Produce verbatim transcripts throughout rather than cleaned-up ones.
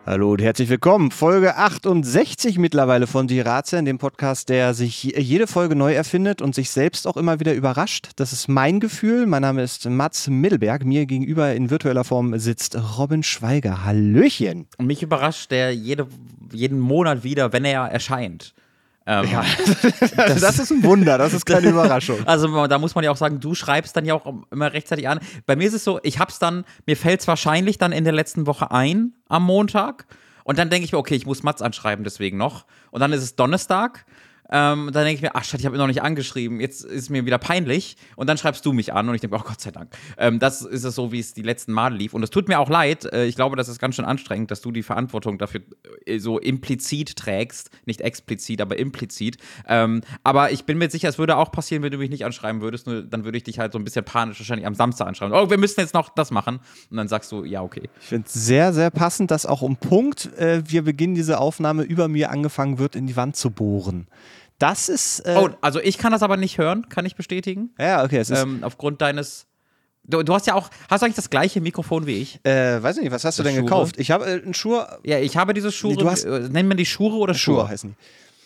Hallo und herzlich willkommen. Folge achtundsechzig mittlerweile von Die Ratsherren, dem Podcast, der sich jede Folge neu erfindet und sich selbst auch immer wieder überrascht. Das ist mein Gefühl. Mein Name ist Mats Mittelberg. Mir gegenüber in virtueller Form sitzt Robin Schweiger. Hallöchen. Und mich überrascht der jede, jeden Monat wieder, wenn er erscheint. Ähm, ja, das, das ist ein Wunder, das ist keine Überraschung. Also da muss man ja auch sagen, du schreibst dann ja auch immer rechtzeitig an. Bei mir ist es so, ich hab's dann, mir fällt es wahrscheinlich dann in der letzten Woche ein, am Montag. Und dann denke ich mir, okay, ich muss Mats anschreiben, deswegen noch. Und dann ist es Donnerstag. Ähm, dann denke ich mir, ach Schatz, ich habe ihn noch nicht angeschrieben, jetzt ist es mir wieder peinlich. Und dann schreibst du mich an und ich denke, oh Gott sei Dank. Ähm, das ist es so, wie es die letzten Male lief. Und es tut mir auch leid, äh, ich glaube, das ist ganz schön anstrengend, dass du die Verantwortung dafür äh, so implizit trägst. Nicht explizit, aber implizit. Ähm, aber ich bin mir sicher, es würde auch passieren, wenn du mich nicht anschreiben würdest. Nur dann würde ich dich halt so ein bisschen panisch wahrscheinlich am Samstag anschreiben. Oh, wir müssen jetzt noch das machen. Und dann sagst du, ja, okay. Ich finde es sehr, sehr passend, dass auch um Punkt, äh, wir beginnen diese Aufnahme, über mir angefangen wird, in die Wand zu bohren. Das ist. Äh oh, also ich kann das aber nicht hören, kann ich bestätigen. Ja, okay. Es ist ähm, aufgrund deines. Du, du hast ja auch. Hast du eigentlich das gleiche Mikrofon wie ich? Äh, weiß nicht, was hast das du denn Schure? gekauft? Ich habe äh, einen Shure. Ja, ich habe diese Schure. Nee, du hast äh, nennen wir die Schure oder Schure? Schure heißen die.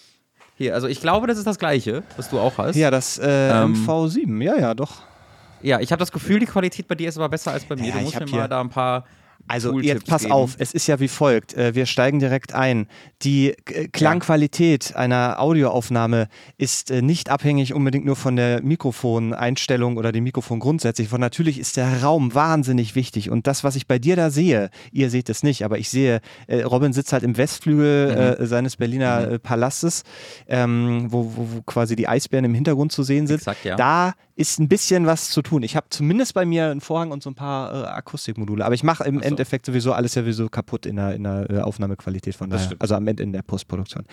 Hier, also ich glaube, das ist das gleiche, was du auch hast. Ja, das äh, ähm, M V sieben. Ja, ja, doch. Ja, ich habe das Gefühl, die Qualität bei dir ist aber besser als bei mir. Ja, du musst mir mal da ein paar. Also jetzt pass geben. auf, es ist ja wie folgt, wir steigen direkt ein. Die Klangqualität ja. einer Audioaufnahme ist nicht abhängig unbedingt nur von der Mikrofoneinstellung oder dem Mikrofon grundsätzlich, von natürlich ist der Raum wahnsinnig wichtig und das, was ich bei dir da sehe, ihr seht es nicht, aber ich sehe, Robin sitzt halt im Westflügel mhm. äh, seines Berliner mhm. Palastes, ähm, wo, wo, wo quasi die Eisbären im Hintergrund zu sehen sind. Exakt, ja. Da ist ein bisschen was zu tun. Ich habe zumindest bei mir einen Vorhang und so ein paar äh, Akustikmodule, aber ich mache im so. Endeffekt sowieso alles ja sowieso kaputt in der, in der äh, Aufnahmequalität von daher. Also am Ende in der Postproduktion.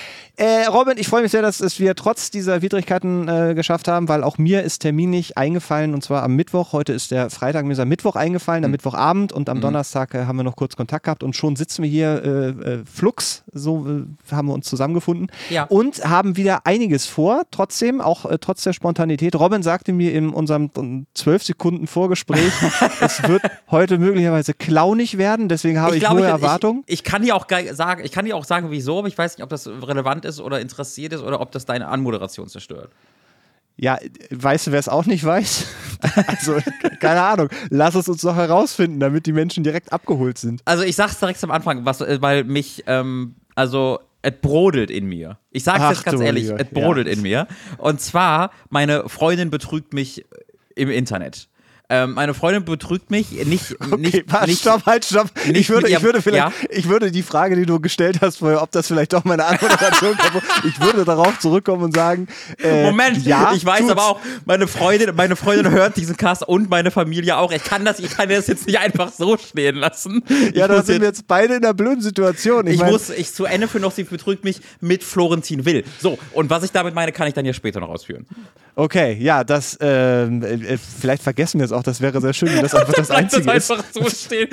Äh, Robin, ich freue mich sehr, dass es wir trotz dieser Widrigkeiten äh, geschafft haben, weil auch mir ist terminlich eingefallen und zwar am Mittwoch. Heute ist der Freitag, mir ist am Mittwoch eingefallen, mhm. am Mittwochabend und am mhm. Donnerstag äh, haben wir noch kurz Kontakt gehabt und schon sitzen wir hier äh, äh, flux, so äh, haben wir uns zusammengefunden ja. und haben wieder einiges vor, trotzdem, auch äh, trotz der Spontanität. Robin sagte mir in unserem zwölf Sekunden Vorgespräch, es wird heute möglicherweise clownig werden, deswegen habe ich, ich hohe ich, Erwartungen. Ich, ich kann dir auch sagen, ich kann dir auch sagen, wieso, aber ich weiß nicht, ob das relevant ist oder interessiert ist oder ob das deine Anmoderation zerstört. Ja, weißt du, wer es auch nicht weiß? Also, keine Ahnung. Lass es uns doch herausfinden, damit die Menschen direkt abgeholt sind. Also, ich sag's direkt am Anfang, was, weil mich, ähm, also, es brodelt in mir. Ich sag's Ach, jetzt ganz ehrlich, es brodelt ja. in mir. Und zwar, meine Freundin betrügt mich im Internet. Ähm, meine Freundin betrügt mich nicht. Okay, nicht, pass, nicht stopp, halt, stopp. Ich würde, ich, würde vielleicht, ja? ich würde die Frage, die du gestellt hast, vorher, ob das vielleicht doch meine Anmoderation kommt, ich würde darauf zurückkommen und sagen: äh, Moment, ja, ich weiß tut's. aber auch, meine Freundin, meine Freundin hört diesen Cast und meine Familie auch. Ich kann das, ich kann das jetzt nicht einfach so stehen lassen. Ja, da sind wir jetzt beide in einer blöden Situation. Ich, ich mein, muss, ich zu Ende für noch, sie betrügt mich mit Florentin Will. So, und was ich damit meine, kann ich dann ja später noch ausführen. Okay, ja, das, ähm, äh, vielleicht vergessen wir es auch, das wäre sehr schön, wenn das einfach das Einzige das ist. einfach so stehen.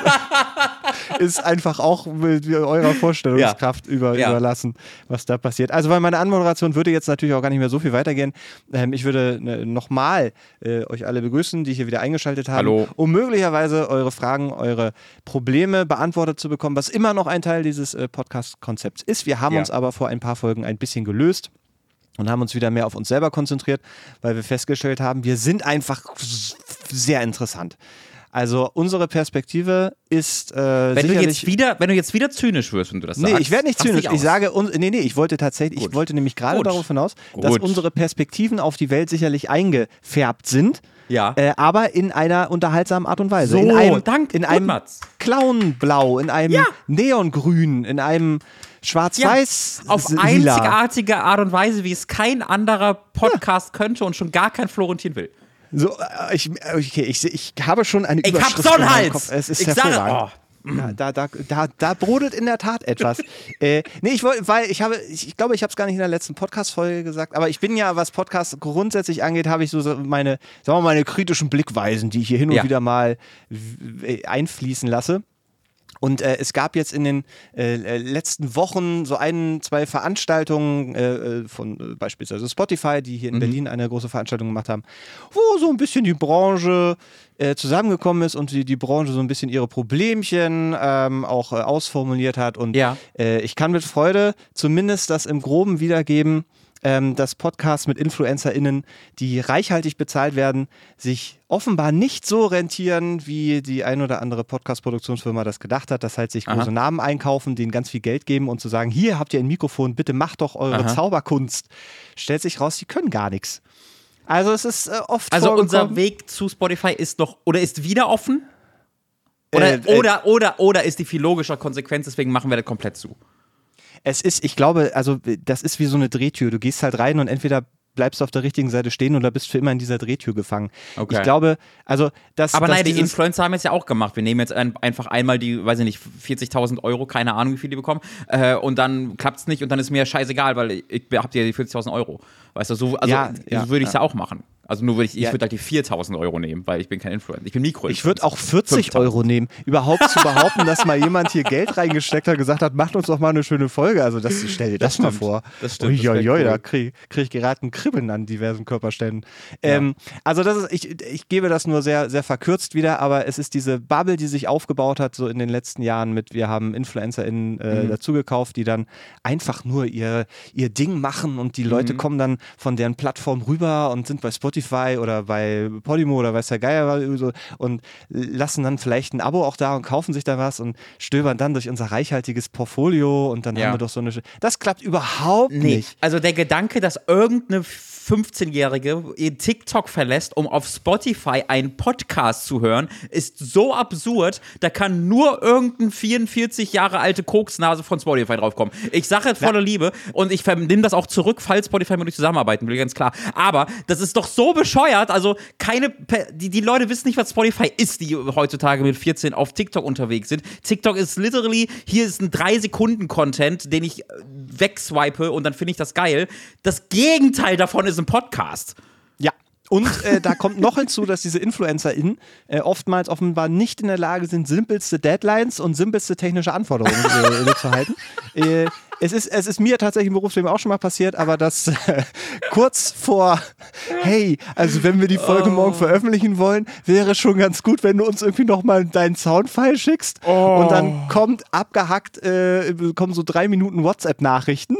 Ist einfach auch mit eurer Vorstellungskraft ja. Über, ja. überlassen, was da passiert. Also, weil meine Anmoderation würde jetzt natürlich auch gar nicht mehr so viel weitergehen. Ähm, ich würde ne, nochmal äh, euch alle begrüßen, die hier wieder eingeschaltet haben, Hallo. um möglicherweise eure Fragen, eure Probleme beantwortet zu bekommen, was immer noch ein Teil dieses äh, Podcast-Konzepts ist. Wir haben ja. uns aber vor ein paar Folgen ein bisschen gelöst. Und haben uns wieder mehr auf uns selber konzentriert, weil wir festgestellt haben, wir sind einfach sehr interessant. Also unsere Perspektive ist äh, wenn sicherlich... Du jetzt wieder, wenn du jetzt wieder zynisch wirst, wenn du das sagst. Nee, ich werde nicht zynisch. Ich sage, nee, nee, ich wollte tatsächlich, Gut. ich wollte nämlich gerade darauf hinaus, Gut. dass unsere Perspektiven auf die Welt sicherlich eingefärbt sind. Ja. Äh, aber in einer unterhaltsamen Art und Weise. So, in einem, danke. In einem Clownblau, in einem ja. Neongrün, in einem Schwarz-Weiß. Ja, auf Lila. Einzigartige Art und Weise, wie es kein anderer Podcast ja. könnte und schon gar kein Florentin Will. So, ich, okay, ich, ich habe schon eine ich Überschrift. Ich hab so einen Hals. Es ist ich hervorragend. Sage, oh. Ja, da, da, da, da brodelt in der Tat etwas. äh, nee, ich wollte, weil ich habe, ich, ich glaube, ich habe es gar nicht in der letzten Podcast-Folge gesagt, aber ich bin ja, was Podcasts grundsätzlich angeht, habe ich so meine, sagen wir mal, meine kritischen Blickweisen, die ich hier hin und ja. wieder mal w- einfließen lasse. Und äh, es gab jetzt in den äh, letzten Wochen so ein, zwei Veranstaltungen äh, von äh, beispielsweise Spotify, die hier in mhm. Berlin eine große Veranstaltung gemacht haben, wo so ein bisschen die Branche äh, zusammengekommen ist und die, die Branche so ein bisschen ihre Problemchen ähm, auch äh, ausformuliert hat. Und ja. äh, ich kann mit Freude zumindest das im Groben wiedergeben, Ähm, dass Podcasts mit InfluencerInnen, die reichhaltig bezahlt werden, sich offenbar nicht so rentieren, wie die ein oder andere Podcast-Produktionsfirma das gedacht hat, dass halt sich große Aha. Namen einkaufen, denen ganz viel Geld geben und zu sagen, hier habt ihr ein Mikrofon, bitte macht doch eure Aha. Zauberkunst. Stellt sich raus, die können gar nichts. Also es ist äh, oft Also unser Weg zu Spotify ist noch, oder ist wieder offen? Oder, äh, äh, oder, oder, oder ist die viel logischer Konsequenz, deswegen machen wir das komplett zu? Es ist, ich glaube, also das ist wie so eine Drehtür. Du gehst halt rein und entweder bleibst du auf der richtigen Seite stehen oder bist für immer in dieser Drehtür gefangen. Okay. Ich glaube, also das. Aber dass nein, die Influencer haben es ja auch gemacht. Wir nehmen jetzt ein, einfach einmal die, weiß ich nicht, vierzigtausend Euro, keine Ahnung, wie viel die bekommen, äh, und dann klappt es nicht und dann ist mir scheißegal, weil ich, ich hab ja die vierzigtausend Euro. Weißt du, so, also ja, ja, so würde ich es ja. ja auch machen. Also nur würde ich, ich ja. würde halt die viertausend Euro nehmen, weil ich bin kein Influencer. Ich bin Mikro-Influencer. Ich würde auch vierzig Euro nehmen. Überhaupt zu behaupten, dass mal jemand hier Geld reingesteckt hat und gesagt hat, macht uns doch mal eine schöne Folge. Also das, stell dir das, das mal vor. Das stimmt. Uiuiui, cool. da kriege krieg ich gerade ein Kribbeln an diversen Körperstellen. Ja. Ähm, also das ist, ich, ich gebe das nur sehr, sehr verkürzt wieder, aber es ist diese Bubble, die sich aufgebaut hat, so in den letzten Jahren mit, wir haben InfluencerInnen äh, mhm. dazugekauft, die dann einfach nur ihr, ihr Ding machen und die Leute mhm. kommen dann von deren Plattform rüber und sind bei Spotify oder bei Podimo oder weiß der Geier so und lassen dann vielleicht ein Abo auch da und kaufen sich da was und stöbern dann durch unser reichhaltiges Portfolio und dann ja. haben wir doch so eine... Das klappt überhaupt nee. nicht. Also der Gedanke, dass irgendeine fünfzehnjährige ihr TikTok verlässt, um auf Spotify einen Podcast zu hören, ist so absurd, da kann nur irgendein vierundvierzig Jahre alte Koksnase von Spotify draufkommen. Ich sage es voller ja. Liebe und ich nehme das auch zurück, falls Spotify mit euch zusammenarbeiten will, ganz klar. Aber das ist doch so bescheuert, also keine, die, die Leute wissen nicht, was Spotify ist, die heutzutage mit vierzehn auf TikTok unterwegs sind. TikTok ist literally, hier ist ein drei Sekunden Content, den ich wegswipe und dann finde ich das geil. Das Gegenteil davon ist ein Podcast. Ja. Und äh, da kommt noch hinzu, dass diese InfluencerInnen äh, oftmals offenbar nicht in der Lage sind, simpelste Deadlines und simpelste technische Anforderungen äh, zu halten. Äh, es, ist, es ist mir tatsächlich im Berufsleben auch schon mal passiert, aber das äh, kurz vor, hey, also wenn wir die Folge oh. morgen veröffentlichen wollen, wäre schon ganz gut, wenn du uns irgendwie nochmal deinen Soundfile schickst. Oh. Und dann kommt abgehackt, äh, kommen so drei Minuten WhatsApp-Nachrichten.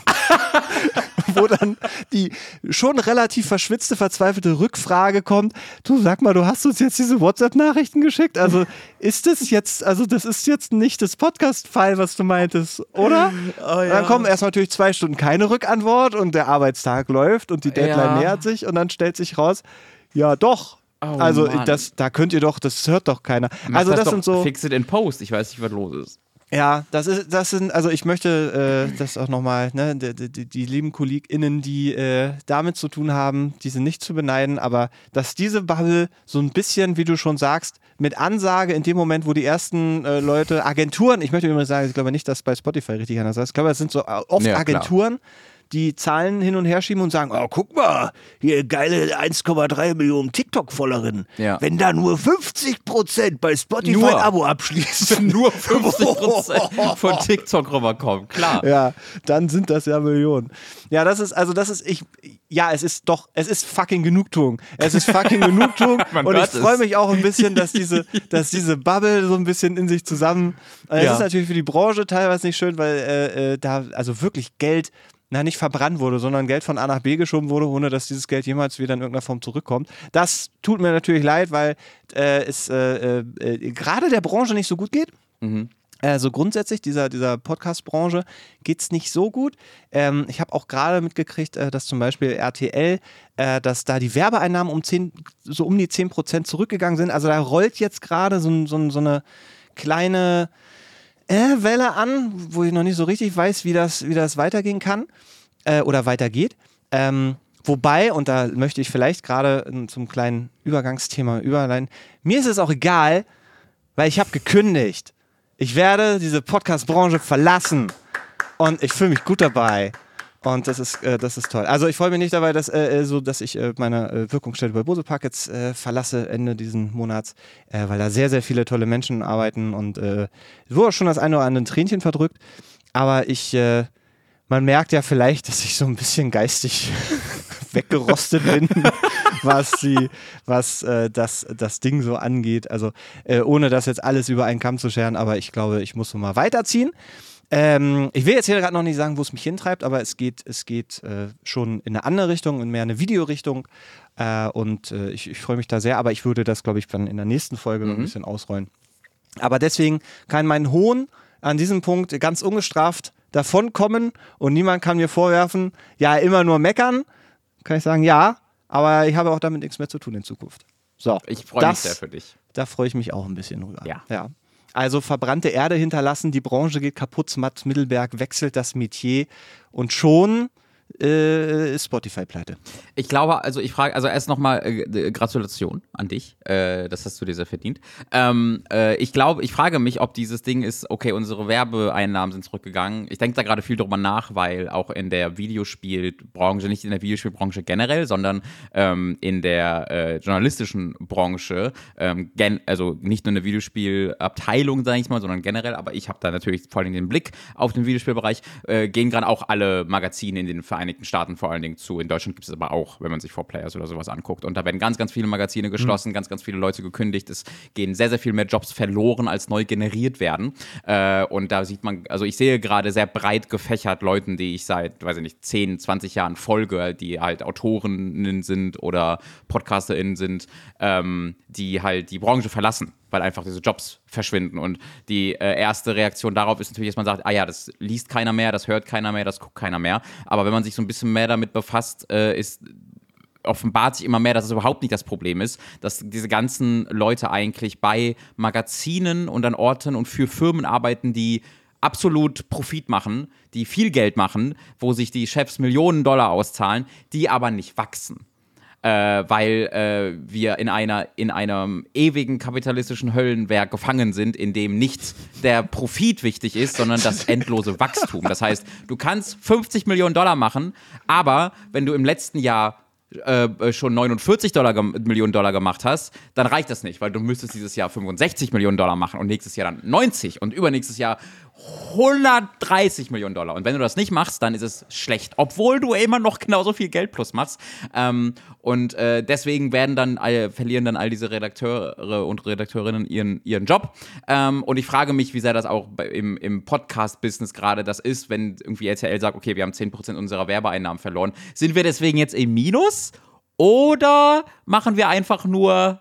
Wo dann die schon relativ verschwitzte, verzweifelte Rückfrage kommt, du sag mal, du hast uns jetzt diese WhatsApp-Nachrichten geschickt, also ist das jetzt, also das ist jetzt nicht das Podcast-File, was du meintest, oder? Oh, ja. Dann kommen erst natürlich zwei Stunden keine Rückantwort und der Arbeitstag läuft und die Deadline ja. nähert sich und dann stellt sich raus, ja doch, oh, also das, da könnt ihr doch, das hört doch keiner. Mach also das, das doch sind so Fix it in Post, ich weiß nicht, was los ist. Ja, das ist, das sind, also ich möchte äh, das auch nochmal, ne, die, die, die lieben KollegInnen, die äh, damit zu tun haben, die sind nicht zu beneiden, aber dass diese Bubble so ein bisschen, wie du schon sagst, mit Ansage in dem Moment, wo die ersten äh, Leute, Agenturen, ich möchte übrigens sagen, ich glaube nicht, dass bei Spotify richtig anders ist, ich glaube, es sind so oft ja, Agenturen, klar. die Zahlen hin und her schieben und sagen, oh, guck mal, hier geile eins Komma drei Millionen TikTok-Followerinnen. Ja. Wenn da nur fünfzig Prozent bei Spotify nur. ein Abo abschließen. Nur fünfzig Prozent von TikTok rüberkommen, klar. Ja, dann sind das ja Millionen. Ja, das ist, also das ist, ich, ja, es ist doch, es ist fucking Genugtuung. Es ist fucking Genugtuung und ich freue mich auch ein bisschen, dass diese, dass diese Bubble so ein bisschen in sich zusammen, es ja. ist natürlich für die Branche teilweise nicht schön, weil äh, da, also wirklich Geld na, nicht verbrannt wurde, sondern Geld von A nach B geschoben wurde, ohne dass dieses Geld jemals wieder in irgendeiner Form zurückkommt. Das tut mir natürlich leid, weil äh, es äh, äh, gerade der Branche nicht so gut geht. Mhm. Also grundsätzlich, dieser, dieser Podcast-Branche geht es nicht so gut. Ähm, ich habe auch gerade mitgekriegt, äh, dass zum Beispiel R T L, äh, dass da die Werbeeinnahmen um zehn, so um die zehn Prozent zurückgegangen sind. Also da rollt jetzt gerade so, so, so eine kleine Äh, Welle an, wo ich noch nicht so richtig weiß, wie das, wie das weitergehen kann äh, oder weitergeht. Ähm, wobei, und da möchte ich vielleicht gerade zum kleinen Übergangsthema überleiten, mir ist es auch egal, weil ich habe gekündigt. Ich werde diese Podcast-Branche verlassen und ich fühle mich gut dabei. Und das ist, äh, das ist toll. Also ich freue mich nicht dabei, dass, äh, so, dass ich äh, meine äh, Wirkungsstätte bei Bose Park jetzt äh, verlasse Ende diesen Monats, äh, weil da sehr, sehr viele tolle Menschen arbeiten und äh, wurde schon das eine oder andere Tränchen verdrückt. Aber ich, äh, man merkt ja vielleicht, dass ich so ein bisschen geistig weggerostet bin, was, die, was äh, das, das Ding so angeht. Also äh, ohne das jetzt alles über einen Kamm zu scheren, aber ich glaube, ich muss so mal weiterziehen. Ähm, ich will jetzt hier gerade noch nicht sagen, wo es mich hintreibt, aber es geht, es geht äh, schon in eine andere Richtung, in mehr eine Videorichtung äh, und äh, ich, ich freue mich da sehr, aber ich würde das, glaube ich, dann in der nächsten Folge mhm. noch ein bisschen ausrollen. Aber deswegen kann mein Hohn an diesem Punkt ganz ungestraft davonkommen und niemand kann mir vorwerfen, ja, immer nur meckern. Kann ich sagen, ja, aber ich habe auch damit nichts mehr zu tun in Zukunft. So, ich freue mich sehr für dich. Da freue ich mich auch ein bisschen drüber. Ja. ja. Also verbrannte Erde hinterlassen, die Branche geht kaputt, Matt Mittelberg wechselt das Metier und schon äh, ist Spotify pleite. Ich glaube, also ich frage, also erst nochmal äh, Gratulation an dich, äh, das hast du dir sehr verdient. Ähm, äh, ich glaube, ich frage mich, ob dieses Ding ist, okay, unsere Werbeeinnahmen sind zurückgegangen. Ich denke da gerade viel drüber nach, weil auch in der Videospielbranche, nicht in der Videospielbranche generell, sondern ähm, in der äh, journalistischen Branche, ähm, gen- also nicht nur in der Videospielabteilung, sage ich mal, sondern generell, aber ich habe da natürlich vor allem den Blick auf den Videospielbereich, äh, gehen gerade auch alle Magazine in den Vereinigten Staaten vor allen Dingen zu. In Deutschland gibt es aber auch, wenn man sich four Players oder sowas anguckt. Und da werden ganz, ganz viele Magazine geschlossen, mhm. ganz, ganz viele Leute gekündigt. Es gehen sehr, sehr viel mehr Jobs verloren, als neu generiert werden. Äh, und da sieht man, also ich sehe gerade sehr breit gefächert Leuten, die ich seit, weiß ich nicht, zehn, zwanzig Jahren folge, die halt Autorinnen sind oder PodcasterInnen sind, ähm, die halt die Branche verlassen, weil einfach diese Jobs verschwinden. Und die äh, erste Reaktion darauf ist natürlich, dass man sagt, ah ja, das liest keiner mehr, das hört keiner mehr, das guckt keiner mehr. Aber wenn man sich so ein bisschen mehr damit befasst, äh, ist offenbart sich immer mehr, dass es überhaupt nicht das Problem ist, dass diese ganzen Leute eigentlich bei Magazinen und an Orten und für Firmen arbeiten, die absolut Profit machen, die viel Geld machen, wo sich die Chefs Millionen Dollar auszahlen, die aber nicht wachsen. Äh, weil äh, wir in einer in einem ewigen kapitalistischen Höllenwerk gefangen sind, in dem nicht der Profit wichtig ist, sondern das endlose Wachstum. Das heißt, du kannst fünfzig Millionen Dollar machen, aber wenn du im letzten Jahr äh, schon neunundvierzig Dollar gem- Millionen Dollar gemacht hast, dann reicht das nicht, weil du müsstest dieses Jahr fünfundsechzig Millionen Dollar machen und nächstes Jahr dann neunzig und übernächstes Jahr hundertdreißig Millionen Dollar. Und wenn du das nicht machst, dann ist es schlecht, obwohl du immer noch genauso viel Geld plus machst. Ähm, und äh, deswegen werden dann all, verlieren dann all diese Redakteure und Redakteurinnen ihren, ihren Job. Ähm, und ich frage mich, wie sehr das auch bei, im, im Podcast-Business gerade das ist, wenn irgendwie R T L sagt, okay, wir haben zehn Prozent unserer Werbeeinnahmen verloren. Sind wir deswegen jetzt im Minus? Oder machen wir einfach nur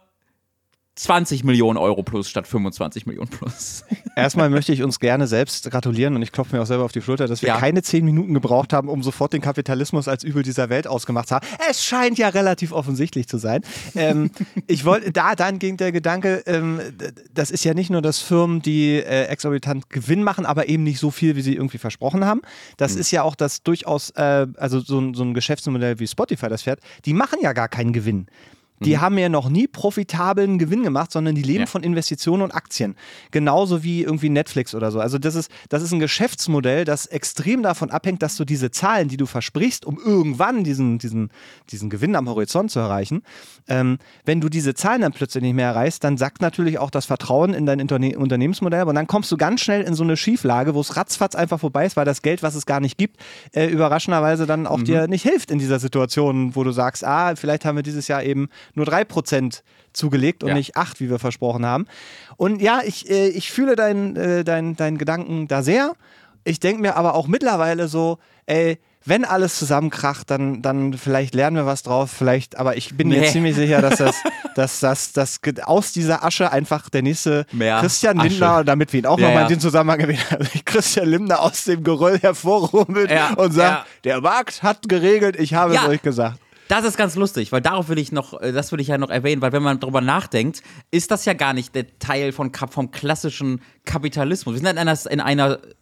zwanzig Millionen Euro plus statt fünfundzwanzig Millionen plus? Erstmal möchte ich uns gerne selbst gratulieren und ich klopfe mir auch selber auf die Schulter, dass wir ja. keine zehn Minuten gebraucht haben, um sofort den Kapitalismus als Übel dieser Welt ausgemacht zu haben. Es scheint ja relativ offensichtlich zu sein. ähm, ich wollte, da dann ging der Gedanke, ähm, das ist ja nicht nur, dass Firmen, die äh, exorbitant Gewinn machen, aber eben nicht so viel, wie sie irgendwie versprochen haben. Das mhm. ist ja auch das durchaus, äh, also so, so ein Geschäftsmodell wie Spotify das fährt, die machen ja gar keinen Gewinn. Die mhm. haben ja noch nie profitablen Gewinn gemacht, sondern die leben ja. von Investitionen und Aktien. Genauso wie irgendwie Netflix oder so. Also das ist, das ist ein Geschäftsmodell, das extrem davon abhängt, dass du diese Zahlen, die du versprichst, um irgendwann diesen, diesen, diesen Gewinn am Horizont zu erreichen, ähm, wenn du diese Zahlen dann plötzlich nicht mehr erreichst, dann sackt natürlich auch das Vertrauen in dein Interne- Unternehmensmodell. Und dann kommst du ganz schnell in so eine Schieflage, wo es ratzfatz einfach vorbei ist, weil das Geld, was es gar nicht gibt, äh, überraschenderweise dann auch mhm. dir nicht hilft in dieser Situation, wo du sagst, ah, vielleicht haben wir dieses Jahr eben nur drei Prozent zugelegt und ja. nicht acht, wie wir versprochen haben. Und ja, ich, äh, ich fühle deinen äh, dein, dein Gedanken da sehr. Ich denke mir aber auch mittlerweile so, ey, wenn alles zusammenkracht, dann, dann vielleicht lernen wir was drauf, vielleicht, aber ich bin nee. mir ziemlich sicher, dass das, dass das, dass aus dieser Asche einfach der nächste Mehr Christian Asche. Lindner, damit wir ihn auch ja, nochmal ja. in den Zusammenhang erwähnen, also Christian Lindner aus dem Geröll hervorrummelt ja, und sagt, ja. der Markt hat geregelt, ich habe ja. es euch gesagt. Das ist ganz lustig, weil darauf will ich noch, das will ich ja noch erwähnen, weil wenn man drüber nachdenkt, ist das ja gar nicht der Teil von, vom klassischen Kapitalismus. Wir sind in einer, in einer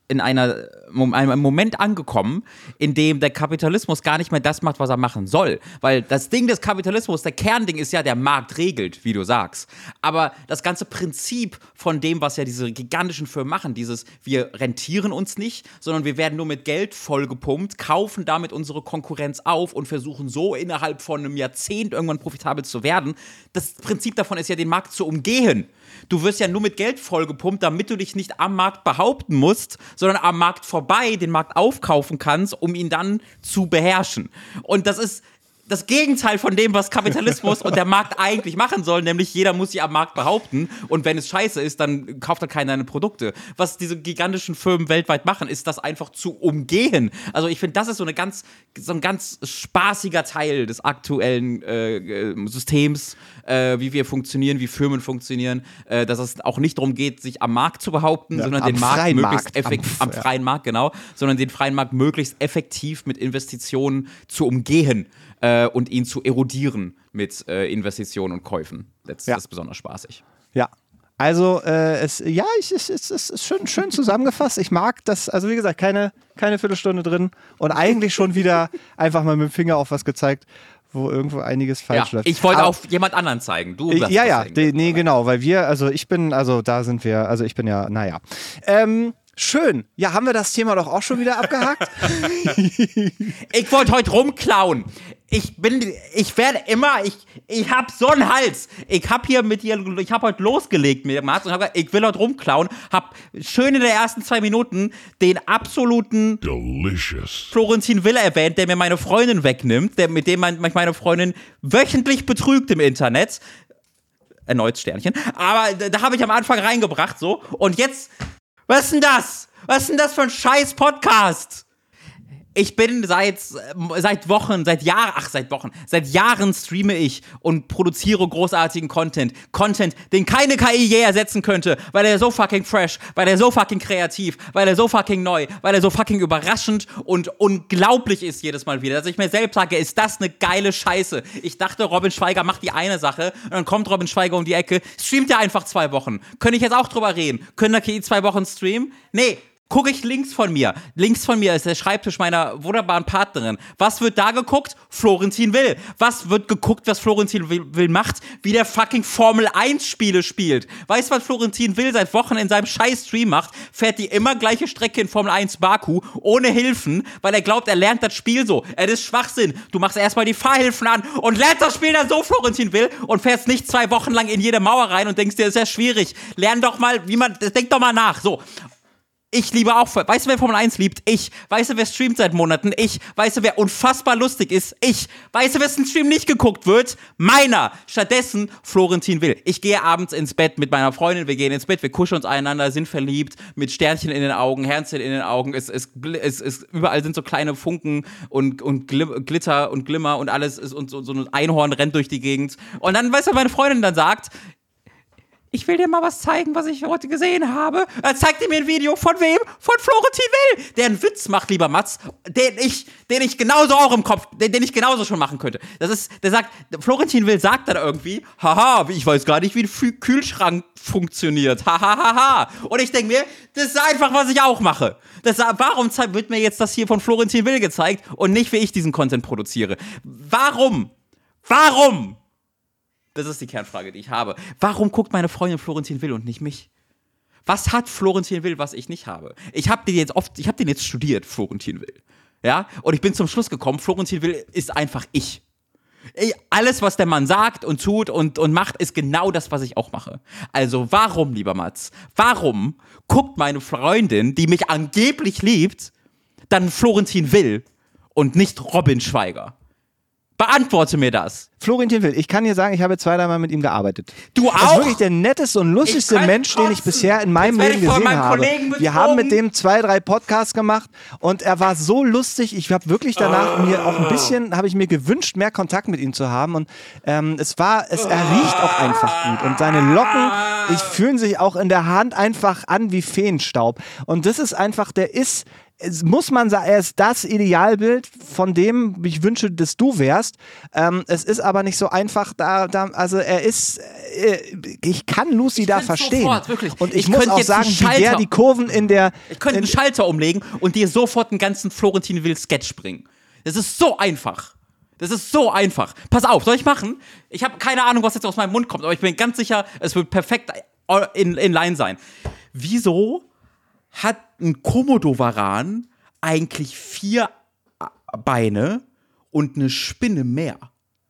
in einer, einem Moment angekommen, in dem der Kapitalismus gar nicht mehr das macht, was er machen soll. Weil das Ding des Kapitalismus, der Kernding ist ja, der Markt regelt, wie du sagst. Aber das ganze Prinzip von dem, was ja diese gigantischen Firmen machen, dieses, wir rentieren uns nicht, sondern wir werden nur mit Geld vollgepumpt, kaufen damit unsere Konkurrenz auf und versuchen so innerhalb von einem Jahrzehnt irgendwann profitabel zu werden. Das Prinzip davon ist ja, den Markt zu umgehen. Du wirst ja nur mit Geld vollgepumpt, damit du dich nicht am Markt behaupten musst, sondern am Markt vorbei den Markt aufkaufen kannst, um ihn dann zu beherrschen. Und das ist das Gegenteil von dem, was Kapitalismus und der Markt eigentlich machen sollen, nämlich jeder muss sich am Markt behaupten und wenn es scheiße ist, dann kauft er keine deine Produkte. Was diese gigantischen Firmen weltweit machen, ist das einfach zu umgehen. Also ich finde, das ist so, eine ganz, so ein ganz spaßiger Teil des aktuellen äh, Systems, äh, wie wir funktionieren, wie Firmen funktionieren, äh, dass es auch nicht darum geht, sich am Markt zu behaupten, ja, sondern den Markt möglichst effektiv, am, am freien ja. Markt, genau, sondern den freien Markt möglichst effektiv mit Investitionen zu umgehen. Äh, und ihn zu erodieren mit äh, Investitionen und Käufen. Das, ja. das ist besonders spaßig. Ja, also äh, es, ja, ich, es, es, es ist schön, schön zusammengefasst. Ich mag das, also wie gesagt, keine, keine Viertelstunde drin und eigentlich schon wieder einfach mal mit dem Finger auf was gezeigt, wo irgendwo einiges falsch ja, läuft. Ich wollte auf jemand anderen zeigen. Du äh, Ja, ja, de, nee, genau, weil wir, also ich bin, also da sind wir, also ich bin ja, naja. Ähm, Schön. Ja, haben wir das Thema doch auch schon wieder abgehakt? Ich wollte heute rumklauen. Ich bin, ich werde immer, ich, ich hab so einen Hals. Ich hab hier mit dir, ich hab heute losgelegt mit Mats und hab gesagt, ich will heute rumklauen. Hab schön in den ersten zwei Minuten den absoluten Delicious Florentin Will erwähnt, der mir meine Freundin wegnimmt, der, mit dem man, meine Freundin wöchentlich betrügt im Internet. Erneut Sternchen. Aber da, da habe ich am Anfang reingebracht, so. Und jetzt, was ist denn das? Was ist denn das für ein scheiß Podcast? Ich bin seit, seit Wochen, seit Jahren, ach, seit Wochen, seit Jahren streame ich und produziere großartigen Content. Content, den keine K I je ersetzen könnte, weil er so fucking fresh, weil er so fucking kreativ, weil er so fucking neu, weil er so fucking überraschend und unglaublich ist jedes Mal wieder. Dass ich mir selbst sage, ist das eine geile Scheiße. Ich dachte, Robin Schweiger macht die eine Sache und dann kommt Robin Schweiger um die Ecke, streamt er einfach zwei Wochen. Könnte ich jetzt auch drüber reden? Können der K I zwei Wochen streamen? Nee. Gucke ich links von mir. Links von mir ist der Schreibtisch meiner wunderbaren Partnerin. Was wird da geguckt? Florentin Will. Was wird geguckt, was Florentin Will macht? Wie der fucking Formel eins Spiele spielt. Weißt du, was Florentin Will seit Wochen in seinem scheiß Stream macht? Fährt die immer gleiche Strecke in Formel eins Baku, ohne Hilfen, weil er glaubt, er lernt das Spiel so. Es ist Schwachsinn. Du machst erstmal die Fahrhilfen an und lernst das Spiel dann so, Florentin Will, und fährst nicht zwei Wochen lang in jede Mauer rein und denkst dir, das ist ja schwierig. Lern doch mal, wie man, denk doch mal nach. So. Ich liebe auch, weißt du, wer Formel eins liebt? Ich. Weißt du, wer streamt seit Monaten? Ich. Weißt du, wer unfassbar lustig ist? Ich. Weißt du, wessen Stream nicht geguckt wird? Meiner. Stattdessen Florentin Will. Ich gehe abends ins Bett mit meiner Freundin, wir gehen ins Bett, wir kuscheln uns einander, sind verliebt, mit Sternchen in den Augen, Herzchen in den Augen, es, es, es, es, überall sind so kleine Funken und, und Glitter und Glimmer und alles ist, und so, so ein Einhorn rennt durch die Gegend. Und dann, weißt du, meine Freundin dann sagt, ich will dir mal was zeigen, was ich heute gesehen habe. Er zeigt mir ein Video von wem? Von Florentin Will, der einen Witz macht, lieber Mats, den ich, den ich genauso auch im Kopf, den, den ich genauso schon machen könnte. Das ist, der sagt, Florentin Will sagt dann irgendwie, haha, ich weiß gar nicht, wie ein Kühlschrank funktioniert. Hahaha. Und ich denke mir, das ist einfach, was ich auch mache. Das, warum wird mir jetzt das hier von Florentin Will gezeigt und nicht, wie ich diesen Content produziere? Warum? Warum? Das ist die Kernfrage, die ich habe. Warum guckt meine Freundin Florentin Will und nicht mich? Was hat Florentin Will, was ich nicht habe? Ich habe den jetzt oft, ich habe den jetzt studiert, Florentin Will. Ja? Und ich bin zum Schluss gekommen, Florentin Will ist einfach ich. ich. Alles, was der Mann sagt und tut und, und macht, ist genau das, was ich auch mache. Also warum, lieber Mats, warum guckt meine Freundin, die mich angeblich liebt, dann Florentin Will und nicht Robin Schweiger? Beantworte mir das. Florentin Will, ich kann dir sagen, ich habe zwei, dreimal mit ihm gearbeitet. Du auch? Er ist wirklich der netteste und lustigste Mensch, den ich bisher in meinem Leben gesehen habe. Wir haben mit dem zwei, drei Podcasts gemacht und er war so lustig. Ich habe wirklich danach oh. mir auch ein bisschen, habe ich mir gewünscht, mehr Kontakt mit ihm zu haben. Und ähm, es war, es er riecht auch einfach gut. Und seine Locken, ich fühlen sich auch in der Hand einfach an wie Feenstaub. Und das ist einfach, der ist es muss man sagen, er ist das Idealbild, von dem ich wünsche, dass du wärst. Ähm, es ist aber nicht so einfach, da, da also er ist, äh, ich kann Lucy ich da verstehen. Sofort, wirklich. Und ich, ich muss auch sagen, wie der die Kurven in der... Ich könnte einen Schalter umlegen und dir sofort einen ganzen Florentin Will-Sketch bringen. Das ist so einfach. Das ist so einfach. Pass auf, soll ich machen? Ich habe keine Ahnung, was jetzt aus meinem Mund kommt, aber ich bin ganz sicher, es wird perfekt in, in Line sein. Wieso hat ein Komodowaran eigentlich vier Beine und eine Spinne mehr?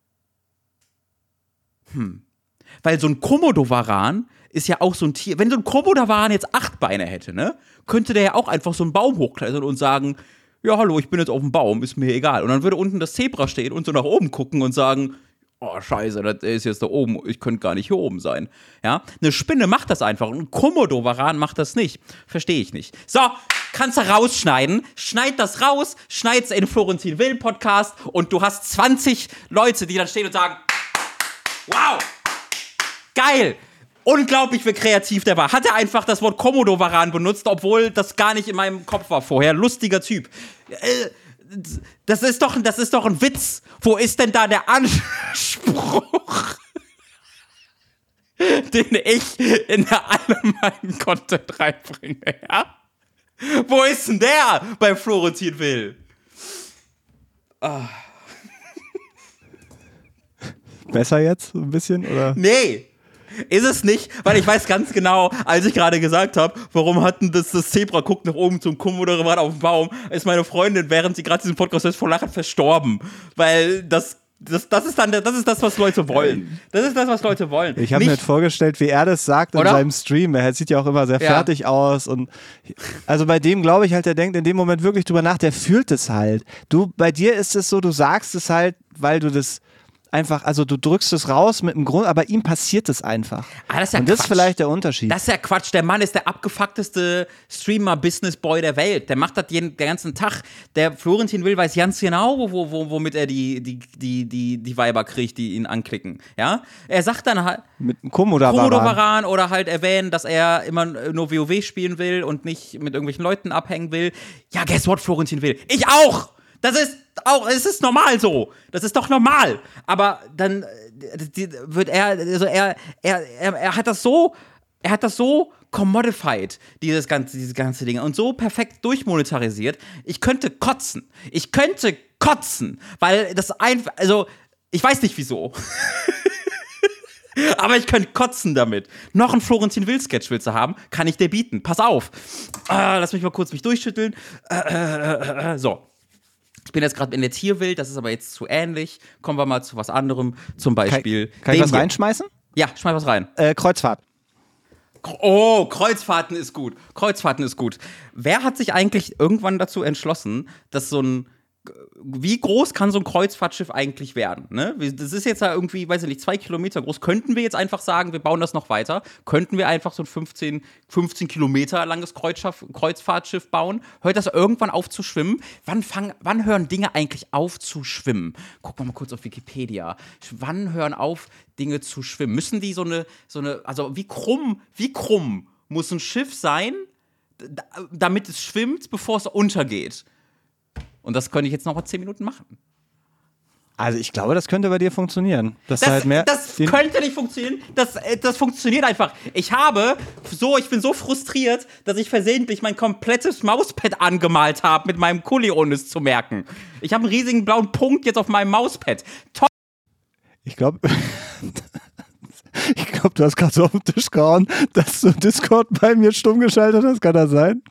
Hm. Weil so ein Komodowaran ist ja auch so ein Tier. Wenn so ein Komodowaran jetzt acht Beine hätte, ne, könnte der ja auch einfach so einen Baum hochklettern und sagen, ja, hallo, ich bin jetzt auf dem Baum, ist mir egal. Und dann würde unten das Zebra stehen und so nach oben gucken und sagen, oh, scheiße, das ist jetzt da oben, ich könnte gar nicht hier oben sein. Ja, eine Spinne macht das einfach und ein Komodowaran macht das nicht. Verstehe ich nicht. So, kannst du rausschneiden, schneid das raus, schneid's in den Florentin Will Podcast und du hast zwanzig Leute, die dann stehen und sagen, wow, geil, unglaublich, wie kreativ der war. Hat er einfach das Wort Komodowaran benutzt, obwohl das gar nicht in meinem Kopf war vorher. Lustiger Typ. Äh, Das ist doch, das ist doch ein Witz. Wo ist denn da der Anspruch, den ich in alle meinen Content reinbringe, ja? Wo ist denn der bei Florentin Will? Ah. Besser jetzt ein bisschen, oder? Nee. Ist es nicht, weil ich weiß ganz genau, als ich gerade gesagt habe, warum hatten das, das Zebra guckt nach oben zum Komodowaran auf dem Baum, ist meine Freundin, während sie gerade diesen Podcast hört, vor Lachen verstorben. Weil das, das, das ist dann, das ist das, was Leute wollen. Das ist das, was Leute wollen. Ich habe mir jetzt vorgestellt, wie er das sagt in Oder? seinem Stream. Er sieht ja auch immer sehr ja. fertig aus. Und also bei dem glaube ich halt, der denkt in dem Moment wirklich drüber nach, der fühlt es halt. Du, bei dir ist es so, du sagst es halt, weil du das einfach, also du drückst es raus mit einem Grund, aber ihm passiert es einfach. Ah, das ist ja Und das Quatsch. ist vielleicht der Unterschied. Das ist ja Quatsch. Der Mann ist der abgefuckteste Streamer-Business-Boy der Welt. Der macht das jeden, den ganzen Tag. Der Florentin Will weiß ganz genau, wo, wo, womit er die, die, die, die, die Weiber kriegt, die ihn anklicken. Ja? Er sagt dann halt mit einem Komodowaran. Komodowaran oder halt erwähnen, dass er immer nur WoW spielen will und nicht mit irgendwelchen Leuten abhängen will. Ja, guess what, Florentin Will? Ich auch! Das ist auch, es ist normal so. Das ist doch normal. Aber dann die, wird er, also er, er, er, er hat das so, er hat das so commodified, dieses ganze, diese ganze Ding, und so perfekt durchmonetarisiert. Ich könnte kotzen. Ich könnte kotzen, weil das einfach, also, ich weiß nicht wieso. Aber ich könnte kotzen damit. Noch einen Florentin Will-Sketch willst du haben? Kann ich dir bieten. Pass auf. Ah, lass mich mal kurz mich durchschütteln. Äh, äh, äh, so. Ich bin jetzt gerade in der Tierwelt, das ist aber jetzt zu ähnlich. Kommen wir mal zu was anderem, zum Beispiel. Kann, kann ich was reinschmeißen? Ja, schmeiß was rein. Äh, Kreuzfahrt. Oh, Kreuzfahrten ist gut. Kreuzfahrten ist gut. Wer hat sich eigentlich irgendwann dazu entschlossen, dass so ein wie groß kann so ein Kreuzfahrtschiff eigentlich werden? Ne? Das ist jetzt ja irgendwie, weiß ich nicht, zwei Kilometer groß. Könnten wir jetzt einfach sagen, wir bauen das noch weiter? Könnten wir einfach so ein fünfzehn, fünfzehn Kilometer langes Kreuzfahrtschiff bauen? Hört das irgendwann auf zu schwimmen? Wann, fang, wann hören Dinge eigentlich auf zu schwimmen? Gucken wir mal kurz auf Wikipedia. Wann hören auf, Dinge zu schwimmen? Müssen die so eine, so eine, also wie krumm, wie krumm muss ein Schiff sein, damit es schwimmt, bevor es untergeht? Und das könnte ich jetzt noch mal zehn Minuten machen. Also ich glaube, das könnte bei dir funktionieren. Das, halt mehr das könnte nicht funktionieren. Das, das funktioniert einfach. Ich habe so, ich bin so frustriert, dass ich versehentlich mein komplettes Mauspad angemalt habe mit meinem Kuli, ohne es zu merken. Ich habe einen riesigen blauen Punkt jetzt auf meinem Mauspad. Toll. Ich glaube... ich glaube, du hast gerade so auf den Tisch gehauen, dass du Discord bei mir stumm geschaltet hast. Kann das sein?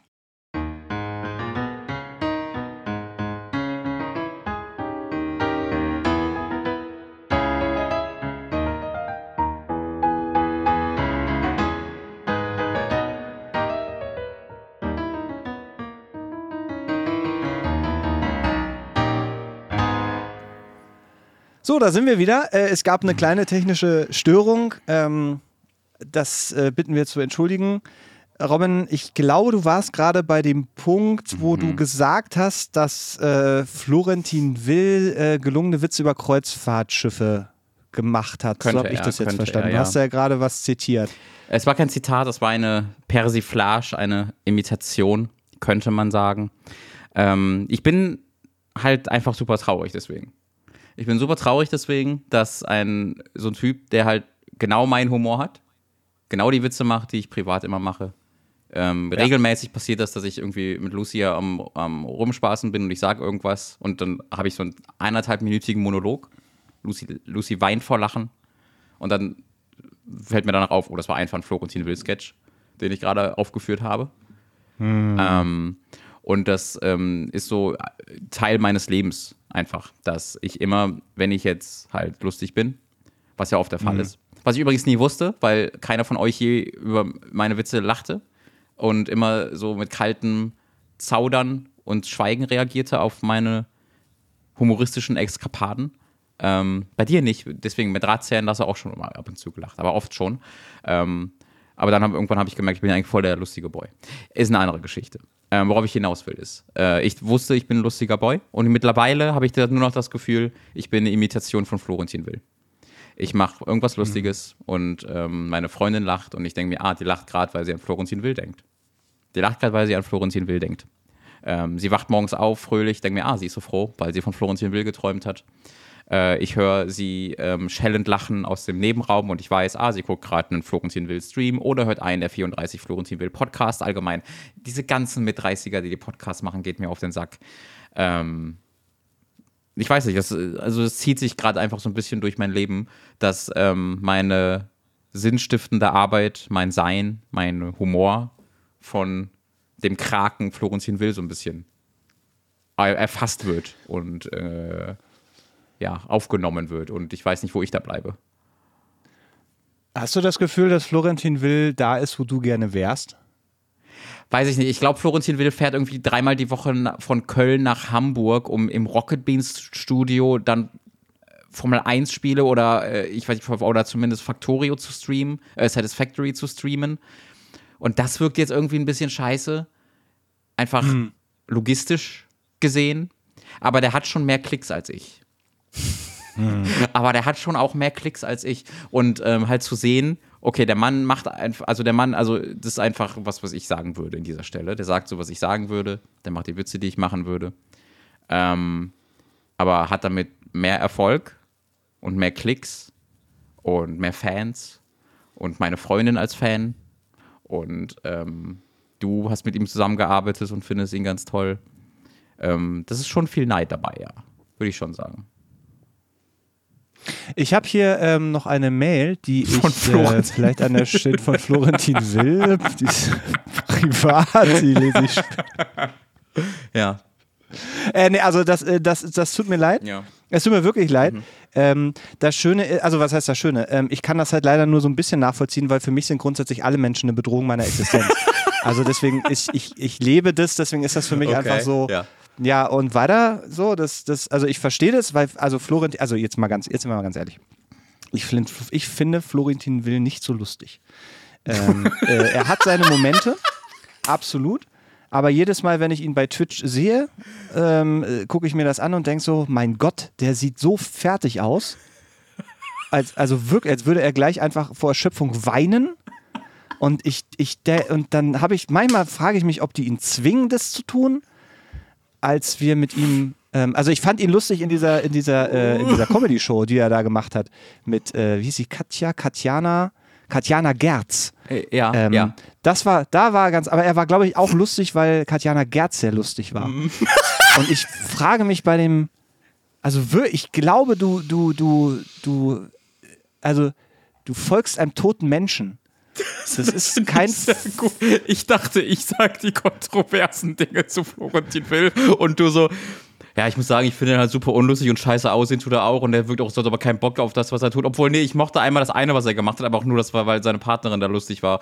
So, da sind wir wieder. Äh, es gab eine kleine technische Störung. Ähm, das äh, bitten wir zu entschuldigen. Robin, ich glaube, du warst gerade bei dem Punkt, wo mhm. du gesagt hast, dass äh, Florentin Will äh, gelungene Witze über Kreuzfahrtschiffe gemacht hat. Könnte so habe ich er, das jetzt könnte verstanden. Er, ja. Du hast ja gerade was zitiert. Es war kein Zitat, es war eine Persiflage, eine Imitation. könnte man sagen. Ähm, ich bin halt einfach super traurig deswegen. Ich bin super traurig deswegen, dass ein so ein Typ, der halt genau meinen Humor hat, genau die Witze macht, die ich privat immer mache. Ähm, ja. Regelmäßig passiert das, dass ich irgendwie mit Lucia am, am Rumspaßen bin und ich sage irgendwas und dann habe ich so einen eineinhalbminütigen Monolog. Lucy, Lucy weint vor Lachen und dann fällt mir danach auf, oh, das war einfach ein Florentin Will-Sketch, den ich gerade aufgeführt habe. Hm. Ähm, und das ähm, ist so Teil meines Lebens einfach, dass ich immer, wenn ich jetzt halt lustig bin, was ja oft der Fall hm. ist, was ich übrigens nie wusste, weil keiner von euch je über meine Witze lachte und immer so mit kaltem Zaudern und Schweigen reagierte auf meine humoristischen Exkapaden. Ähm, bei dir nicht, deswegen mit Drahtzähnen hast du auch schon mal ab und zu gelacht, aber oft schon. Ähm, aber dann hab, irgendwann habe ich gemerkt, ich bin eigentlich voll der lustige Boy. Ist eine andere Geschichte. Ähm, worauf ich hinaus will, ist, äh, ich wusste, ich bin ein lustiger Boy und mittlerweile habe ich nur noch das Gefühl, ich bin eine Imitation von Florentin Will. Ich mache irgendwas Lustiges mhm. und ähm, meine Freundin lacht und ich denke mir, ah, die lacht gerade, weil sie an Florentin Will denkt. Die lacht gerade, weil sie an Florentin Will denkt. Ähm, sie wacht morgens auf, fröhlich, denke mir, ah, sie ist so froh, weil sie von Florentin Will geträumt hat. Äh, ich höre sie ähm, schellend lachen aus dem Nebenraum und ich weiß, ah, sie guckt gerade einen Florentin Will Stream oder hört einen der vierunddreißig Florentin Will Podcast. Allgemein, diese ganzen Mit-dreißiger, die die Podcasts machen, geht mir auf den Sack. Ähm, Ich weiß nicht, das, also es zieht sich gerade einfach so ein bisschen durch mein Leben, dass ähm, meine sinnstiftende Arbeit, mein Sein, mein Humor von dem Kraken Florentin Will so ein bisschen erfasst wird und äh, ja, aufgenommen wird. Und ich weiß nicht, wo ich da bleibe. Hast du das Gefühl, dass Florentin Will da ist, wo du gerne wärst? Weiß ich nicht. Ich glaube, Florentin Will fährt irgendwie dreimal die Woche von Köln nach Hamburg, um im Rocket Beans Studio dann Formel eins Spiele oder äh, ich weiß nicht, oder zumindest Factorio zu streamen, äh, Satisfactory zu streamen. Und das wirkt jetzt irgendwie ein bisschen scheiße. Einfach hm. logistisch gesehen. Aber der hat schon mehr Klicks als ich. hm. Aber der hat schon auch mehr Klicks als ich. Und ähm, halt zu sehen, okay, der Mann macht einfach, also der Mann, also das ist einfach was, was ich sagen würde in dieser Stelle. Der sagt so, was ich sagen würde. Der macht die Witze, die ich machen würde. Ähm, aber hat damit mehr Erfolg und mehr Klicks und mehr Fans und meine Freundin als Fan. Und ähm, du hast mit ihm zusammengearbeitet und findest ihn ganz toll. Ähm, das ist schon viel Neid dabei, ja. Würde ich schon sagen. Ich habe hier ähm, noch eine Mail, die von ich äh, vielleicht an der Stelle von Florentin Will, die ist privat, die lese ich. Ja. Äh, nee, also das, äh, das, das tut mir leid. Ja. Es tut mir wirklich leid. Mhm. Ähm, das Schöne, also was heißt das Schöne? Ähm, ich kann das halt leider nur so ein bisschen nachvollziehen, weil für mich sind grundsätzlich alle Menschen eine Bedrohung meiner Existenz. Also deswegen, ich, ich, ich lebe das, deswegen ist das für mich okay. einfach so. Ja. Ja, und weiter so, das, das, also ich verstehe das, weil, also Florentin, also jetzt mal ganz, jetzt mal ganz ehrlich. Ich, find, ich finde Florentin Will nicht so lustig. Ähm, äh, er hat seine Momente, absolut. Aber jedes Mal, wenn ich ihn bei Twitch sehe, ähm, äh, gucke ich mir das an und denke so, mein Gott, der sieht so fertig aus. Als, also wirklich, als würde er gleich einfach vor Erschöpfung weinen. Und ich, ich, der, und dann habe ich, manchmal frage ich mich, ob die ihn zwingen, das zu tun. Als wir mit ihm, ähm, also ich fand ihn lustig in dieser, in dieser, äh, in dieser Comedy-Show, die er da gemacht hat, mit, äh, wie hieß sie, Katja, Katjana, Katjana Gerz. Ja, ähm, ja. Das war, da war ganz, aber er war, glaube ich, auch lustig, weil Katjana Gerz sehr lustig war. Mhm. Und ich frage mich bei dem, also wirklich, ich glaube, du, du, du, du, also du folgst einem toten Menschen. Das ist kein. Sehr gut. Ich dachte, ich sag die kontroversen Dinge zu Florentin Will und du so. Ja, ich muss sagen, ich finde ihn halt super unlustig und scheiße aussehen tut er auch und er wirkt auch so, als ob er keinen Bock auf das, was er tut. Obwohl, nee, ich mochte einmal das eine, was er gemacht hat, aber auch nur das war, weil seine Partnerin da lustig war.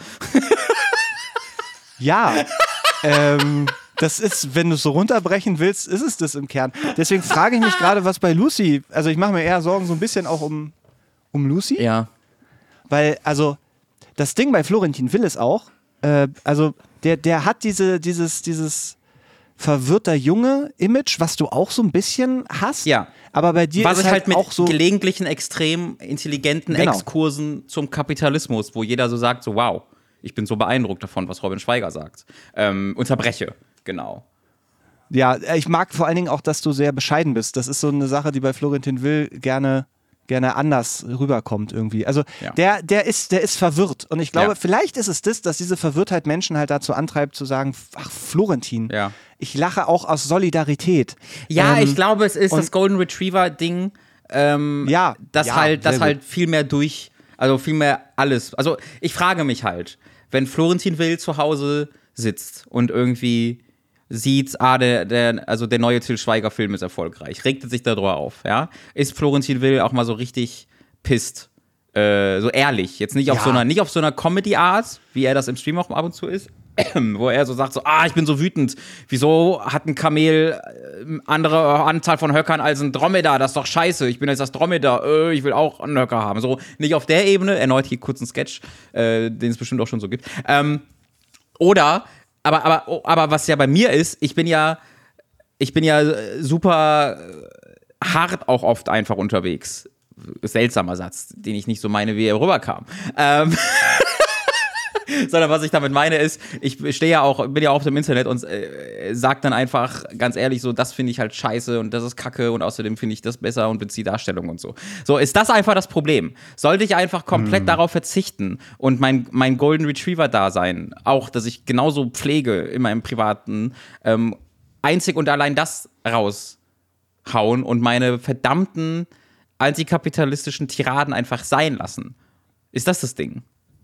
Ja, ähm, das ist, wenn du es so runterbrechen willst, ist es das im Kern. Deswegen frage ich mich gerade, was bei Lucy, also ich mache mir eher Sorgen so ein bisschen auch um, um Lucy. Ja. Weil, also, das Ding bei Florentin Will ist auch, äh, also der, der hat diese, dieses, dieses verwirrter Junge-Image, was du auch so ein bisschen hast. Ja. Aber bei dir was ist halt, halt mit auch so gelegentlichen, extrem intelligenten genau. Exkursen zum Kapitalismus, wo jeder so sagt, so wow, ich bin so beeindruckt davon, was Robin Schweiger sagt. Ähm, unterbreche. genau. Ja, ich mag vor allen Dingen auch, dass du sehr bescheiden bist. Das ist so eine Sache, die bei Florentin Will gerne, gerne anders rüberkommt irgendwie. Also Ja. der, der, ist, der ist verwirrt. Und ich glaube, Ja. vielleicht ist es das, dass diese Verwirrtheit Menschen halt dazu antreibt, zu sagen, ach, Florentin, Ja. ich lache auch aus Solidarität. Ja, Ähm, ich glaube, es ist das Golden Retriever-Ding, ähm, Ja, das ja, halt, das sehr halt viel mehr durch, also viel mehr alles. Also ich frage mich halt, wenn Florentin Will zu Hause sitzt und irgendwie sieht, ah, der, der, also der neue Til Schweiger-Film ist erfolgreich, regt er sich darüber auf, ja? Ist Florentin Will auch mal so richtig pisst, äh, so ehrlich, jetzt nicht auf Ja. so einer, nicht auf so einer Comedy-Art, wie er das im Stream auch ab und zu ist, wo er so sagt, so, ah, ich bin so wütend, wieso hat ein Kamel äh, andere Anzahl von Höckern als ein Dromedar, das ist doch scheiße, ich bin jetzt das Dromedar, äh, ich will auch einen Höcker haben, so, nicht auf der Ebene, erneut hier kurz ein Sketch, äh, den es bestimmt auch schon so gibt, ähm, oder Aber, aber, aber was ja bei mir ist, ich bin ja, ich bin ja super hart auch oft einfach unterwegs. Seltsamer Satz, den ich nicht so meine, wie er rüberkam. Ähm Sondern was ich damit meine ist, ich stehe ja auch, bin ja auch auf dem Internet und äh, sag dann einfach ganz ehrlich so, das finde ich halt scheiße und das ist kacke und außerdem finde ich das besser und beziehe Darstellung und so. So, ist das einfach das Problem? Sollte ich einfach komplett hm. darauf verzichten und mein, mein Golden Retriever-Dasein, auch, dass ich genauso pflege in meinem Privaten, ähm, einzig und allein das raushauen und meine verdammten antikapitalistischen Tiraden einfach sein lassen? Ist das das Ding?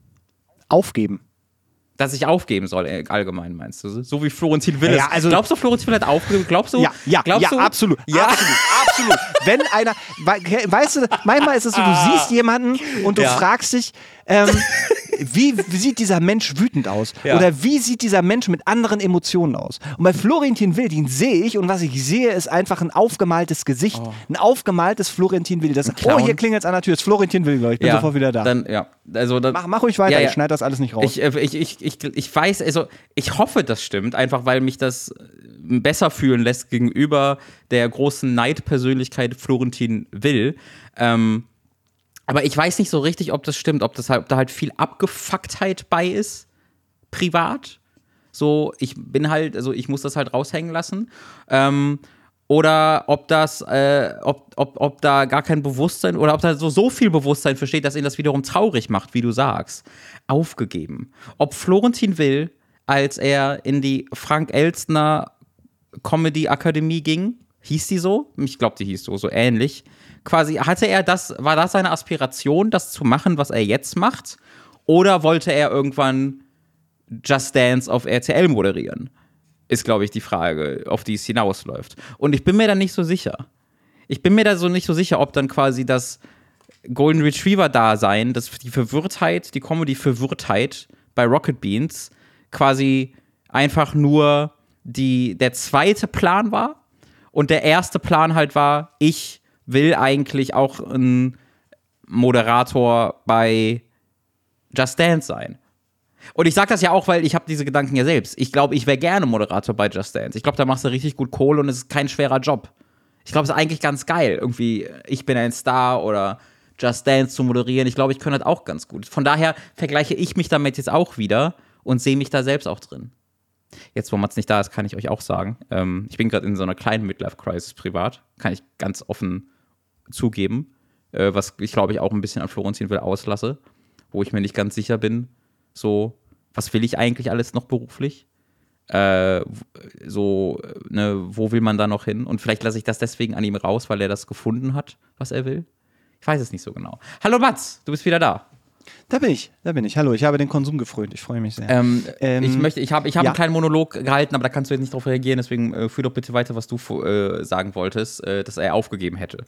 Aufgeben. Dass ich aufgeben soll, allgemein meinst du? So wie Florentin Will. Ja, also glaubst du, Florentin Will hat aufgegeben? Glaubst du? Ja, ja, glaubst ja du? absolut. Ja, absolut, absolut. Wenn einer, weißt du, manchmal ist es so, du siehst jemanden und du Ja. fragst dich, ähm, wie, wie sieht dieser Mensch wütend aus? Ja. Oder wie sieht dieser Mensch mit anderen Emotionen aus? Und bei Florentin Will, den sehe ich und was ich sehe, ist einfach ein aufgemaltes Gesicht. Oh. Ein aufgemaltes Florentin Will. Das, Clown. oh, hier klingelt es an der Tür. Das ist Florentin Will, glaube ich. Ich bin Ja, sofort wieder da. Dann, ja. Also, dann, mach, mach ruhig weiter, Ja, ja. ich schneide das alles nicht raus. Ich, äh, ich, ich, ich, ich weiß, also ich hoffe, das stimmt, einfach weil mich das besser fühlen lässt gegenüber der großen Neidpersönlichkeit Florentin Will. Ähm, aber ich weiß nicht so richtig, ob das stimmt, ob, das halt, ob da halt viel Abgefucktheit bei ist, privat. So, ich bin halt, also ich muss das halt raushängen lassen. Ähm, Oder ob das, äh, ob, ob, ob da gar kein Bewusstsein oder ob da so, so viel Bewusstsein versteht, dass ihn das wiederum traurig macht, wie du sagst. Aufgegeben. Ob Florentin Will, als er in die Frank Elstner Comedy Akademie ging, hieß die so? Ich glaube, die hieß so, so ähnlich. Quasi, hatte er das, war das seine Aspiration, das zu machen, was er jetzt macht? Oder wollte er irgendwann Just Dance auf R T L moderieren? Ist, glaube ich, die Frage, auf die es hinausläuft. Und ich bin mir da nicht so sicher. Ich bin mir da so nicht so sicher, ob dann quasi das Golden Retriever-Dasein, das, die Verwirrtheit, die Comedy-Verwirrtheit bei Rocket Beans quasi einfach nur die, der zweite Plan war und der erste Plan halt war, ich will eigentlich auch ein Moderator bei Just Dance sein. Und ich sag das ja auch, weil ich habe diese Gedanken ja selbst. Ich glaube, ich wäre gerne Moderator bei Just Dance. Ich glaube, da machst du richtig gut Kohle und es ist kein schwerer Job. Ich glaube, es ist eigentlich ganz geil, irgendwie ich bin ein Star oder Just Dance zu moderieren. Ich glaube, ich könnte das auch ganz gut. Von daher vergleiche ich mich damit jetzt auch wieder und sehe mich da selbst auch drin. Jetzt, wo Mats nicht da ist, kann ich euch auch sagen, ähm, ich bin gerade in so einer kleinen Midlife-Crisis privat. Kann ich ganz offen zugeben. Äh, was ich, glaube ich, auch ein bisschen an Florentin Will auslasse. Wo ich mir nicht ganz sicher bin, so, was will ich eigentlich alles noch beruflich? Äh, so, ne, wo will man da noch hin? Und vielleicht lasse ich das deswegen an ihm raus, weil er das gefunden hat, was er will. Ich weiß es nicht so genau. Hallo Mats, du bist wieder da. Da bin ich, da bin ich. Hallo, ich habe den Konsum gefrönt. Ich freue mich sehr. Ähm, ähm, ich möchte, ich habe ich hab ja. einen kleinen Monolog gehalten, aber da kannst du jetzt nicht drauf reagieren, deswegen äh, führ doch bitte weiter, was du äh, sagen wolltest, äh, dass er aufgegeben hätte.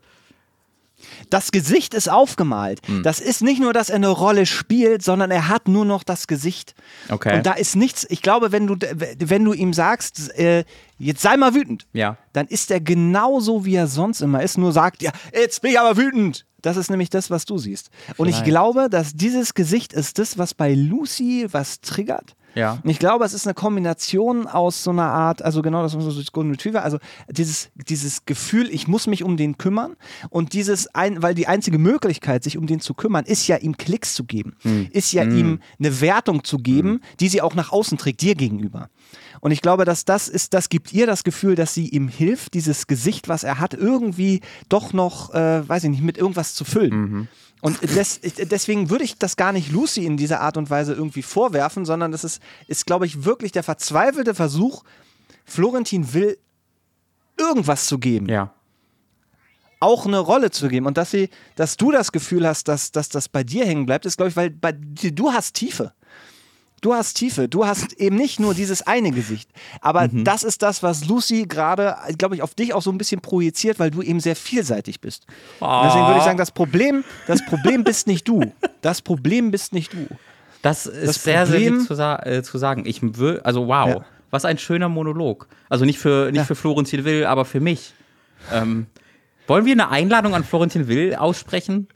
Das Gesicht ist aufgemalt. Hm. Das ist nicht nur, dass er eine Rolle spielt, sondern er hat nur noch das Gesicht. Okay. Und da ist nichts, ich glaube, wenn du, wenn du ihm sagst, äh, jetzt sei mal wütend, ja. dann ist er genauso, wie er sonst immer ist, nur sagt, ja, jetzt bin ich aber wütend. Das ist nämlich das, was du siehst. Und Vielleicht. Ich glaube, dass dieses Gesicht ist das, was bei Lucy was triggert. Ja. Und ich glaube, es ist eine Kombination aus so einer Art, also genau das, was so das Golden Retriever, also dieses, dieses Gefühl, ich muss mich um den kümmern und dieses, ein, weil die einzige Möglichkeit, sich um den zu kümmern, ist ja ihm Klicks zu geben, hm. ist ja hm. ihm eine Wertung zu geben, hm. die sie auch nach außen trägt, dir gegenüber. Und ich glaube, dass das ist, das gibt ihr das Gefühl, dass sie ihm hilft, dieses Gesicht, was er hat, irgendwie doch noch, äh, weiß ich nicht, mit irgendwas zu füllen. Mhm. Und des, deswegen würde ich das gar nicht Lucy in dieser Art und Weise irgendwie vorwerfen, sondern das ist, ist glaube ich, wirklich der verzweifelte Versuch, Florentin Will irgendwas zu geben. Ja. Auch eine Rolle zu geben. Und dass sie, dass du das Gefühl hast, dass, dass das bei dir hängen bleibt, ist, glaube ich, weil bei dir, du hast Tiefe. Du hast Tiefe, du hast eben nicht nur dieses eine Gesicht, aber mhm. das ist das, was Lucy gerade, glaube ich, auf dich auch so ein bisschen projiziert, weil du eben sehr vielseitig bist. Oh. Deswegen würde ich sagen, das Problem, das Problem bist nicht du. Das Problem bist nicht du. Das ist das sehr, Problem, sehr lieb zu, sa- äh, zu sagen. Ich will, also wow, ja. was ein schöner Monolog. Also nicht für, nicht ja. für Florentin Will, aber für mich. Ähm, wollen wir eine Einladung an Florentin Will aussprechen?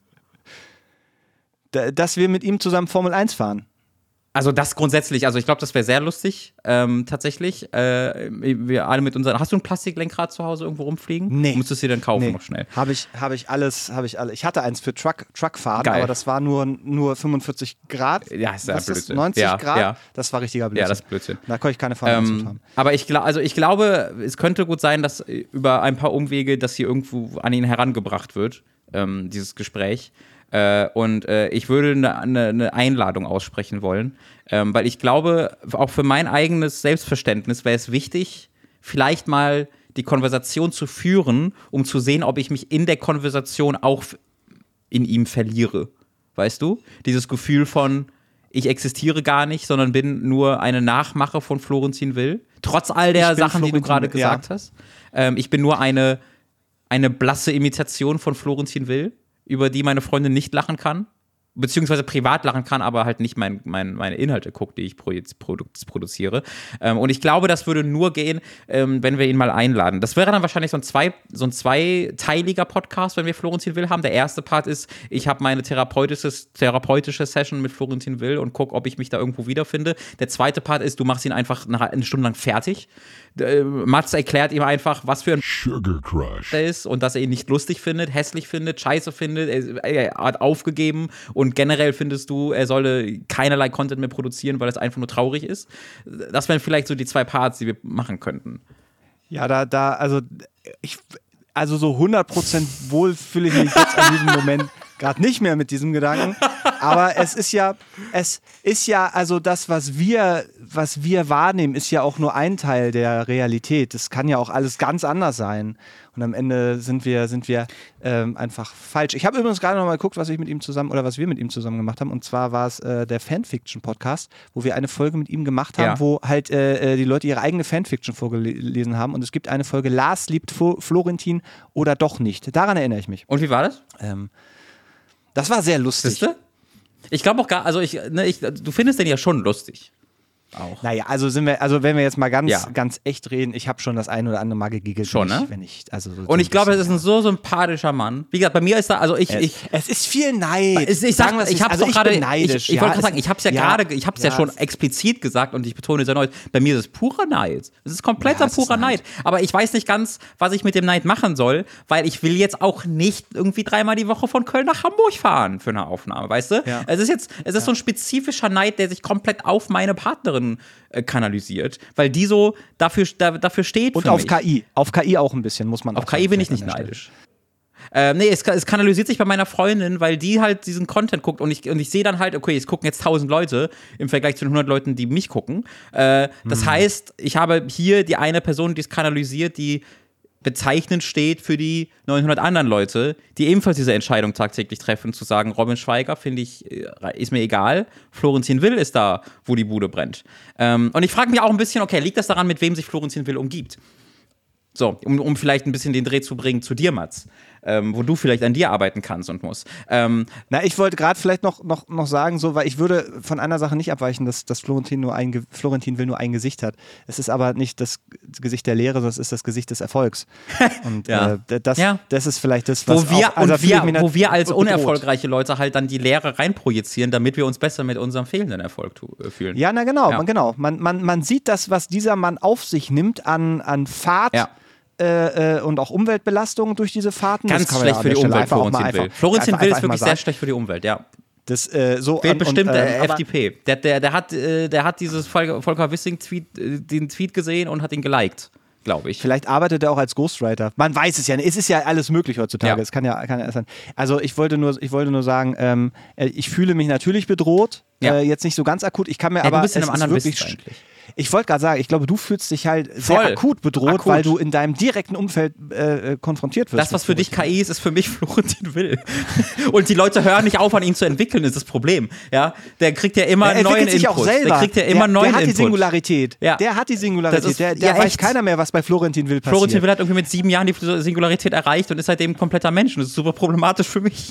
Da, dass wir mit ihm zusammen Formel eins fahren. Also das grundsätzlich, also ich glaube, das wäre sehr lustig, ähm, tatsächlich. Äh, wir alle mit unseren. Hast du ein Plastiklenkrad zu Hause irgendwo rumfliegen? Nee. Müsstest du dir dann kaufen nee. noch schnell. Habe ich, habe ich alles, habe ich alle. Ich hatte eins für Truck, Truckfahren, Geil. aber das war nur, nur fünfundvierzig Grad. Ja, ist ja Was Blödsinn. Ist neunzig ja, Grad? Ja. Das war richtiger Blödsinn. Ja, das ist Blödsinn. Da konnte ich keine Fahrradsucht ähm, haben. Aber ich, glaub, also ich glaube, es könnte gut sein, dass über ein paar Umwege, dass hier irgendwo an ihn herangebracht wird, ähm, dieses Gespräch. Äh, und äh, ich würde eine, eine, eine Einladung aussprechen wollen, ähm, weil ich glaube, auch für mein eigenes Selbstverständnis wäre es wichtig, vielleicht mal die Konversation zu führen, um zu sehen, ob ich mich in der Konversation auch in ihm verliere. Weißt du? Dieses Gefühl von, ich existiere gar nicht, sondern bin nur eine Nachmache von Florentin Will. Trotz all der Sachen, Florentin, die du gerade gesagt ja. hast. Ähm, ich bin nur eine, eine blasse Imitation von Florentin Will, über die meine Freundin nicht lachen kann, beziehungsweise privat lachen kann, aber halt nicht mein, mein, meine Inhalte guckt, die ich produziere. Ähm, und ich glaube, das würde nur gehen, ähm, wenn wir ihn mal einladen. Das wäre dann wahrscheinlich so ein, zwei, so ein zweiteiliger Podcast, wenn wir Florentin Will haben. Der erste Part ist, ich habe meine therapeutische, therapeutische Session mit Florentin Will und gucke, ob ich mich da irgendwo wiederfinde. Der zweite Part ist, du machst ihn einfach nach eine Stunde lang fertig. Mats erklärt ihm einfach, was für ein Sugar Crush er ist und dass er ihn nicht lustig findet, hässlich findet, scheiße findet, er, er hat aufgegeben und generell findest du, er solle keinerlei Content mehr produzieren, weil es einfach nur traurig ist. Das wären vielleicht so die zwei Parts, die wir machen könnten. Ja, da, da, also ich, also so hundert Prozent wohl fühle ich mich jetzt in diesem Moment gerade nicht mehr mit diesem Gedanken. Aber es ist ja, es ist ja, also das, was wir, was wir wahrnehmen, ist ja auch nur ein Teil der Realität. Das kann ja auch alles ganz anders sein. Und am Ende sind wir, sind wir ähm, einfach falsch. Ich habe übrigens gerade noch mal geguckt, was ich mit ihm zusammen oder was wir mit ihm zusammen gemacht haben. Und zwar war es äh, der Fanfiction-Podcast, wo wir eine Folge mit ihm gemacht haben, ja. wo halt äh, die Leute ihre eigene Fanfiction vorgelesen haben. Und es gibt eine Folge, Lars liebt Flo- Florentin oder doch nicht. Daran erinnere ich mich. Und wie war das? Ähm, das war sehr lustig. Siehste? Ich glaube auch gar, also ich, ne, ich, du findest den ja schon lustig. Auch. Naja, also sind wir, also wenn wir jetzt mal ganz, ja. ganz echt reden, ich habe schon das ein oder andere Mal gegiggelt. Schon, ne? Wenn ich, also so und ich glaube, es ist ein so sympathischer Mann. Wie gesagt, bei mir ist da, also ich, es, ich es ist viel Neid. Ich, ich sag, sagen, ich habe also doch gerade, ich, ich ja, wollte gerade sagen, ich habe es ja, ja gerade, ich habe es ja, ja schon explizit gesagt und ich betone es erneut. Bei mir ist es purer Neid. Es ist kompletter ja, purer Neid. Neid. Aber ich weiß nicht ganz, was ich mit dem Neid machen soll, weil ich will jetzt auch nicht irgendwie dreimal die Woche von Köln nach Hamburg fahren für eine Aufnahme, weißt du? Ja. Es ist jetzt, es ist ja. so ein spezifischer Neid, der sich komplett auf meine Partnerin äh, kanalisiert, weil die so dafür, da, dafür steht und für auf mich. K I. Auf K I auch ein bisschen, muss man Auf auch K I sagen, bin ich nicht neidisch. Ähm, nee, es, es kanalisiert sich bei meiner Freundin, weil die halt diesen Content guckt und ich, und ich sehe dann halt, okay, es gucken jetzt tausend Leute im Vergleich zu den hundert Leuten, die mich gucken. Äh, das hm. heißt, ich habe hier die eine Person, die es kanalisiert, die bezeichnend steht für die neunhundert anderen Leute, die ebenfalls diese Entscheidung tagtäglich treffen, zu sagen, Robin Schweiger, finde ich, ist mir egal, Florentin Will ist da, wo die Bude brennt. Ähm, und ich frage mich auch ein bisschen, okay, liegt das daran, mit wem sich Florentin Will umgibt? So, um, um vielleicht ein bisschen den Dreh zu bringen zu dir, Mats. ähm, wo du vielleicht an dir arbeiten kannst und musst. Ähm, Na, ich wollte gerade vielleicht noch, noch, noch sagen, so, weil ich würde von einer Sache nicht abweichen, dass, dass Florentin, nur ein, Florentin Will nur ein Gesicht hat. Es ist aber nicht das Gesicht der Lehre, sondern es ist das Gesicht des Erfolgs. Und ja. äh, das, ja. das ist vielleicht das, was wo wir, auch, also und wir, mich wo wir als bedroht. unerfolgreiche Leute halt dann die Lehre reinprojizieren, damit wir uns besser mit unserem fehlenden Erfolg tu- fühlen. Ja, na genau, ja. man, genau. Man, man, man sieht das, was dieser Mann auf sich nimmt an, an Fahrt ja. äh, und auch Umweltbelastung durch diese Fahrten. Ganz schlecht ja für die Umwelt, Florentin Will. Florentin Will ist wirklich sehr schlecht für die Umwelt, ja. Das, äh, so Wählt an, bestimmt und, der ähm, F D P. Der, der, der, hat, äh, der hat dieses Vol- Volker Wissing-Tweet, äh, den Tweet gesehen und hat ihn geliked, glaube ich. Vielleicht arbeitet er auch als Ghostwriter. Man weiß es ja nicht. Es ist ja alles möglich heutzutage. Ja. Es kann ja, kann ja sein. Also ich wollte nur, ich wollte nur sagen, ähm, ich fühle mich natürlich bedroht. Ja. Äh, jetzt nicht so ganz akut. Ich kann mir ja, aber du bist in einem es anderen ist wirklich eigentlich. Ich wollte gerade sagen, ich glaube, du fühlst dich halt Voll. sehr akut bedroht, Akut. weil du in deinem direkten Umfeld äh, konfrontiert wirst. Das, was für dich K I ist, ist für mich Florentin Will. Und die Leute hören nicht auf, an ihn zu entwickeln, ist das Problem. Ja? Der kriegt ja immer er neuen sich Input. Auch selber. Der kriegt ja immer der, neuen der hat Input. die Singularität. Ja. Der hat die Singularität. Ist, der der ja, weiß echt. keiner mehr, was bei Florentin Will passiert. Florentin Will hat irgendwie mit sieben Jahren die Singularität erreicht und ist seitdem ein kompletter Mensch. Und das ist super problematisch für mich.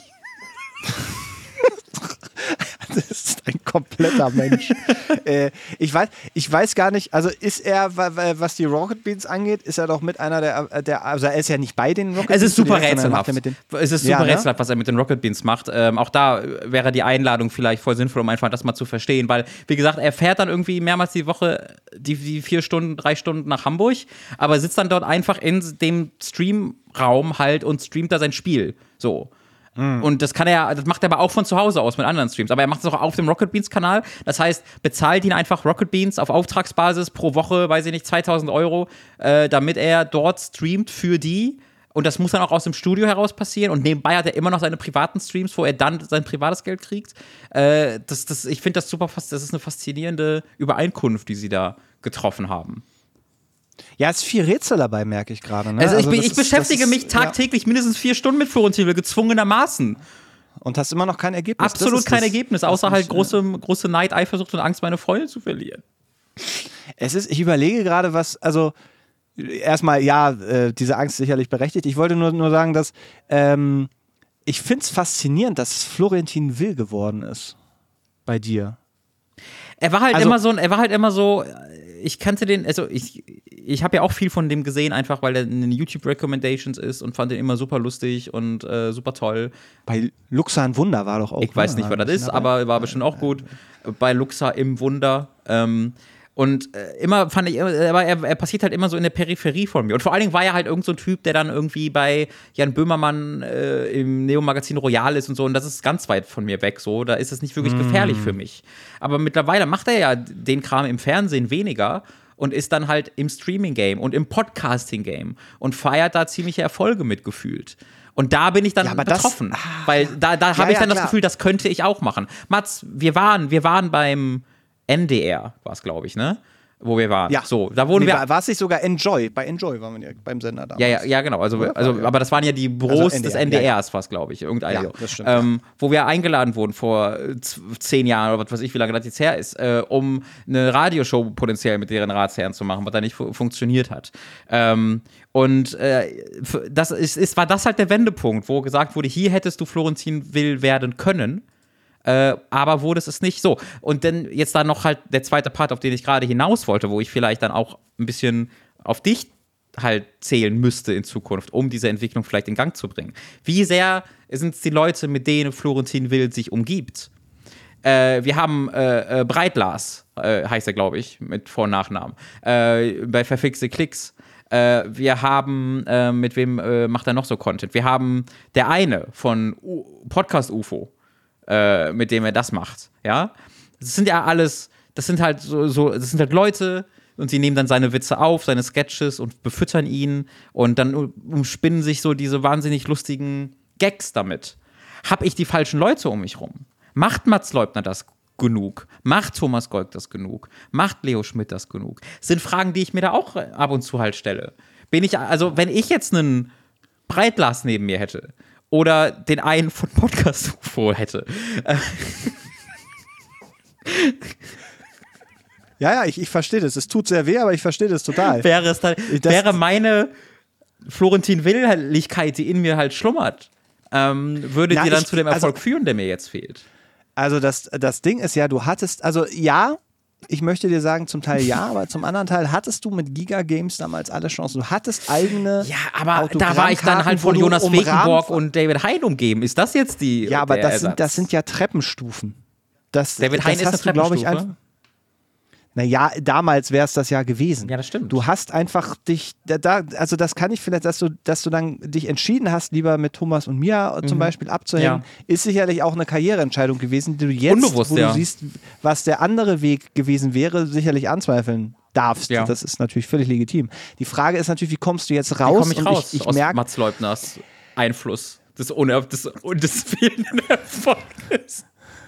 Das ist ein kompletter Mensch. äh, ich, weiß, ich weiß gar nicht, also ist er, was die Rocket Beans angeht, ist er doch mit einer der, der also er ist ja nicht bei den Rocket Beans. Es ist super rätselhaft. Mit den, es ist super ja, rätselhaft, was er mit den Rocket Beans macht. Ähm, auch da wäre die Einladung vielleicht voll sinnvoll, um einfach das mal zu verstehen, weil, wie gesagt, er fährt dann irgendwie mehrmals die Woche die, die vier Stunden, drei Stunden nach Hamburg, aber sitzt dann dort einfach in dem Streamraum halt und streamt da sein Spiel. So. Und das kann er, das macht er aber auch von zu Hause aus mit anderen Streams. Aber er macht es auch auf dem Rocket Beans Kanal. Das heißt, bezahlt ihn einfach Rocket Beans auf Auftragsbasis pro Woche, weiß ich nicht, zweitausend Euro, äh, damit er dort streamt für die. Und das muss dann auch aus dem Studio heraus passieren. Und nebenbei hat er immer noch seine privaten Streams, wo er dann sein privates Geld kriegt. Äh, das, das, ich finde das super, das ist eine faszinierende Übereinkunft, die sie da getroffen haben. Ja, es ist viel Rätsel dabei, merke ich gerade. Ne? Also ich, also bin, ich ist, beschäftige ist, mich tagtäglich ja. mindestens vier Stunden mit Florentin Will, gezwungenermaßen. Und hast immer noch kein Ergebnis. Absolut kein das, Ergebnis, außer halt große, große Neid, Eifersucht und Angst, meine Freunde zu verlieren. Es ist, ich überlege gerade, was, also erstmal, ja, äh, diese Angst ist sicherlich berechtigt. Ich wollte nur, nur sagen, dass ähm, ich finde es faszinierend, dass Florentin Will geworden ist bei dir. Er war halt also, immer so, er war halt immer so, ich kannte den, also ich, ich habe ja auch viel von dem gesehen, einfach weil er in den YouTube-Recommendations ist und fand den immer super lustig und äh, super toll. Bei Luxa im Wunder war doch auch. Ich weiß nicht, was das ist, aber war bestimmt auch gut. Bei Luxa im Wunder. Ähm, Und äh, immer fand ich, aber er, er passiert halt immer so in der Peripherie von mir. Und vor allen Dingen war er halt irgend so ein Typ, der dann irgendwie bei Jan Böhmermann äh, im Neo-Magazin Royal ist und so. Und das ist ganz weit von mir weg. So, da ist es nicht wirklich mm. gefährlich für mich. Aber mittlerweile macht er ja den Kram im Fernsehen weniger und ist dann halt im Streaming-Game und im Podcasting-Game und feiert da ziemliche Erfolge mitgefühlt. Und da bin ich dann ja, betroffen. Das, ah, weil da, da habe ja, ich dann ja, das Gefühl, das könnte ich auch machen. Mats, wir waren, wir waren beim N D R, war es, glaube ich, ne? Wo wir waren. Ja. So, da wurden nee, wir. War es nicht sogar Enjoy? Bei Enjoy waren wir ja beim Sender damals. Ja, ja, ja, genau. Also, also, aber das waren ja die Büros also N D R, des N D Rs ja, ja. fast, glaube ich. Irgendein. Ja, das stimmt. Ähm, wo wir eingeladen wurden vor zehn Jahren oder was weiß ich, wie lange das jetzt her ist, äh, um eine Radioshow potenziell mit deren Ratsherren zu machen, was da nicht fu- funktioniert hat. Ähm, und äh, das ist, ist, war das halt der Wendepunkt, wo gesagt wurde, hier hättest du Florentin Will werden können. Äh, aber wurde es nicht so. Und dann jetzt da noch halt der zweite Part, auf den ich gerade hinaus wollte, wo ich vielleicht dann auch ein bisschen auf dich halt zählen müsste in Zukunft, um diese Entwicklung vielleicht in Gang zu bringen. Wie sehr sind es die Leute, mit denen Florentin Will sich umgibt? Äh, wir haben äh, äh, Breitlas, äh, heißt er, glaube ich, mit Vor- und Nachnamen, äh, bei Verfixte Klicks. Äh, wir haben, äh, mit wem äh, macht er noch so Content? Wir haben der eine von U- Podcast U F O, Äh, mit dem er das macht, ja. Das sind ja alles, das sind halt so, so, das sind halt Leute und sie nehmen dann seine Witze auf, seine Sketches und befüttern ihn und dann umspinnen sich so diese wahnsinnig lustigen Gags damit. Hab ich die falschen Leute um mich rum? Macht Mats Leubner das genug? Macht Thomas Gold das genug? Macht Leo Schmidt das genug? Das sind Fragen, die ich mir da auch ab und zu halt stelle. Bin ich, also wenn ich jetzt einen Breitglas neben mir hätte, oder den einen von Podcast U F O hätte. Ja, ja, ich, ich verstehe das. Es tut sehr weh, aber ich verstehe das total. Wäre es dann, das, wäre meine, Florentin-Willigkeit, die in mir halt schlummert, ähm, würde Na, dir dann ich, zu dem Erfolg also, führen, der mir jetzt fehlt. Also das, das Ding ist ja, du hattest, also ja, ich möchte dir sagen, zum Teil ja, aber zum anderen Teil hattest du mit Giga Games damals alle Chancen. Du hattest eigene Ja, aber da war ich dann halt von Jonas Wegenborg und David Hein umgeben. Ist das jetzt die Ja, aber das Ersatz? sind, das sind ja Treppenstufen. Das, David das Hein ist hast eine du, glaube ich, Treppenstufe? einfach. Naja, damals wäre es das ja gewesen. Ja, das stimmt. Du hast einfach dich, da, da, also das kann ich vielleicht, dass du, dass du dann dich entschieden hast, lieber mit Thomas und mir mhm. zum Beispiel abzuhängen, ja. ist sicherlich auch eine Karriereentscheidung gewesen, die du jetzt, Unbewusst, wo ja. du siehst, was der andere Weg gewesen wäre, sicherlich anzweifeln darfst. Ja. Das ist natürlich völlig legitim. Die Frage ist natürlich, wie kommst du jetzt raus? Wie komm ich und raus ich, ich aus merk, Mats Leubners Einfluss des, Uner- des, des fehlenden Erfolges?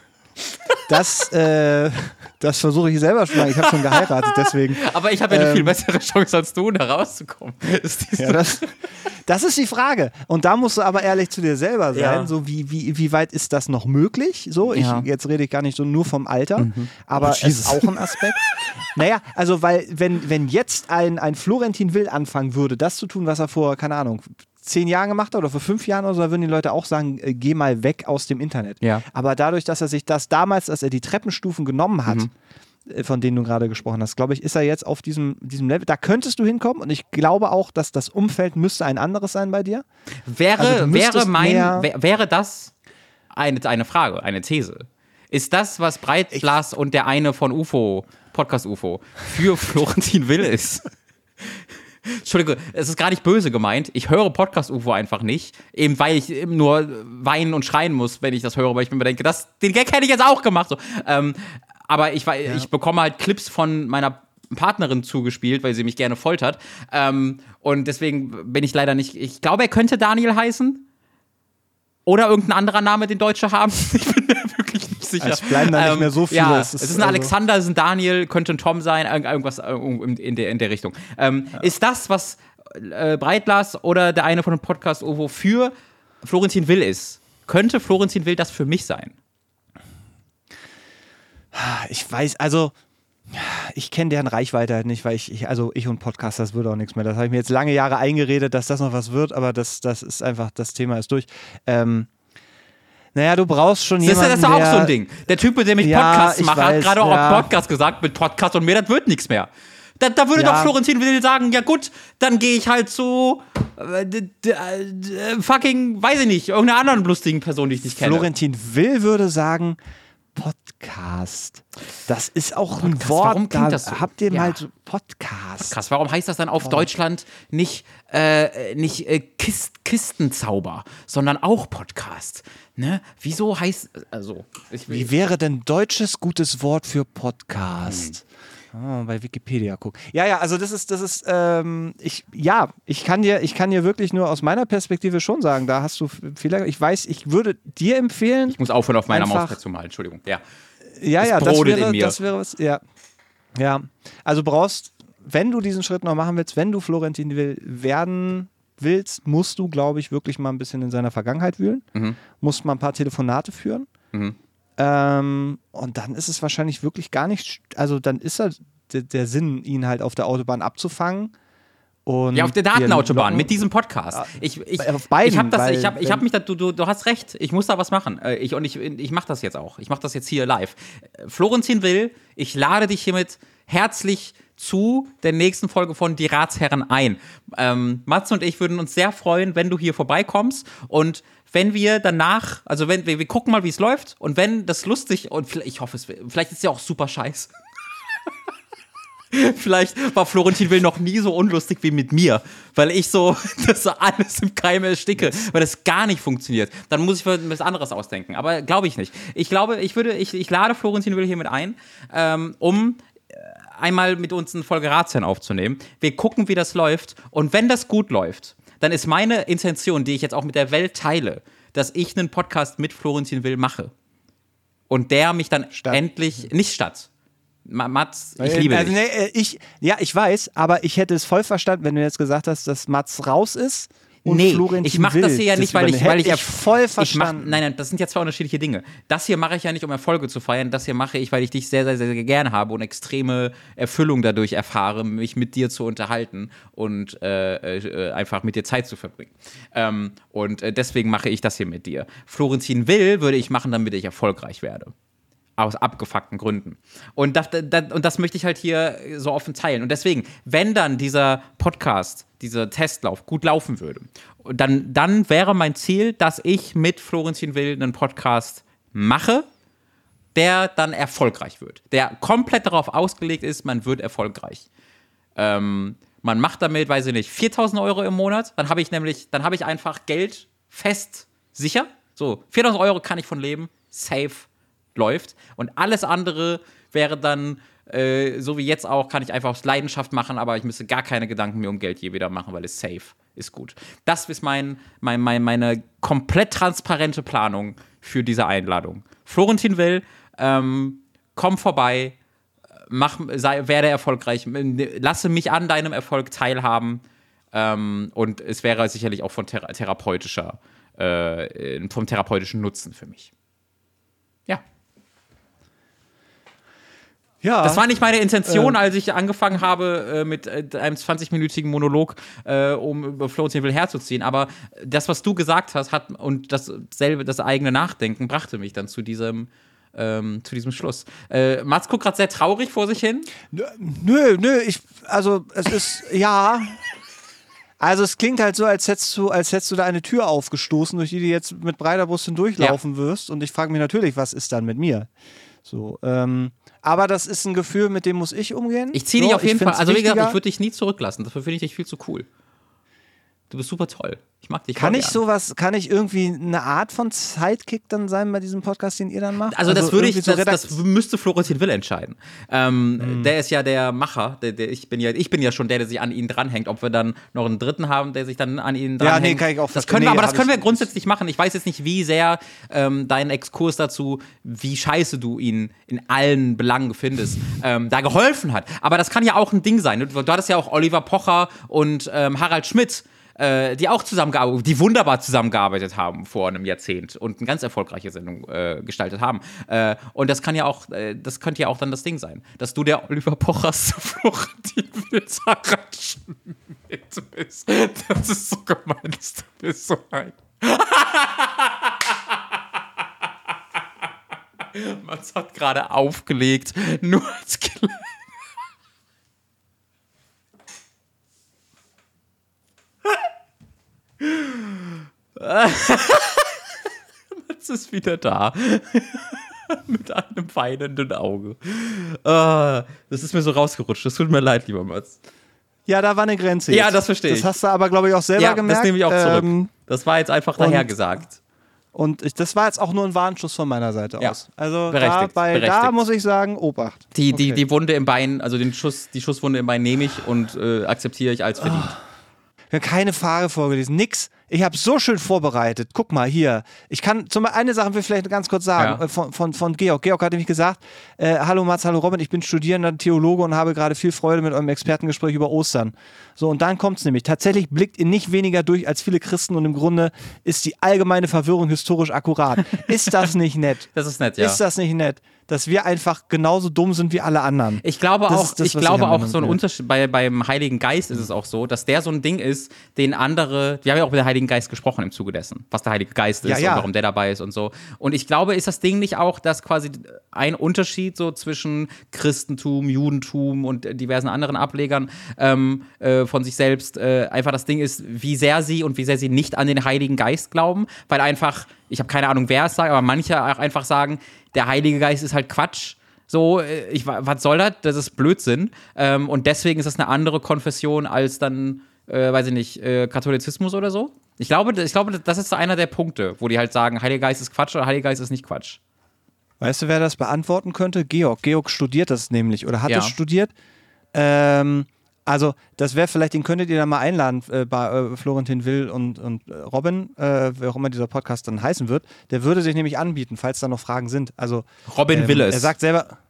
Das, äh, das versuche ich selber schon mal. Ich habe schon geheiratet, deswegen. Aber ich habe ja eine ähm, viel bessere Chance als du, da rauszukommen. Ist ja, das, das ist die Frage. Und da musst du aber ehrlich zu dir selber sein. Ja. So wie, wie, wie weit ist das noch möglich? So, ich, ja. jetzt rede ich gar nicht so nur vom Alter, mhm. aber oh, es ist auch ein Aspekt. Naja, also weil, wenn, wenn jetzt ein, ein Florentin Will anfangen würde, das zu tun, was er vor, keine Ahnung, zehn Jahren gemacht hat oder vor fünf Jahren oder so, da würden die Leute auch sagen, äh, geh mal weg aus dem Internet. Ja. Aber dadurch, dass er sich das damals, als er die Treppenstufen genommen hat, mhm. äh, von denen du gerade gesprochen hast, glaube ich, ist er jetzt auf diesem, diesem Level. Da könntest du hinkommen und ich glaube auch, dass das Umfeld müsste ein anderes sein bei dir. Wäre, also wäre, mein, wär, wäre das eine, eine Frage, eine These? Ist das, was Breitglas und der eine von U F O, Podcast U F O, für Florentin Will ist? Entschuldigung, es ist gar nicht böse gemeint. Ich höre Podcast-U F O einfach nicht, eben weil ich eben nur weinen und schreien muss, wenn ich das höre, weil ich mir denke, das, den Gag hätte ich jetzt auch gemacht. So. Ähm, aber ich, ja. ich bekomme halt Clips von meiner Partnerin zugespielt, weil sie mich gerne foltert. Ähm, und deswegen bin ich leider nicht. Ich glaube, er könnte Daniel heißen. Oder irgendein anderer Name, den Deutsche haben. Ich bin mir wirklich nicht sicher. Es bleiben da ähm, nicht mehr so viele. Ja, es ist, es ist ein also Alexander, es ist ein Daniel, könnte ein Tom sein, irgendwas in der, in der Richtung. Ähm, ja. Ist das, was äh, Breitglas oder der eine von dem Podcast O V O für Florentin Will ist? Könnte Florentin Will das für mich sein? Ich weiß, also ich kenne deren Reichweite halt nicht, weil ich, ich, also ich und Podcast, das wird auch nichts mehr. Das habe ich mir jetzt lange Jahre eingeredet, dass das noch was wird, aber das, das ist einfach, das Thema ist durch. Ähm, naja, du brauchst schon jemanden, das ist ja auch so ein Ding. Der Typ, mit dem ich ja, Podcasts ich mache, weiß, hat gerade auch ja. Podcast gesagt, mit Podcast und mir, das wird nichts mehr. Da, da würde ja. doch Florentin Will sagen, ja gut, dann gehe ich halt zu äh, d- d- d- fucking, weiß ich nicht, irgendeiner anderen lustigen Person, die ich nicht kenne. Florentin Will würde sagen, Podcast. Das ist auch Podcast. ein Wort. Warum klingt da das so? Habt ihr ja. mal so Podcast? Krass, warum heißt das dann auf oh. Deutschland nicht, äh, nicht äh, Kist, Kistenzauber, sondern auch Podcast? Ne? Wieso heißt, also... Ich, Wie wäre denn deutsches gutes Wort für Podcast? Hm. Oh, bei Wikipedia gucken. Ja, ja, also das ist, das ist, ähm, ich, ja, ich kann dir, ich kann dir wirklich nur aus meiner Perspektive schon sagen, da hast du Fehler. Ich weiß, ich würde dir empfehlen. Ich muss aufhören, auf meiner Mauspad zu malen, Entschuldigung. Ja, ja, ja, das wäre, das wäre was, ja. Ja, also brauchst, wenn du diesen Schritt noch machen willst, wenn du Florentin Will werden willst, musst du, glaube ich, wirklich mal ein bisschen in seiner Vergangenheit wühlen. Mhm. Musst mal ein paar Telefonate führen. Mhm. Ähm, und dann ist es wahrscheinlich wirklich gar nicht, also dann ist halt der, der Sinn, ihn halt auf der Autobahn abzufangen. Und ja, auf der Datenautobahn, mit diesem Podcast. Ich, ich, auf beiden, ich habe das, weil, ich habe ich hab mich da, du, du, du hast recht, ich muss da was machen. Ich, und ich, ich mache das jetzt auch. Ich mache das jetzt hier live. Florentin Will, ich lade dich hiermit herzlich zu der nächsten Folge von Die Ratsherren ein. Ähm, Mats und ich würden uns sehr freuen, wenn du hier vorbeikommst und wenn wir danach, also wenn wir, wir gucken mal, wie es läuft und wenn das lustig und ich hoffe, es vielleicht ist es ja auch super scheiße. Vielleicht war Florentin Will noch nie so unlustig wie mit mir, weil ich so das so alles im Keim ersticke, weil das gar nicht funktioniert. Dann muss ich mir was anderes ausdenken, aber glaube ich nicht. Ich glaube, ich würde, ich, ich lade Florentin Will hier mit ein, ähm, um einmal mit uns eine Folge Ratsherren aufzunehmen. Wir gucken, wie das läuft und wenn das gut läuft, dann ist meine Intention, die ich jetzt auch mit der Welt teile, dass ich einen Podcast mit Florentin Will mache. Und der mich dann statt. endlich, nicht statt. Mats, ich liebe also, dich. Nee, ich, ja, ich weiß, aber ich hätte es voll verstanden, wenn du jetzt gesagt hast, dass Mats raus ist und nee, Florentin ich mache das hier ja nicht, weil ich, weil ich, ich voll verstanden. Ich mach, nein, nein, das sind ja zwei unterschiedliche Dinge. Das hier mache ich ja nicht, um Erfolge zu feiern. Das hier mache ich, weil ich dich sehr, sehr, sehr, sehr gerne habe und extreme Erfüllung dadurch erfahre, mich mit dir zu unterhalten und äh, äh, einfach mit dir Zeit zu verbringen. Ähm, und äh, deswegen mache ich das hier mit dir. Florentin Will würde ich machen, damit ich erfolgreich werde. Aus abgefuckten Gründen. Und das, das, und das möchte ich halt hier so offen teilen. Und deswegen, wenn dann dieser Podcast, dieser Testlauf gut laufen würde, dann, dann wäre mein Ziel, dass ich mit Florentin Will einen Podcast mache, der dann erfolgreich wird. Der komplett darauf ausgelegt ist, man wird erfolgreich. Ähm, man macht damit, weiß ich nicht, viertausend Euro im Monat. Dann habe ich nämlich, dann habe ich einfach Geld fest sicher. So, viertausend Euro kann ich von leben. Safe. Läuft. Und alles andere wäre dann, äh, so wie jetzt auch, kann ich einfach aus Leidenschaft machen, aber ich müsste gar keine Gedanken mehr um Geld je wieder machen, weil es safe ist gut. Das ist mein, mein, mein, meine komplett transparente Planung für diese Einladung. Florentin Will, ähm, komm vorbei, mach, sei, werde erfolgreich, lasse mich an deinem Erfolg teilhaben ähm, und es wäre sicherlich auch von thera- therapeutischer, äh, vom therapeutischen Nutzen für mich. Ja. Ja. Das war nicht meine Intention, äh, als ich angefangen habe äh, mit äh, einem zwanzig-minütigen Monolog, äh, um über Florentin Will herzuziehen. Aber das, was du gesagt hast, hat und dasselbe, das eigene Nachdenken brachte mich dann zu diesem, ähm, zu diesem Schluss. Äh, Mats guckt gerade sehr traurig vor sich hin. Nö, nö, ich, also es ist, ja. Also es klingt halt so, als hättest du, als hättest du da eine Tür aufgestoßen, durch die du jetzt mit breiter Brust hindurchlaufen ja. wirst. Und ich frage mich natürlich, was ist dann mit mir? So, ähm, aber das ist ein Gefühl, mit dem muss ich umgehen. Ich ziehe dich so, auf jeden Fall, also wie gesagt, ich würde dich nie zurücklassen. Dafür finde ich dich viel zu cool. Du bist super toll. Ich mag dich. Kann ich sowas, kann ich irgendwie eine Art von Sidekick dann sein bei diesem Podcast, den ihr dann macht? Also, also das würde ich, so das, das müsste Florentin Will entscheiden. Ähm, mhm. Der ist ja der Macher. Der, der, ich, bin ja, ich bin ja schon der, der sich an ihn dranhängt. Ob wir dann noch einen Dritten haben, der sich dann an ihn dranhängt. Ja, nee, kann ich auch. Das können wir, nee, aber das können wir grundsätzlich machen. Ich weiß jetzt nicht, wie sehr ähm, dein Exkurs dazu, wie scheiße du ihn in allen Belangen findest, ähm, da geholfen hat. Aber das kann ja auch ein Ding sein. Du, du hattest ja auch Oliver Pocher und ähm, Harald Schmidt, die auch zusammengearbeitet, die wunderbar zusammengearbeitet haben vor einem Jahrzehnt und eine ganz erfolgreiche Sendung äh, gestaltet haben. Äh, und das kann ja auch, äh, das könnte ja auch dann das Ding sein, dass du der Oliver Pochers zu Florentin Will Harald Schmidt bist. Das ist so gemein, dass du bist so ein. Mats hat gerade aufgelegt, nur als kleines. Mats ist wieder da. Mit einem weinenden Auge. Uh, das ist mir so rausgerutscht. Das tut mir leid, lieber Mats. Ja, da war eine Grenze. Jetzt. Ja, das verstehe ich. Das hast du aber, glaube ich, auch selber ja, gemerkt. Das nehme ich auch zurück. Ähm, das war jetzt einfach dahergesagt. Und ich, das war jetzt auch nur ein Warnschuss von meiner Seite ja. aus. Also berechtigt, da, bei, berechtigt. da muss ich sagen, Obacht. Die, okay. die, die Wunde im Bein, also den Schuss, die Schusswunde im Bein nehme ich und äh, akzeptiere ich als verdient. Oh. Ich habe keine Frage vorgelesen, nix. Ich habe so schön vorbereitet. Guck mal hier. Ich kann zum Beispiel eine Sache will ich vielleicht ganz kurz sagen, ja. von, von, von Georg. Georg hat nämlich gesagt, äh, hallo Mats, hallo Robin, ich bin studierender Theologe und habe gerade viel Freude mit eurem Expertengespräch über Ostern. So, und dann kommt es nämlich. Tatsächlich blickt ihr nicht weniger durch als viele Christen und im Grunde ist die allgemeine Verwirrung historisch akkurat. Ist das nicht nett? Das ist nett, ja. Ist das nicht nett? Dass wir einfach genauso dumm sind wie alle anderen. Ich glaube das auch, das, ich glaube ich auch so ein Unterschied, bei, beim Heiligen Geist ist es auch so, dass der so ein Ding ist, den andere, wir haben ja auch über den Heiligen Geist gesprochen im Zuge dessen, was der Heilige Geist ist ja, ja. und warum der dabei ist und so. Und ich glaube, ist das Ding nicht auch, dass quasi ein Unterschied so zwischen Christentum, Judentum und diversen anderen Ablegern ähm, äh, von sich selbst äh, einfach das Ding ist, wie sehr sie und wie sehr sie nicht an den Heiligen Geist glauben, weil einfach, ich habe keine Ahnung, wer es sagt, aber manche auch einfach sagen, der Heilige Geist ist halt Quatsch. So, ich, was soll das? Das ist Blödsinn. Ähm, und deswegen ist das eine andere Konfession als dann, äh, weiß ich nicht, äh, Katholizismus oder so. Ich glaube, ich glaube, das ist so einer der Punkte, wo die halt sagen, Heiliger Geist ist Quatsch oder Heiliger Geist ist nicht Quatsch. Weißt du, wer das beantworten könnte? Georg. Georg studiert das nämlich oder hat ja. es studiert. Ähm, also, das wäre vielleicht, den könntet ihr dann mal einladen äh, bei äh, Florentin Will und, und äh, Robin, äh, wer auch immer dieser Podcast dann heißen wird. Der würde sich nämlich anbieten, falls da noch Fragen sind. Also, Robin ähm, Willes. Er sagt selber,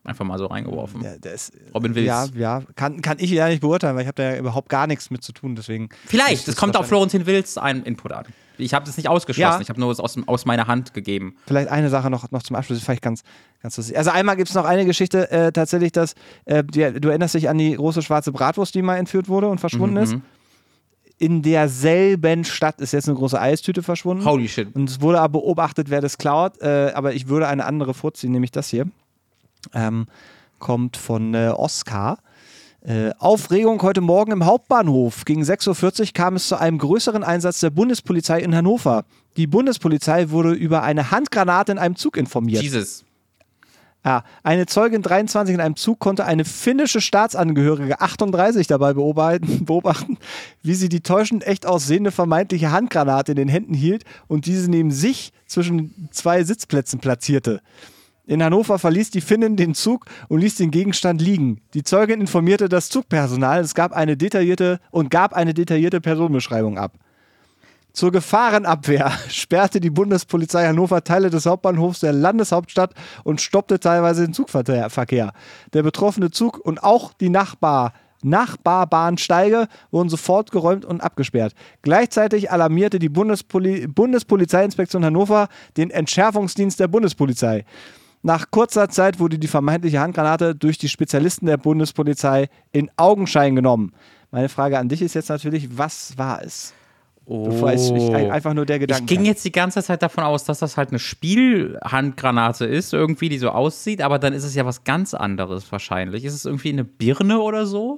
Einfach mal so reingeworfen. Ja, der ist, Robin Wills. Ja, ja. Kann, kann ich ja nicht beurteilen, weil ich habe da ja überhaupt gar nichts mit zu tun. Deswegen Vielleicht, es kommt auf Florentin Wills einen Input an. Ich habe das nicht ausgeschlossen, ja. Ich habe nur es aus, aus meiner Hand gegeben. Vielleicht eine Sache noch, noch zum Abschluss, das fand ich ganz, ganz lustig. Also einmal gibt es noch eine Geschichte, äh, tatsächlich, dass äh, die, du erinnerst dich an die große schwarze Bratwurst, die mal entführt wurde und verschwunden mhm, ist. In derselben Stadt ist jetzt eine große Eistüte verschwunden. Holy shit. Und es wurde aber beobachtet, wer das klaut. Äh, aber ich würde eine andere vorziehen, nämlich das hier. Ähm, kommt von äh, Oskar. Äh, Aufregung heute Morgen im Hauptbahnhof. Gegen sechs Uhr vierzig kam es zu einem größeren Einsatz der Bundespolizei in Hannover. Die Bundespolizei wurde über eine Handgranate in einem Zug informiert. Jesus. Ja, eine Zeugin dreiundzwanzig in einem Zug konnte eine finnische Staatsangehörige achtunddreißig dabei beobachten, beobachten, wie sie die täuschend echt aussehende vermeintliche Handgranate in den Händen hielt und diese neben sich zwischen zwei Sitzplätzen platzierte. In Hannover verließ die Finnin den Zug und ließ den Gegenstand liegen. Die Zeugin informierte das Zugpersonal, es gab eine detaillierte und gab eine detaillierte Personenbeschreibung ab. Zur Gefahrenabwehr sperrte die Bundespolizei Hannover Teile des Hauptbahnhofs der Landeshauptstadt und stoppte teilweise den Zugverkehr. Der betroffene Zug und auch die Nachbar Nachbarbahnsteige wurden sofort geräumt und abgesperrt. Gleichzeitig alarmierte die Bundespoli- Bundespolizeiinspektion Hannover den Entschärfungsdienst der Bundespolizei. Nach kurzer Zeit wurde die vermeintliche Handgranate durch die Spezialisten der Bundespolizei in Augenschein genommen. Meine Frage an dich ist jetzt natürlich, was war es? Oh. Bevor ich, ich einfach nur der Gedanke. Ich ging kann. jetzt die ganze Zeit davon aus, dass das halt eine Spielhandgranate ist, irgendwie, die so aussieht, aber dann ist es ja was ganz anderes wahrscheinlich. Ist es irgendwie eine Birne oder so?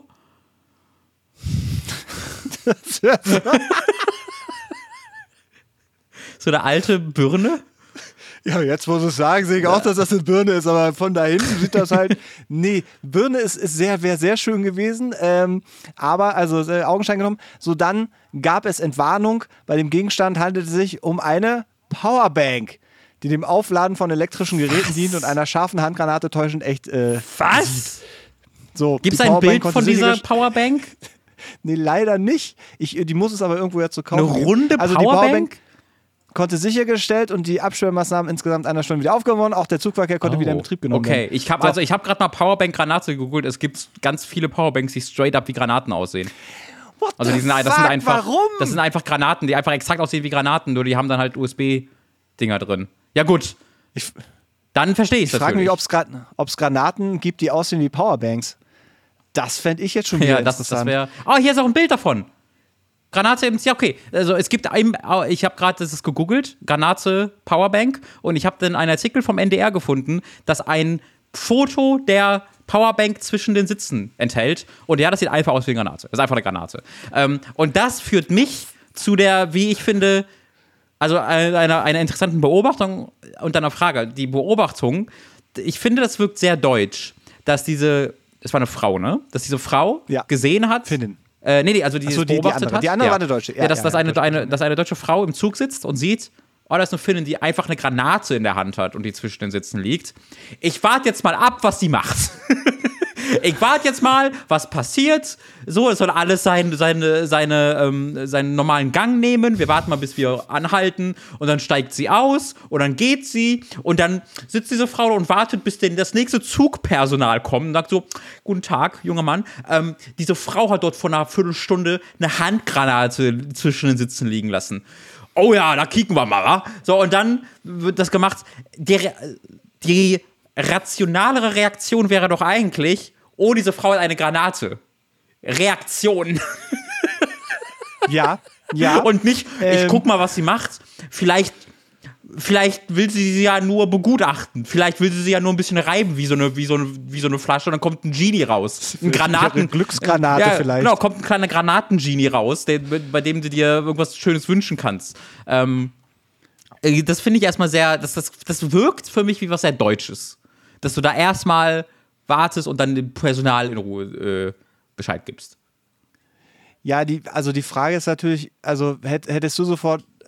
So eine alte Birne? Ja, jetzt muss ich sagen, sehe ich ja auch, dass das eine Birne ist, aber von da hinten sieht das halt, nee, Birne ist, ist sehr, wäre sehr schön gewesen, ähm, aber, also äh, Augenschein genommen, so dann gab es Entwarnung, bei dem Gegenstand handelte es sich um eine Powerbank, die dem Aufladen von elektrischen Geräten Was? dient und einer scharfen Handgranate täuschend echt äh, Was? So, gibt es ein Bild von dieser Powerbank? Nee, leider nicht. Ich, die muss es aber irgendwo ja zu kaufen. Eine runde also Powerbank? Die Powerbank konnte sichergestellt und die Absperrmaßnahmen insgesamt einer Stunde wieder aufgenommen worden. Auch der Zugverkehr konnte oh, wieder in Betrieb genommen okay. werden. Ich habe so. also ich habe gerade mal Powerbank-Granate gegoogelt. Es gibt ganz viele Powerbanks, die straight up wie Granaten aussehen. What also die sind, fuck? das sind einfach, Warum? Das sind einfach Granaten, die einfach exakt aussehen wie Granaten, nur die haben dann halt U S B-Dinger drin. Ja gut. Ich, dann verstehe ich das. Ich frage mich, ob es Granaten gibt, die aussehen wie Powerbanks. Das fände ich jetzt schon wieder ja, das, interessant. Ja, das wäre. Oh, hier ist auch ein Bild davon. Granate im. Ja, okay. Also, es gibt ein. Ich habe gerade das ist gegoogelt. Granate Powerbank. Und ich habe dann einen Artikel vom N D R gefunden, das ein Foto der Powerbank zwischen den Sitzen enthält. Und ja, das sieht einfach aus wie eine Granate. Das ist einfach eine Granate. Ähm, und das führt mich zu der, wie ich finde, also einer, einer interessanten Beobachtung und einer Frage. Die Beobachtung, ich finde, das wirkt sehr deutsch, dass diese. Das war eine Frau, ne? Dass diese Frau ja. gesehen hat. Finden. Äh, nee, nee, also die, so, die beobachtet die andere. hat. Die andere ja. war eine Deutsche. Ja, ja dass, ja, dass, eine, eine, dass eine deutsche Frau im Zug sitzt und sieht, oh, da ist eine Finnin, die einfach eine Granate in der Hand hat und die zwischen den Sitzen liegt. Ich warte jetzt mal ab, was die macht. Ich warte jetzt mal, was passiert. So, es soll alles sein, seine, seine, ähm, seinen normalen Gang nehmen. Wir warten mal, bis wir anhalten. Und dann steigt sie aus und dann geht sie. Und dann sitzt diese Frau und wartet, bis denn das nächste Zugpersonal kommt und sagt so, guten Tag, junger Mann. Ähm, diese Frau hat dort vor einer Viertelstunde eine Handgranate zwischen den Sitzen liegen lassen. Oh ja, da kicken wir mal, wa? So, und dann wird das gemacht. Die, die rationalere Reaktion wäre doch eigentlich, oh, diese Frau hat eine Granate. Reaktion. Ja, ja. Und nicht, ähm, ich guck mal, was sie macht. Vielleicht, vielleicht will sie sie ja nur begutachten. Vielleicht will sie sie ja nur ein bisschen reiben, wie so eine, wie so eine, wie so eine Flasche. Und dann kommt ein Genie raus. Ein Granaten. Eine Glücksgranate ja, vielleicht. Genau, kommt ein kleiner Granaten-Genie raus, der, bei dem du dir irgendwas Schönes wünschen kannst. Ähm, das finde ich erstmal sehr, das, das, das wirkt für mich wie was sehr Deutsches. Dass du da erstmal wartest und dann dem Personal in Ruhe äh, Bescheid gibst. Ja, die, also die Frage ist natürlich, also hätt, hättest du sofort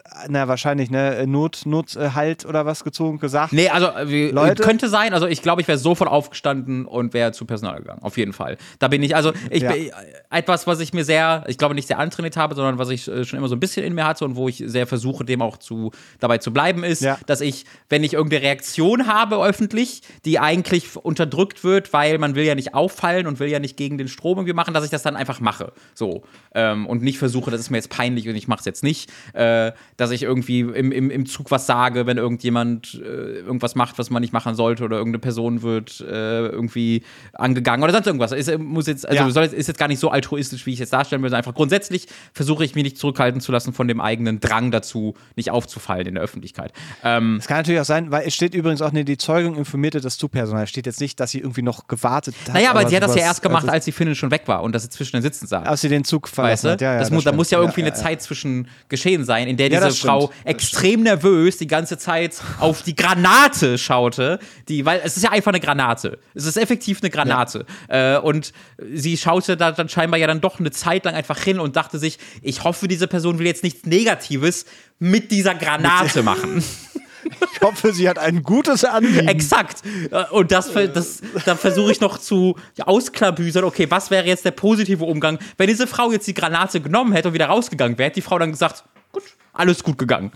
na wahrscheinlich, ne, Not, Nothalt oder was gezogen, gesagt. Nee, also äh, Leute, könnte sein, also ich glaube, ich wäre sofort aufgestanden und wäre zu Personal gegangen, auf jeden Fall. Da bin ich, also ich ja. bin, etwas, was ich mir sehr, ich glaube nicht sehr antrainiert habe, sondern was ich äh, schon immer so ein bisschen in mir hatte und wo ich sehr versuche, dem auch zu, dabei zu bleiben, ist, ja. dass ich, wenn ich irgendeine Reaktion habe öffentlich, die eigentlich unterdrückt wird, weil man will ja nicht auffallen und will ja nicht gegen den Strom irgendwie machen, dass ich das dann einfach mache, so. Ähm, und nicht versuche, das ist mir jetzt peinlich und ich mache es jetzt nicht, äh, dass ich irgendwie im, im, im Zug was sage, wenn irgendjemand äh, irgendwas macht, was man nicht machen sollte oder irgendeine Person wird äh, irgendwie angegangen oder sonst irgendwas. Ist, muss jetzt, also ja. soll, ist jetzt gar nicht so altruistisch, wie ich jetzt darstellen will, sondern einfach grundsätzlich versuche ich mich nicht zurückhalten zu lassen von dem eigenen Drang dazu, nicht aufzufallen in der Öffentlichkeit. Ähm, das kann natürlich auch sein, weil es steht übrigens auch, ne, die Zeugung informierte das Zugpersonal. Es steht jetzt nicht, dass sie irgendwie noch gewartet hat. Naja, aber, aber sie hat das ja erst gemacht, als die Finnin schon weg war und dass sie zwischen den Sitzen saß. Als sie den Zug verlassen weißt du? hat. Ja, ja, das das muss, da muss ja irgendwie ja, eine ja, Zeit zwischen geschehen sein, in der ja, diese Frau stimmt. extrem nervös die ganze Zeit auf die Granate schaute, die, weil es ist ja einfach eine Granate. Es ist effektiv eine Granate. Ja. Äh, und sie schaute da dann scheinbar ja dann doch eine Zeit lang einfach hin und dachte sich, ich hoffe, diese Person will jetzt nichts Negatives mit dieser Granate machen. Ich hoffe, sie hat ein gutes Anliegen. Exakt. Und das, das, da versuche ich noch zu ausklabüsern, okay, was wäre jetzt der positive Umgang? Wenn diese Frau jetzt die Granate genommen hätte und wieder rausgegangen wäre, hätte die Frau dann gesagt, gut, alles gut gegangen.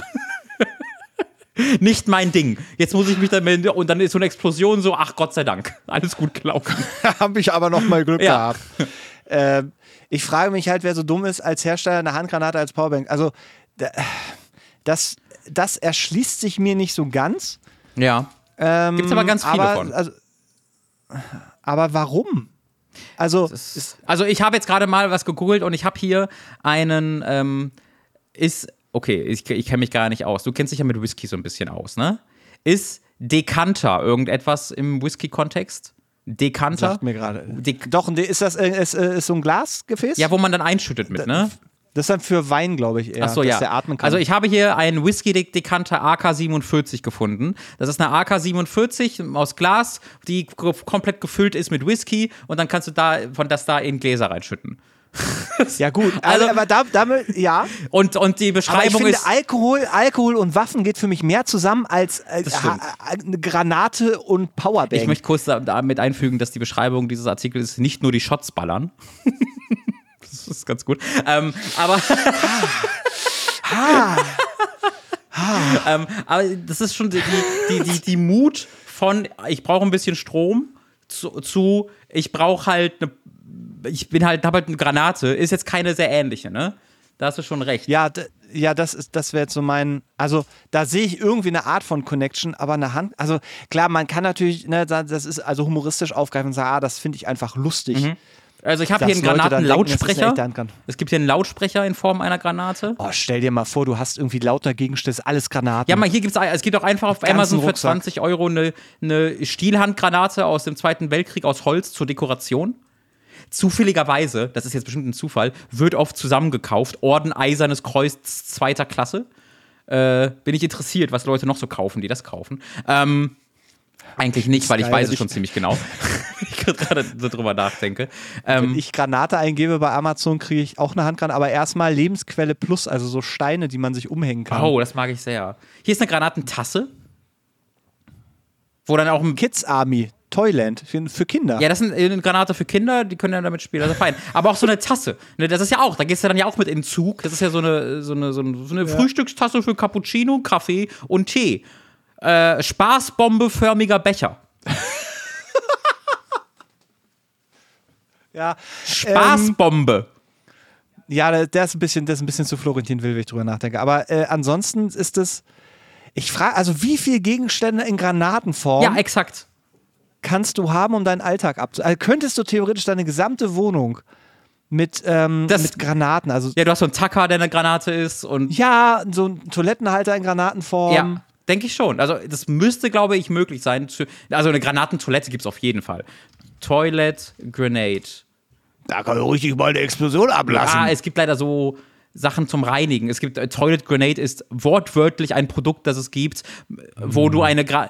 Nicht mein Ding. Jetzt muss ich mich damit, und dann ist so eine Explosion so, ach Gott sei Dank, alles gut gelaufen. Habe ich aber noch mal Glück ja. gehabt. Ähm, ich frage mich halt, wer so dumm ist, als Hersteller eine Handgranate als Powerbank. Also, das, das erschließt sich mir nicht so ganz. Ja. Ähm, Gibt's aber ganz viele aber, von. Also, aber warum? Also, ist, also ich habe jetzt gerade mal was gegoogelt und ich habe hier einen, ähm, ist, okay, ich, ich kenne mich gar nicht aus. Du kennst dich ja mit Whisky so ein bisschen aus, ne? Ist Dekanter irgendetwas im Whisky-Kontext? Dekanter? Sagt mir gerade. De- Doch, ist das ist, ist so ein Glasgefäß? Ja, wo man dann einschüttet mit, ne? Das ist dann für Wein, glaube ich, eher, Ach so, dass ja. der atmen kann. Also ich habe hier einen Whisky-Dekanter A K siebenundvierzig gefunden. Das ist eine A K siebenundvierzig aus Glas, die g- komplett gefüllt ist mit Whisky und dann kannst du da von das da in Gläser reinschütten. Ja gut, also, aber da, damit, ja. Und, und die Beschreibung aber ich finde, ist... Alkohol, Alkohol und Waffen geht für mich mehr zusammen als äh, ha, eine Granate und Powerbank. Ich möchte kurz damit einfügen, dass die Beschreibung dieses Artikels ist, nicht nur die Shots ballern. Das ist ganz gut. Ähm, aber... ha. Ha. ähm, aber das ist schon die, die, die, die Mut von, ich brauche ein bisschen Strom, zu, zu ich brauche halt eine ich bin halt, hab halt eine Granate, ist jetzt keine sehr ähnliche, ne? Da hast du schon recht. Ja, d- ja, das ist, das wäre jetzt so mein, also da sehe ich irgendwie eine Art von Connection, aber eine Hand, also klar, man kann natürlich, ne, das ist also humoristisch aufgreifen und sagen, ah, das finde ich einfach lustig. Mhm. Also ich habe hier einen Granatenlautsprecher. Denken, es gibt hier einen Lautsprecher in Form einer Granate. Oh, stell dir mal vor, du hast irgendwie lauter Gegenstände, alles Granaten. Ja, mal hier gibt's, es gibt auch einfach auf Amazon für Rucksack. zwanzig Euro eine, eine Stielhandgranate aus dem Zweiten Weltkrieg aus Holz zur Dekoration. Zufälligerweise, das ist jetzt bestimmt ein Zufall, wird oft zusammengekauft. Orden Eisernes Kreuz zweiter Klasse. Äh, bin ich interessiert, was Leute noch so kaufen, die das kaufen. Ähm, eigentlich nicht, weil ich weiß es schon ziemlich genau. Ich gerade so drüber nachdenke. Ähm, Wenn ich Granate eingebe bei Amazon, kriege ich auch eine Handgranate, aber erstmal Lebensquelle plus, also so Steine, die man sich umhängen kann. Oh, das mag ich sehr. Hier ist eine Granatentasse. Wo dann auch ein Kids Army. Toyland für, für Kinder. Ja, das ist eine Granate für Kinder, die können ja damit spielen, also fein. Aber auch so eine Tasse. Ne, das ist ja auch, da gehst du dann ja auch mit in den Zug. Das ist ja so eine, so eine, so eine, so eine ja. Frühstückstasse für Cappuccino, Kaffee und Tee. Äh, Spaßbombe-förmiger Becher. Ja. Spaßbombe. Ähm, ja, der, der ist ein bisschen, das ist ein bisschen zu Florentin Will, wenn ich drüber nachdenke. Aber äh, ansonsten ist es, ich frage, also wie viele Gegenstände in Granatenform ja, exakt. kannst du haben, um deinen Alltag abzu... Also könntest du theoretisch deine gesamte Wohnung mit, ähm, das, mit Granaten, also... Ja, du hast so einen Tacker, der eine Granate ist und... Ja, so ein Toilettenhalter in Granatenform. Ja, denke ich schon. Also das müsste, glaube ich, möglich sein. Zu, also eine Granatentoilette gibt es auf jeden Fall. Toilet Grenade. Da kann man richtig mal eine Explosion ablassen. Ja, es gibt leider so Sachen zum Reinigen. Es gibt, äh, Toilet Grenade ist wortwörtlich ein Produkt, das es gibt, wo mhm. du eine... Gra-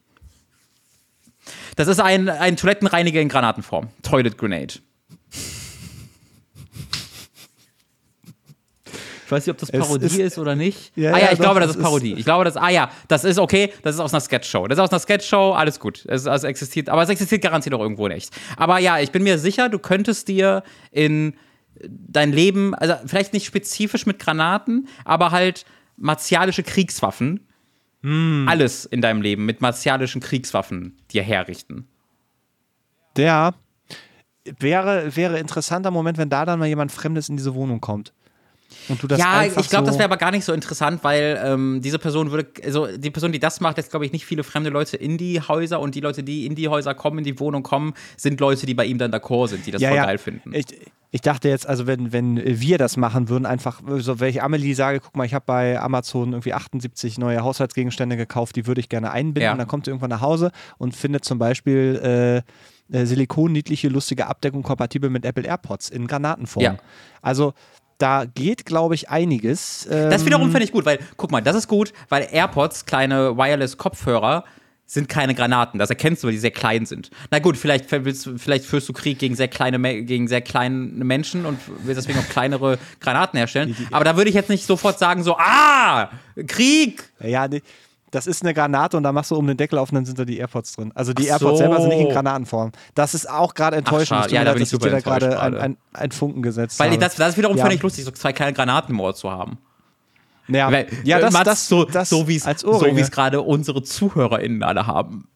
Das ist ein, ein Toilettenreiniger in Granatenform. Toilet Grenade. Ich weiß nicht, ob das Parodie ist, ist oder nicht. Ja, ah ja, ja, ich doch, glaube, das ist ist Parodie. Ich glaube, das, ah ja, das ist okay, das ist aus einer Sketchshow. Das ist aus einer Sketchshow, alles gut. Es also existiert, aber es existiert garantiert auch irgendwo nicht. Aber ja, ich bin mir sicher, du könntest dir in dein Leben, also vielleicht nicht spezifisch mit Granaten, aber halt martialische Kriegswaffen, hm. alles in deinem Leben mit martialischen Kriegswaffen dir herrichten. Der wäre, wäre interessanter Moment, wenn da dann mal jemand Fremdes in diese Wohnung kommt. Und du das ja, ich glaube, so das wäre aber gar nicht so interessant, weil ähm, diese Person würde, also die Person, die das macht, lässt, glaube ich, nicht viele fremde Leute in die Häuser und die Leute, die in die Häuser kommen, in die Wohnung kommen, sind Leute, die bei ihm dann d'accord sind, die das ja, voll ja. geil finden. Ich, ich dachte jetzt, also wenn, wenn wir das machen würden, einfach, so wenn ich Amelie sage, guck mal, ich habe bei Amazon irgendwie achtundsiebzig neue Haushaltsgegenstände gekauft, die würde ich gerne einbinden. Ja. Und dann kommt sie irgendwann nach Hause und findet zum Beispiel äh, äh, Silikon-niedliche, lustige Abdeckung kompatibel mit Apple AirPods in Granatenform. Ja. Also da geht, glaube ich, einiges. Ähm das wiederum finde ich gut, weil, guck mal, das ist gut, weil AirPods, kleine Wireless-Kopfhörer, sind keine Granaten. Das erkennst du, weil die sehr klein sind. Na gut, vielleicht, willst, vielleicht führst du Krieg gegen sehr kleine, gegen sehr kleine Menschen und willst deswegen auch kleinere Granaten herstellen. Aber da würde ich jetzt nicht sofort sagen, so, ah, Krieg! Ja, nee. Das ist eine Granate und da machst du um den Deckel auf und dann sind da die AirPods drin. Also die Ach AirPods so. selber sind nicht in Granatenform. Das ist auch gerade enttäuschend. Ach, ja, da bin ich super dass ich dir da gerade enttäuscht ein, ein, ein Funken gesetzt Weil habe. das, das ist wiederum ja. völlig lustig, so zwei kleine Granaten im Ohr zu haben. Ja, Weil, ja das, Mats, das, so, das so wie es so gerade unsere ZuhörerInnen alle haben.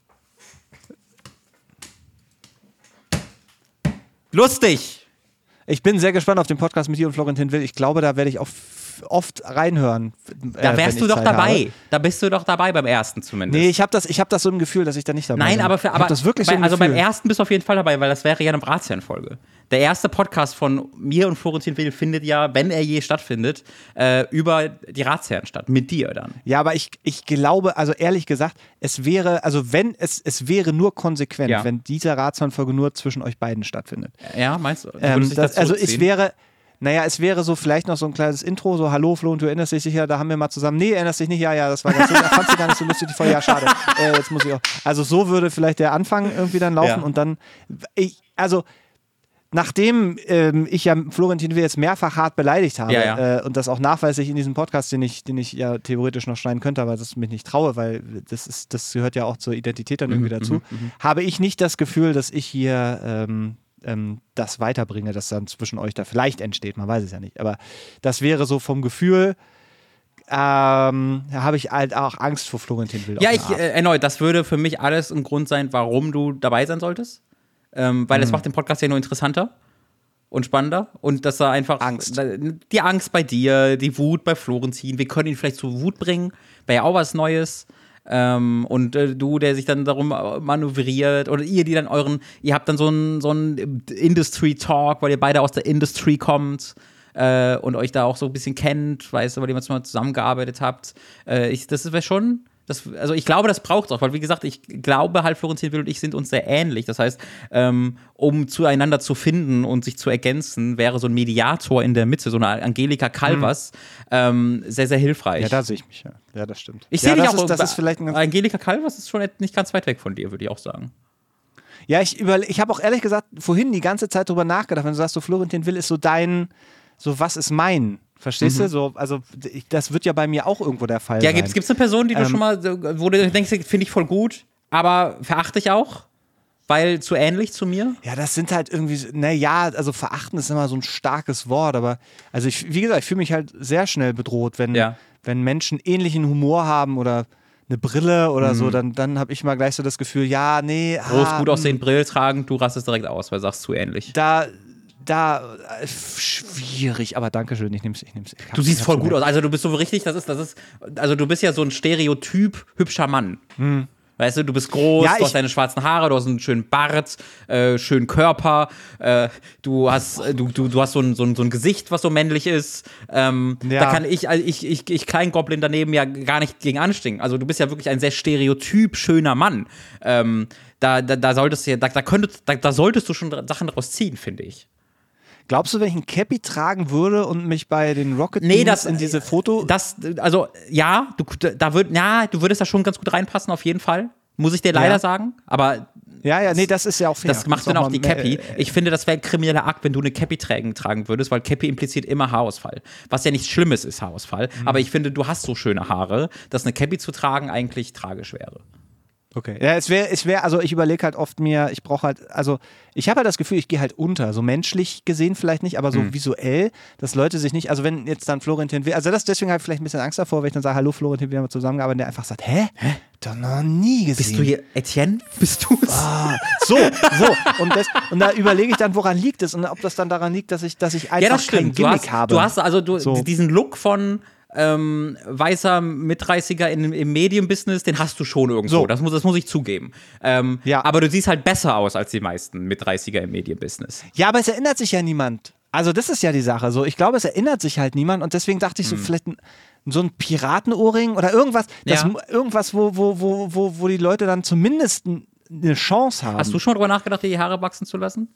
Lustig! Ich bin sehr gespannt auf den Podcast mit dir und Florentin Will. Ich glaube, da werde ich auch oft reinhören. Da wärst äh, du doch Zeit dabei. Habe. Da bist du doch dabei beim ersten zumindest. Nee, ich habe das, ich hab das so im Gefühl, dass ich da nicht dabei Nein, bin. aber, für, aber das wirklich bei, so im also Gefühl. beim ersten bist du auf jeden Fall dabei, weil das wäre ja eine Brazian-Folge. Der erste Podcast von mir und Florentin Will findet ja, wenn er je stattfindet, äh, über die Ratsherren statt. Mit dir dann. Ja, aber ich, ich glaube, also ehrlich gesagt, es wäre, also wenn, es, es wäre nur konsequent, ja. wenn diese Ratsherrenfolge nur zwischen euch beiden stattfindet. Ja, meinst du? du ähm, das, also es wäre, naja, es wäre so vielleicht noch so ein kleines Intro, so hallo Flo, und du erinnerst dich sicher, da haben wir mal zusammen, nee, erinnerst dich nicht, ja, ja, das war ganz lustig, fandst du gar nicht so lustig, die Folge, ja, schade, äh, jetzt muss ich auch. Also so würde vielleicht der Anfang irgendwie dann laufen ja. und dann, ich, also nachdem ähm, ich ja Florentin Will jetzt mehrfach hart beleidigt habe ja, ja. Äh, und das auch nachweislich in diesem Podcast, den ich, den ich ja theoretisch noch schneiden könnte, aber das mich nicht traue, weil das ist, das gehört ja auch zur Identität dann irgendwie mhm, dazu, mhm, habe ich nicht das Gefühl, dass ich hier ähm, ähm, das weiterbringe, das dann zwischen euch da vielleicht entsteht, man weiß es ja nicht, aber das wäre so vom Gefühl, ähm, da habe ich halt auch Angst vor Florentin Will. Ja, ich, äh, erneut, das würde für mich alles ein Grund sein, warum du dabei sein solltest. Ähm, weil es mhm. macht den Podcast ja nur interessanter und spannender und dass er einfach Angst. Die Angst bei dir, die Wut bei Florentin, wir können ihn vielleicht zu Wut bringen, wäre ja auch was Neues. Ähm, und äh, du, der sich dann darum manövriert oder ihr, die dann euren, ihr habt dann so einen so einen Industry-Talk, weil ihr beide aus der Industry kommt äh, und euch da auch so ein bisschen kennt, weißt du, weil ihr mal zusammengearbeitet habt. Äh, ich, das wäre schon Das, also ich glaube, das braucht es auch, weil wie gesagt, ich glaube halt, Florentin Will und ich sind uns sehr ähnlich. Das heißt, ähm, um zueinander zu finden und sich zu ergänzen, wäre so ein Mediator in der Mitte, so eine Angelika Calvas, mhm. ähm, sehr, sehr hilfreich. Ja, da sehe ich mich, ja. Ja, das stimmt. Ich sehe ja, dich das auch. Ist, das ist vielleicht ein Angelika Calvas ist schon nicht ganz weit weg von dir, würde ich auch sagen. Ja, ich, ich habe auch ehrlich gesagt vorhin die ganze Zeit drüber nachgedacht, wenn du sagst, so Florentin Will ist so dein, so was ist mein? Verstehst mhm. du? So, also das wird ja bei mir auch irgendwo der Fall ja, sein. Ja, gibt es eine Person, die du ähm, schon mal, wo du denkst, finde ich voll gut, aber verachte ich auch? Weil zu ähnlich zu mir? Ja, das sind halt irgendwie, naja, also verachten ist immer so ein starkes Wort, aber also ich, wie gesagt, ich fühle mich halt sehr schnell bedroht, wenn, ja. wenn Menschen ähnlichen Humor haben oder eine Brille oder mhm. so, dann, dann habe ich mal gleich so das Gefühl, ja, nee. Groß, ah, gut aussehen, Brille tragen, du rastest direkt aus, weil du sagst zu ähnlich. Da Da, äh, schwierig, aber dankeschön, ich nehm's, ich nehm's. Ich du siehst voll gut aus, also du bist so richtig, das ist, das ist, also du bist ja so ein Stereotyp hübscher Mann. Hm. Weißt du, du bist groß, ja, du hast deine schwarzen Haare, du hast einen schönen Bart, äh, schönen Körper, äh, du hast, du, du, du hast so ein, so, ein, so ein Gesicht, was so männlich ist. Ähm, ja. Da kann ich, also ich, ich, ich Kleingoblin daneben ja gar nicht gegen anstinken. Also du bist ja wirklich ein sehr stereotyp schöner Mann. Ähm, da, da, da solltest du ja, da, da, könntest, da, da solltest du schon Sachen draus ziehen, finde ich. Glaubst du, wenn ich ein Cappy tragen würde und mich bei den Rocket nee, das, in diese Foto... Das, also, ja, du, da würd, ja, du würdest da schon ganz gut reinpassen, auf jeden Fall. Muss ich dir leider ja. sagen. Aber Ja, ja, nee, das ist ja auch fair. Das macht dann auch die Cappy. Äh, ich finde, das wäre ein krimineller Akt, wenn du eine Cappy tragen, tragen würdest, weil Cappy impliziert immer Haarausfall. Was ja nichts Schlimmes ist, Haarausfall. Mhm. Aber ich finde, du hast so schöne Haare, dass eine Cappy zu tragen eigentlich tragisch wäre. Okay. Ja, es wäre, es wäre, also ich überlege halt oft mir, ich brauche halt, also ich habe halt das Gefühl, ich gehe halt unter, so menschlich gesehen vielleicht nicht, aber so mhm. visuell, dass Leute sich nicht, also wenn jetzt dann Florentin will, also das deswegen habe ich vielleicht ein bisschen Angst davor, wenn ich dann sage, hallo Florentin, wir haben zusammengearbeitet, und der einfach sagt, hä? Hä? Doch noch nie gesehen. Bist du hier Etienne? Bist du es? Ah, so, so. Und, das, und da überlege ich dann, woran liegt es und ob das dann daran liegt, dass ich, dass ich einfach ja, das kein Gimmick du hast, habe. Du hast also du, so. diesen Look von Ähm, weißer Mitdreißiger in, im Medienbusiness, den hast du schon irgendwo. So. Das, muss, das muss ich zugeben. Ähm, ja. Aber du siehst halt besser aus als die meisten Mitdreißiger im Medienbusiness. Ja, aber es erinnert sich ja niemand. Also das ist ja die Sache. So, ich glaube, es erinnert sich halt niemand und deswegen dachte ich so, hm. vielleicht ein, so ein Piratenohrring oder irgendwas, das, ja. irgendwas, wo, wo, wo, wo, wo die Leute dann zumindest eine Chance haben. Hast du schon mal drüber nachgedacht, dir die Haare wachsen zu lassen?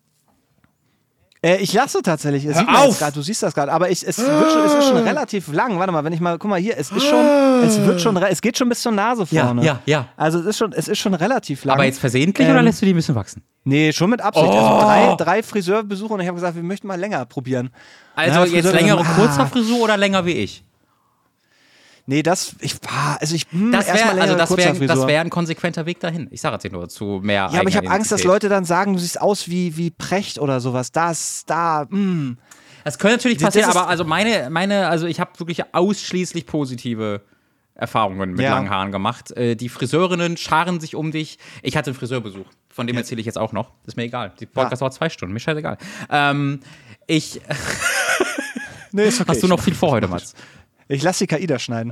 Äh, ich lasse tatsächlich. Es sieht man jetzt grad, du siehst das gerade, aber ich, es, wird schon, es ist schon relativ lang. Warte mal, wenn ich mal, guck mal hier, es ist schon, es wird schon, es geht schon bis zur Nase vorne. Ja, ja, ja. Also es ist schon, es ist schon relativ lang. Aber jetzt versehentlich ähm, oder lässt du die ein bisschen wachsen? Nee, schon mit Absicht. Oh. Also drei, drei Friseurbesuche und ich habe gesagt, wir möchten mal länger probieren. Also ja, jetzt längere ah. kurzer Frisur oder länger wie ich? Nee, das, ich, also ich, hm, das wäre also das wäre das wär ein konsequenter Weg dahin. Ich sage es dir nur zu mehr. Ja, aber ich habe Angst, dass Leute dann sagen, du siehst aus wie, wie Precht oder sowas. Das, da, mh. Das könnte natürlich passieren, aber also meine, meine, also ich habe wirklich ausschließlich positive Erfahrungen mit ja. langen Haaren gemacht. Äh, die Friseurinnen scharen sich um dich. Ich hatte einen Friseurbesuch, von dem ja. erzähle ich jetzt auch noch. Ist mir egal. Die Podcast ja. dauert zwei Stunden, mir scheißegal. Ähm, ich. Nee, ist okay. Hast du noch viel vor heute, Mats? Ich lasse die K I da schneiden.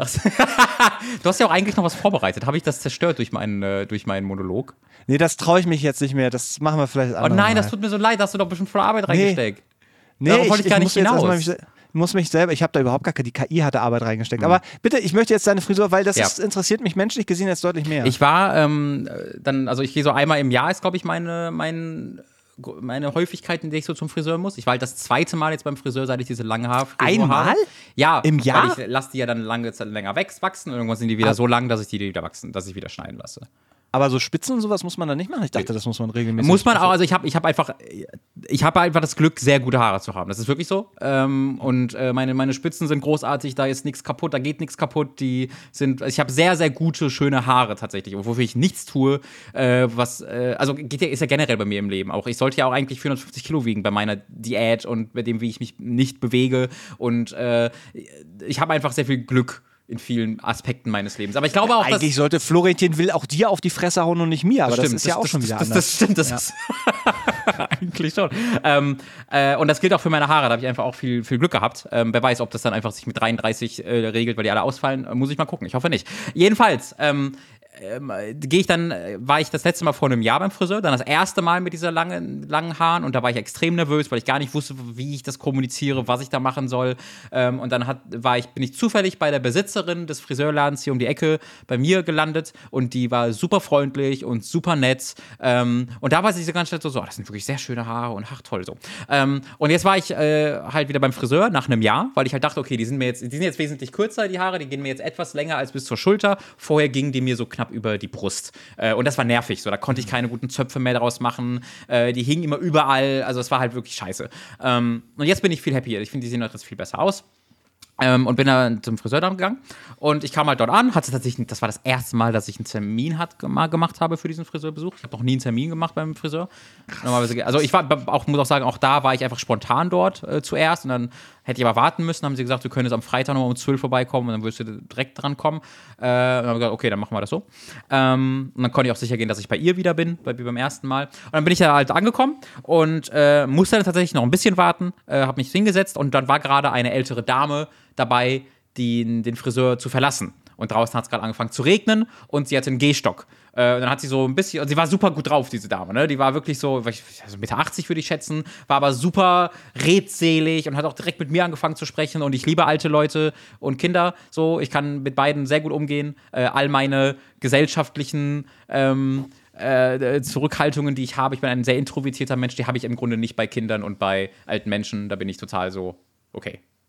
Du hast ja auch eigentlich noch was vorbereitet. Habe ich das zerstört durch meinen, äh, durch meinen Monolog? Nee, das traue ich mich jetzt nicht mehr. Das machen wir vielleicht anders. Oh nein, mal. Das tut mir so leid. Da hast du doch bestimmt voll Arbeit reingesteckt. Nee, Darauf ich, wollte ich, ich gar nicht hinaus. Mich, ich muss mich selber, ich habe da überhaupt gar keine, die K I hatte Arbeit reingesteckt. Mhm. Aber bitte, ich möchte jetzt deine Frisur, weil das ja. ist, interessiert mich menschlich gesehen jetzt deutlich mehr. Ich war ähm, dann, also ich gehe so einmal im Jahr, ist glaube ich meine, mein... meine Häufigkeit, in der ich so zum Friseur muss. Ich war halt das zweite Mal jetzt beim Friseur, seit ich diese lange Haarfrisur habe. Einmal? Ja. Im Jahr? Weil ich lasse die ja dann lange Zeit länger wachsen und irgendwann sind die wieder ah. so lang, dass ich die wieder wachsen, dass ich wieder schneiden lasse. Aber so Spitzen und sowas muss man dann nicht machen? Ich dachte, das muss man regelmäßig. Muss man auch, also ich habe ich hab einfach, ich habe einfach das Glück, sehr gute Haare zu haben. Das ist wirklich so. Ähm, und äh, meine, meine Spitzen sind großartig, da ist nichts kaputt, da geht nichts kaputt. Die sind, ich habe sehr, sehr gute, schöne Haare tatsächlich, wofür ich nichts tue. Äh, was, äh, also geht ja, ist ja generell bei mir im Leben auch. Ich sollte ja auch eigentlich vierhundertfünfzig Kilo wiegen bei meiner Diät und bei dem, wie ich mich nicht bewege. Und äh, ich habe einfach sehr viel Glück in vielen Aspekten meines Lebens. Aber ich glaube auch, eigentlich dass sollte Florentin Will auch dir auf die Fresse hauen und nicht mir. Aber das, das ist ja das, auch das, schon wieder das, anders. Das stimmt, das ja. ist eigentlich schon. Ähm, äh, und das gilt auch für meine Haare. Da habe ich einfach auch viel, viel Glück gehabt. Ähm, wer weiß, ob das dann einfach sich mit dreiunddreißig äh, regelt, weil die alle ausfallen. Äh, muss ich mal gucken. Ich hoffe nicht. Jedenfalls, ähm, Ähm, gehe ich dann, war ich das letzte Mal vor einem Jahr beim Friseur, dann das erste Mal mit dieser langen, langen Haaren und da war ich extrem nervös, weil ich gar nicht wusste, wie ich das kommuniziere, was ich da machen soll. Ähm, und dann hat, war ich, bin ich zufällig bei der Besitzerin des Friseurladens hier um die Ecke bei mir gelandet und die war super freundlich und super nett. Ähm, und da war sie so ganz schnell so, so, das sind wirklich sehr schöne Haare und ach toll so. Ähm, und jetzt war ich äh, halt wieder beim Friseur nach einem Jahr, weil ich halt dachte, okay, die sind mir jetzt, die sind jetzt wesentlich kürzer, die Haare, die gehen mir jetzt etwas länger als bis zur Schulter. Vorher gingen die mir so knapp über die Brust. Äh, und das war nervig. So, da konnte ich keine guten Zöpfe mehr daraus machen. Äh, die hingen immer überall. Also es war halt wirklich scheiße. Ähm, und jetzt bin ich viel happier. Ich finde, die sehen jetzt viel besser aus. Ähm, und bin dann zum Friseur dann gegangen. Und ich kam halt dort an, hatte tatsächlich, das war das erste Mal, dass ich einen Termin hat, mal gemacht habe für diesen Friseurbesuch. Ich habe noch nie einen Termin gemacht beim Friseur. Normalerweise, also ich war auch, muss auch sagen, auch da war ich einfach spontan dort äh, zuerst. Und dann hätte ich aber warten müssen, haben sie gesagt, du könntest am Freitag nochmal um zwölf vorbeikommen und dann würdest du direkt dran kommen. Äh, und dann habe ich gesagt, okay, dann machen wir das so. Ähm, und dann konnte ich auch sicher gehen, dass ich bei ihr wieder bin, bei, wie beim ersten Mal. Und dann bin ich da halt angekommen und äh, musste dann tatsächlich noch ein bisschen warten, äh, habe mich hingesetzt und dann war gerade eine ältere Dame dabei, die, den Friseur zu verlassen. Und draußen hat es gerade angefangen zu regnen und sie hatte einen Gehstock. Äh, und dann hat sie so ein bisschen, und sie war super gut drauf, diese Dame, ne? Die war wirklich so, also Mitte achtzig würde ich schätzen, war aber super redselig und hat auch direkt mit mir angefangen zu sprechen. Und ich liebe alte Leute und Kinder, so. Ich kann mit beiden sehr gut umgehen. Äh, all meine gesellschaftlichen ähm, äh, Zurückhaltungen, die ich habe, ich bin ein sehr introvertierter Mensch, die habe ich im Grunde nicht bei Kindern und bei alten Menschen. Da bin ich total so, okay.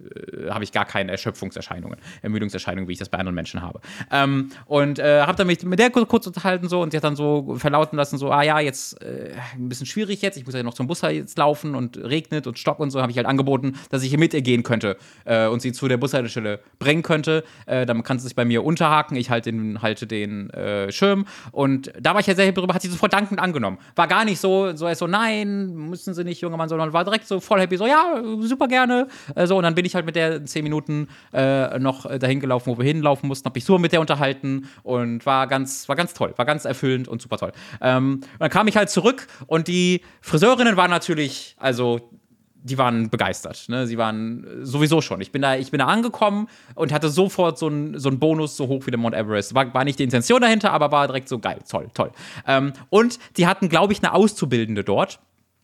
äh, habe ich gar keine Erschöpfungserscheinungen, Ermüdungserscheinungen, wie ich das bei anderen Menschen habe. Ähm, und äh, habe dann mich mit der kurz unterhalten so und sie hat dann so verlauten lassen, so, ah ja, jetzt äh, ein bisschen schwierig jetzt, ich muss ja noch zum Bus jetzt laufen und regnet und Stock und so, habe ich halt angeboten, dass ich hier mit ihr gehen könnte äh, und sie zu der Bushaltestelle bringen könnte. Äh, dann kann sie sich bei mir unterhaken, ich halte den, halte den äh, Schirm und da war ich ja sehr darüber, hat sie sofort dankend angenommen. War gar nicht so, so erst so, nein, müssen sie nicht, junger Mann, sondern war direkt so voll happy, so, ja, super gerne. Äh, so, und dann bin ich halt mit der zehn Minuten äh, noch dahin gelaufen, wo wir hinlaufen mussten, hab mich so mit der unterhalten und war ganz, war ganz toll, war ganz erfüllend und super toll. Ähm, und dann kam ich halt zurück und die Friseurinnen waren natürlich, also die waren begeistert, ne? Sie waren sowieso schon. Ich bin da, ich bin da angekommen und hatte sofort so einen so einen Bonus so hoch wie der Mount Everest. War, war nicht die Intention dahinter, aber war direkt so geil, toll, toll. Ähm, und die hatten, glaube ich, eine Auszubildende dort,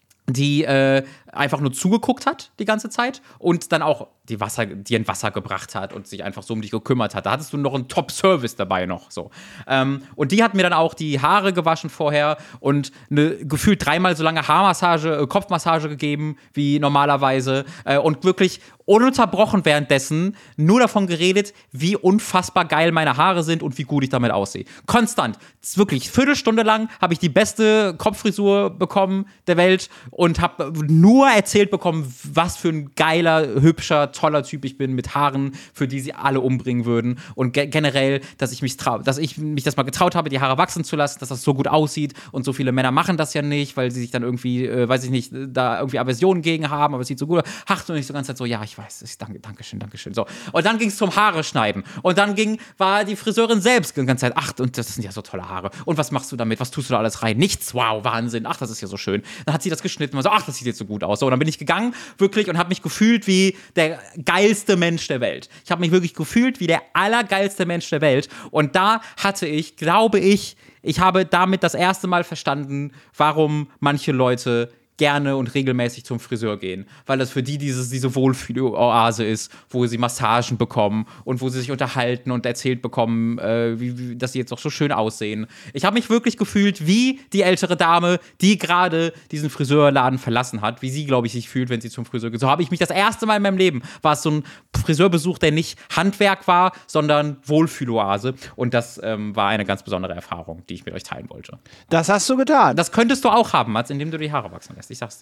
die äh, einfach nur zugeguckt hat die ganze Zeit und dann auch die Wasser, die ein Wasser gebracht hat und sich einfach so um dich gekümmert hat. Da hattest du noch einen Top-Service dabei noch. So. Ähm, und die hat mir dann auch die Haare gewaschen vorher und eine gefühlt dreimal so lange Haarmassage, äh, Kopfmassage gegeben wie normalerweise äh, und wirklich ununterbrochen währenddessen nur davon geredet, wie unfassbar geil meine Haare sind und wie gut ich damit aussehe. Konstant. Wirklich, Viertelstunde lang habe ich die beste Kopffrisur bekommen der Welt und habe nur erzählt bekommen, was für ein geiler, hübscher, toller Typ ich bin mit Haaren, für die sie alle umbringen würden. Und ge- generell, dass ich mich trau- dass ich mich das mal getraut habe, die Haare wachsen zu lassen, dass das so gut aussieht. Und so viele Männer machen das ja nicht, weil sie sich dann irgendwie, äh, weiß ich nicht, da irgendwie Aversionen gegen haben, aber es sieht so gut aus. Ach, du nicht so ganz so, ja, ich weiß, ich, danke, danke schön, danke schön. So. Und dann ging es zum Haare schneiden. Und dann ging, war die Friseurin selbst die ganze Zeit, ach, und das sind ja so tolle Haare. Und was machst du damit? Was tust du da alles rein? Nichts, wow, Wahnsinn. Ach, das ist ja so schön. Dann hat sie das geschnitten und so, ach, das sieht jetzt so gut aus. So, und dann bin ich gegangen, wirklich, und habe mich gefühlt wie der geilste Mensch der Welt. Ich habe mich wirklich gefühlt wie der allergeilste Mensch der Welt. Und da hatte ich, glaube ich, ich habe damit das erste Mal verstanden, warum manche Leute gerne und regelmäßig zum Friseur gehen, weil das für die dieses, diese Wohlfühl-Oase ist, wo sie Massagen bekommen und wo sie sich unterhalten und erzählt bekommen, äh, wie, wie, dass sie jetzt auch so schön aussehen. Ich habe mich wirklich gefühlt wie die ältere Dame, die gerade diesen Friseurladen verlassen hat, wie sie, glaube ich, sich fühlt, wenn sie zum Friseur geht. So habe ich mich das erste Mal in meinem Leben, war es so ein Friseurbesuch, der nicht Handwerk war, sondern Wohlfühl-Oase, und das ähm, war eine ganz besondere Erfahrung, die ich mit euch teilen wollte. Das hast du getan. Das könntest du auch haben, Mats, indem du die Haare wachsen lässt. Ich sag's dir.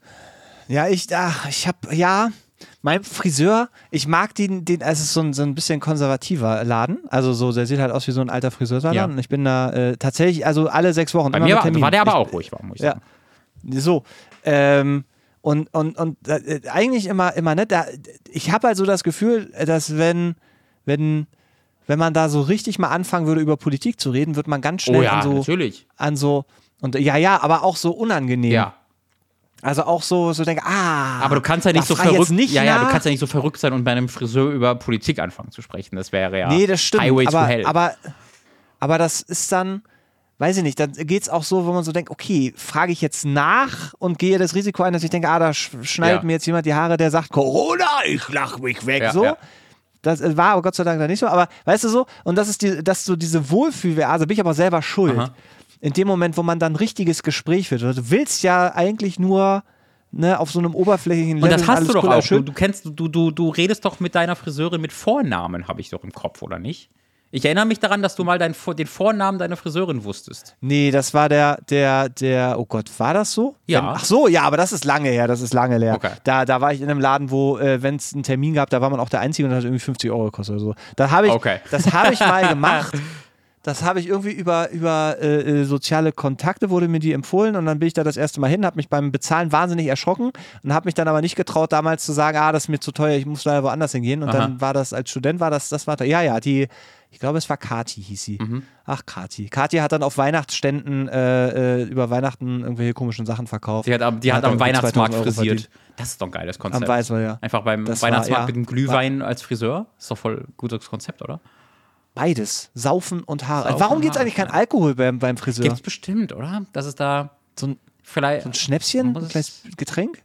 Ja, ich, ach, ich hab, ja, mein Friseur, ich mag den, den, also es ist so ein, so ein bisschen konservativer Laden, also so, der sieht halt aus wie so ein alter Friseursalon, ja. Und ich bin da äh, tatsächlich, also alle sechs Wochen Bei immer mir mit war, Termin. war der aber ich, auch ruhig, war, muss ich sagen. Ja, so, ähm, und, und, und äh, eigentlich immer, immer nett, da, ich habe halt so das Gefühl, dass wenn, wenn, wenn man da so richtig mal anfangen würde, über Politik zu reden, wird man ganz schnell oh ja, an so, natürlich. an so, und ja, ja, aber auch so unangenehm. Ja. Also auch so, so denke, ah. Aber du kannst ja nicht so verrückt, nicht ja, ja, nach. du kannst ja nicht so verrückt sein und bei einem Friseur über Politik anfangen zu sprechen. Das wäre ja nee, das stimmt, Highway aber, to Hell. Aber, aber das ist dann, weiß ich nicht, dann geht es auch so, wo man so denkt, okay, frage ich jetzt nach und gehe das Risiko ein, dass ich denke, ah, da schneidet ja. mir jetzt jemand die Haare, der sagt, Corona, ich lach mich weg, ja, so. Ja. Das war aber Gott sei Dank da nicht so, aber weißt du so, und das ist die, das ist so diese Wohlfühl-Oase, bin ich aber selber schuld. Aha. In dem Moment, wo man dann ein richtiges Gespräch führt. Du willst ja eigentlich nur ne, auf so einem oberflächlichen Level. Und das hast alles du doch cool, auch. Schön. Du, du kennst, du, du, du redest doch mit deiner Friseurin mit Vornamen, habe ich doch im Kopf, oder nicht? Ich erinnere mich daran, dass du mal dein, den Vornamen deiner Friseurin wusstest. Nee, das war der, der, der, oh Gott, war das so? Ja. Wenn, ach so, ja, aber das ist lange her, das ist lange her. Okay. Da, da war ich in einem Laden, wo, äh, wenn es einen Termin gab, da war man auch der Einzige und das hat irgendwie fünfzig Euro gekostet oder so. Da habe ich, okay. Das habe ich mal gemacht. Das habe ich irgendwie über, über äh, soziale Kontakte, wurde mir die empfohlen und dann bin ich da das erste Mal hin, habe mich beim Bezahlen wahnsinnig erschrocken und habe mich dann aber nicht getraut, damals zu sagen, ah, das ist mir zu teuer, ich muss leider woanders hingehen. Und Aha. dann war das, als Student war das, das war, ja, ja, die, ich glaube, es war Kati, hieß sie. Mhm. Ach, Kati. Kati hat dann auf Weihnachtsständen äh, über Weihnachten irgendwelche komischen Sachen verkauft. Die hat, die hat, hat am Weihnachtsmarkt frisiert. Das ist doch ein geiles Konzept. Am Weißweil, ja. Einfach beim das Weihnachtsmarkt war, ja, mit dem Glühwein war, als Friseur. Ist doch voll ein gutes Konzept, oder? Beides. Saufen und Haare. Saufen Warum gibt es eigentlich keinen Alkohol beim, beim Friseur? Gibt es bestimmt, oder? Das ist da so ein, vielleicht so ein Schnäpschen, ein kleines Getränk?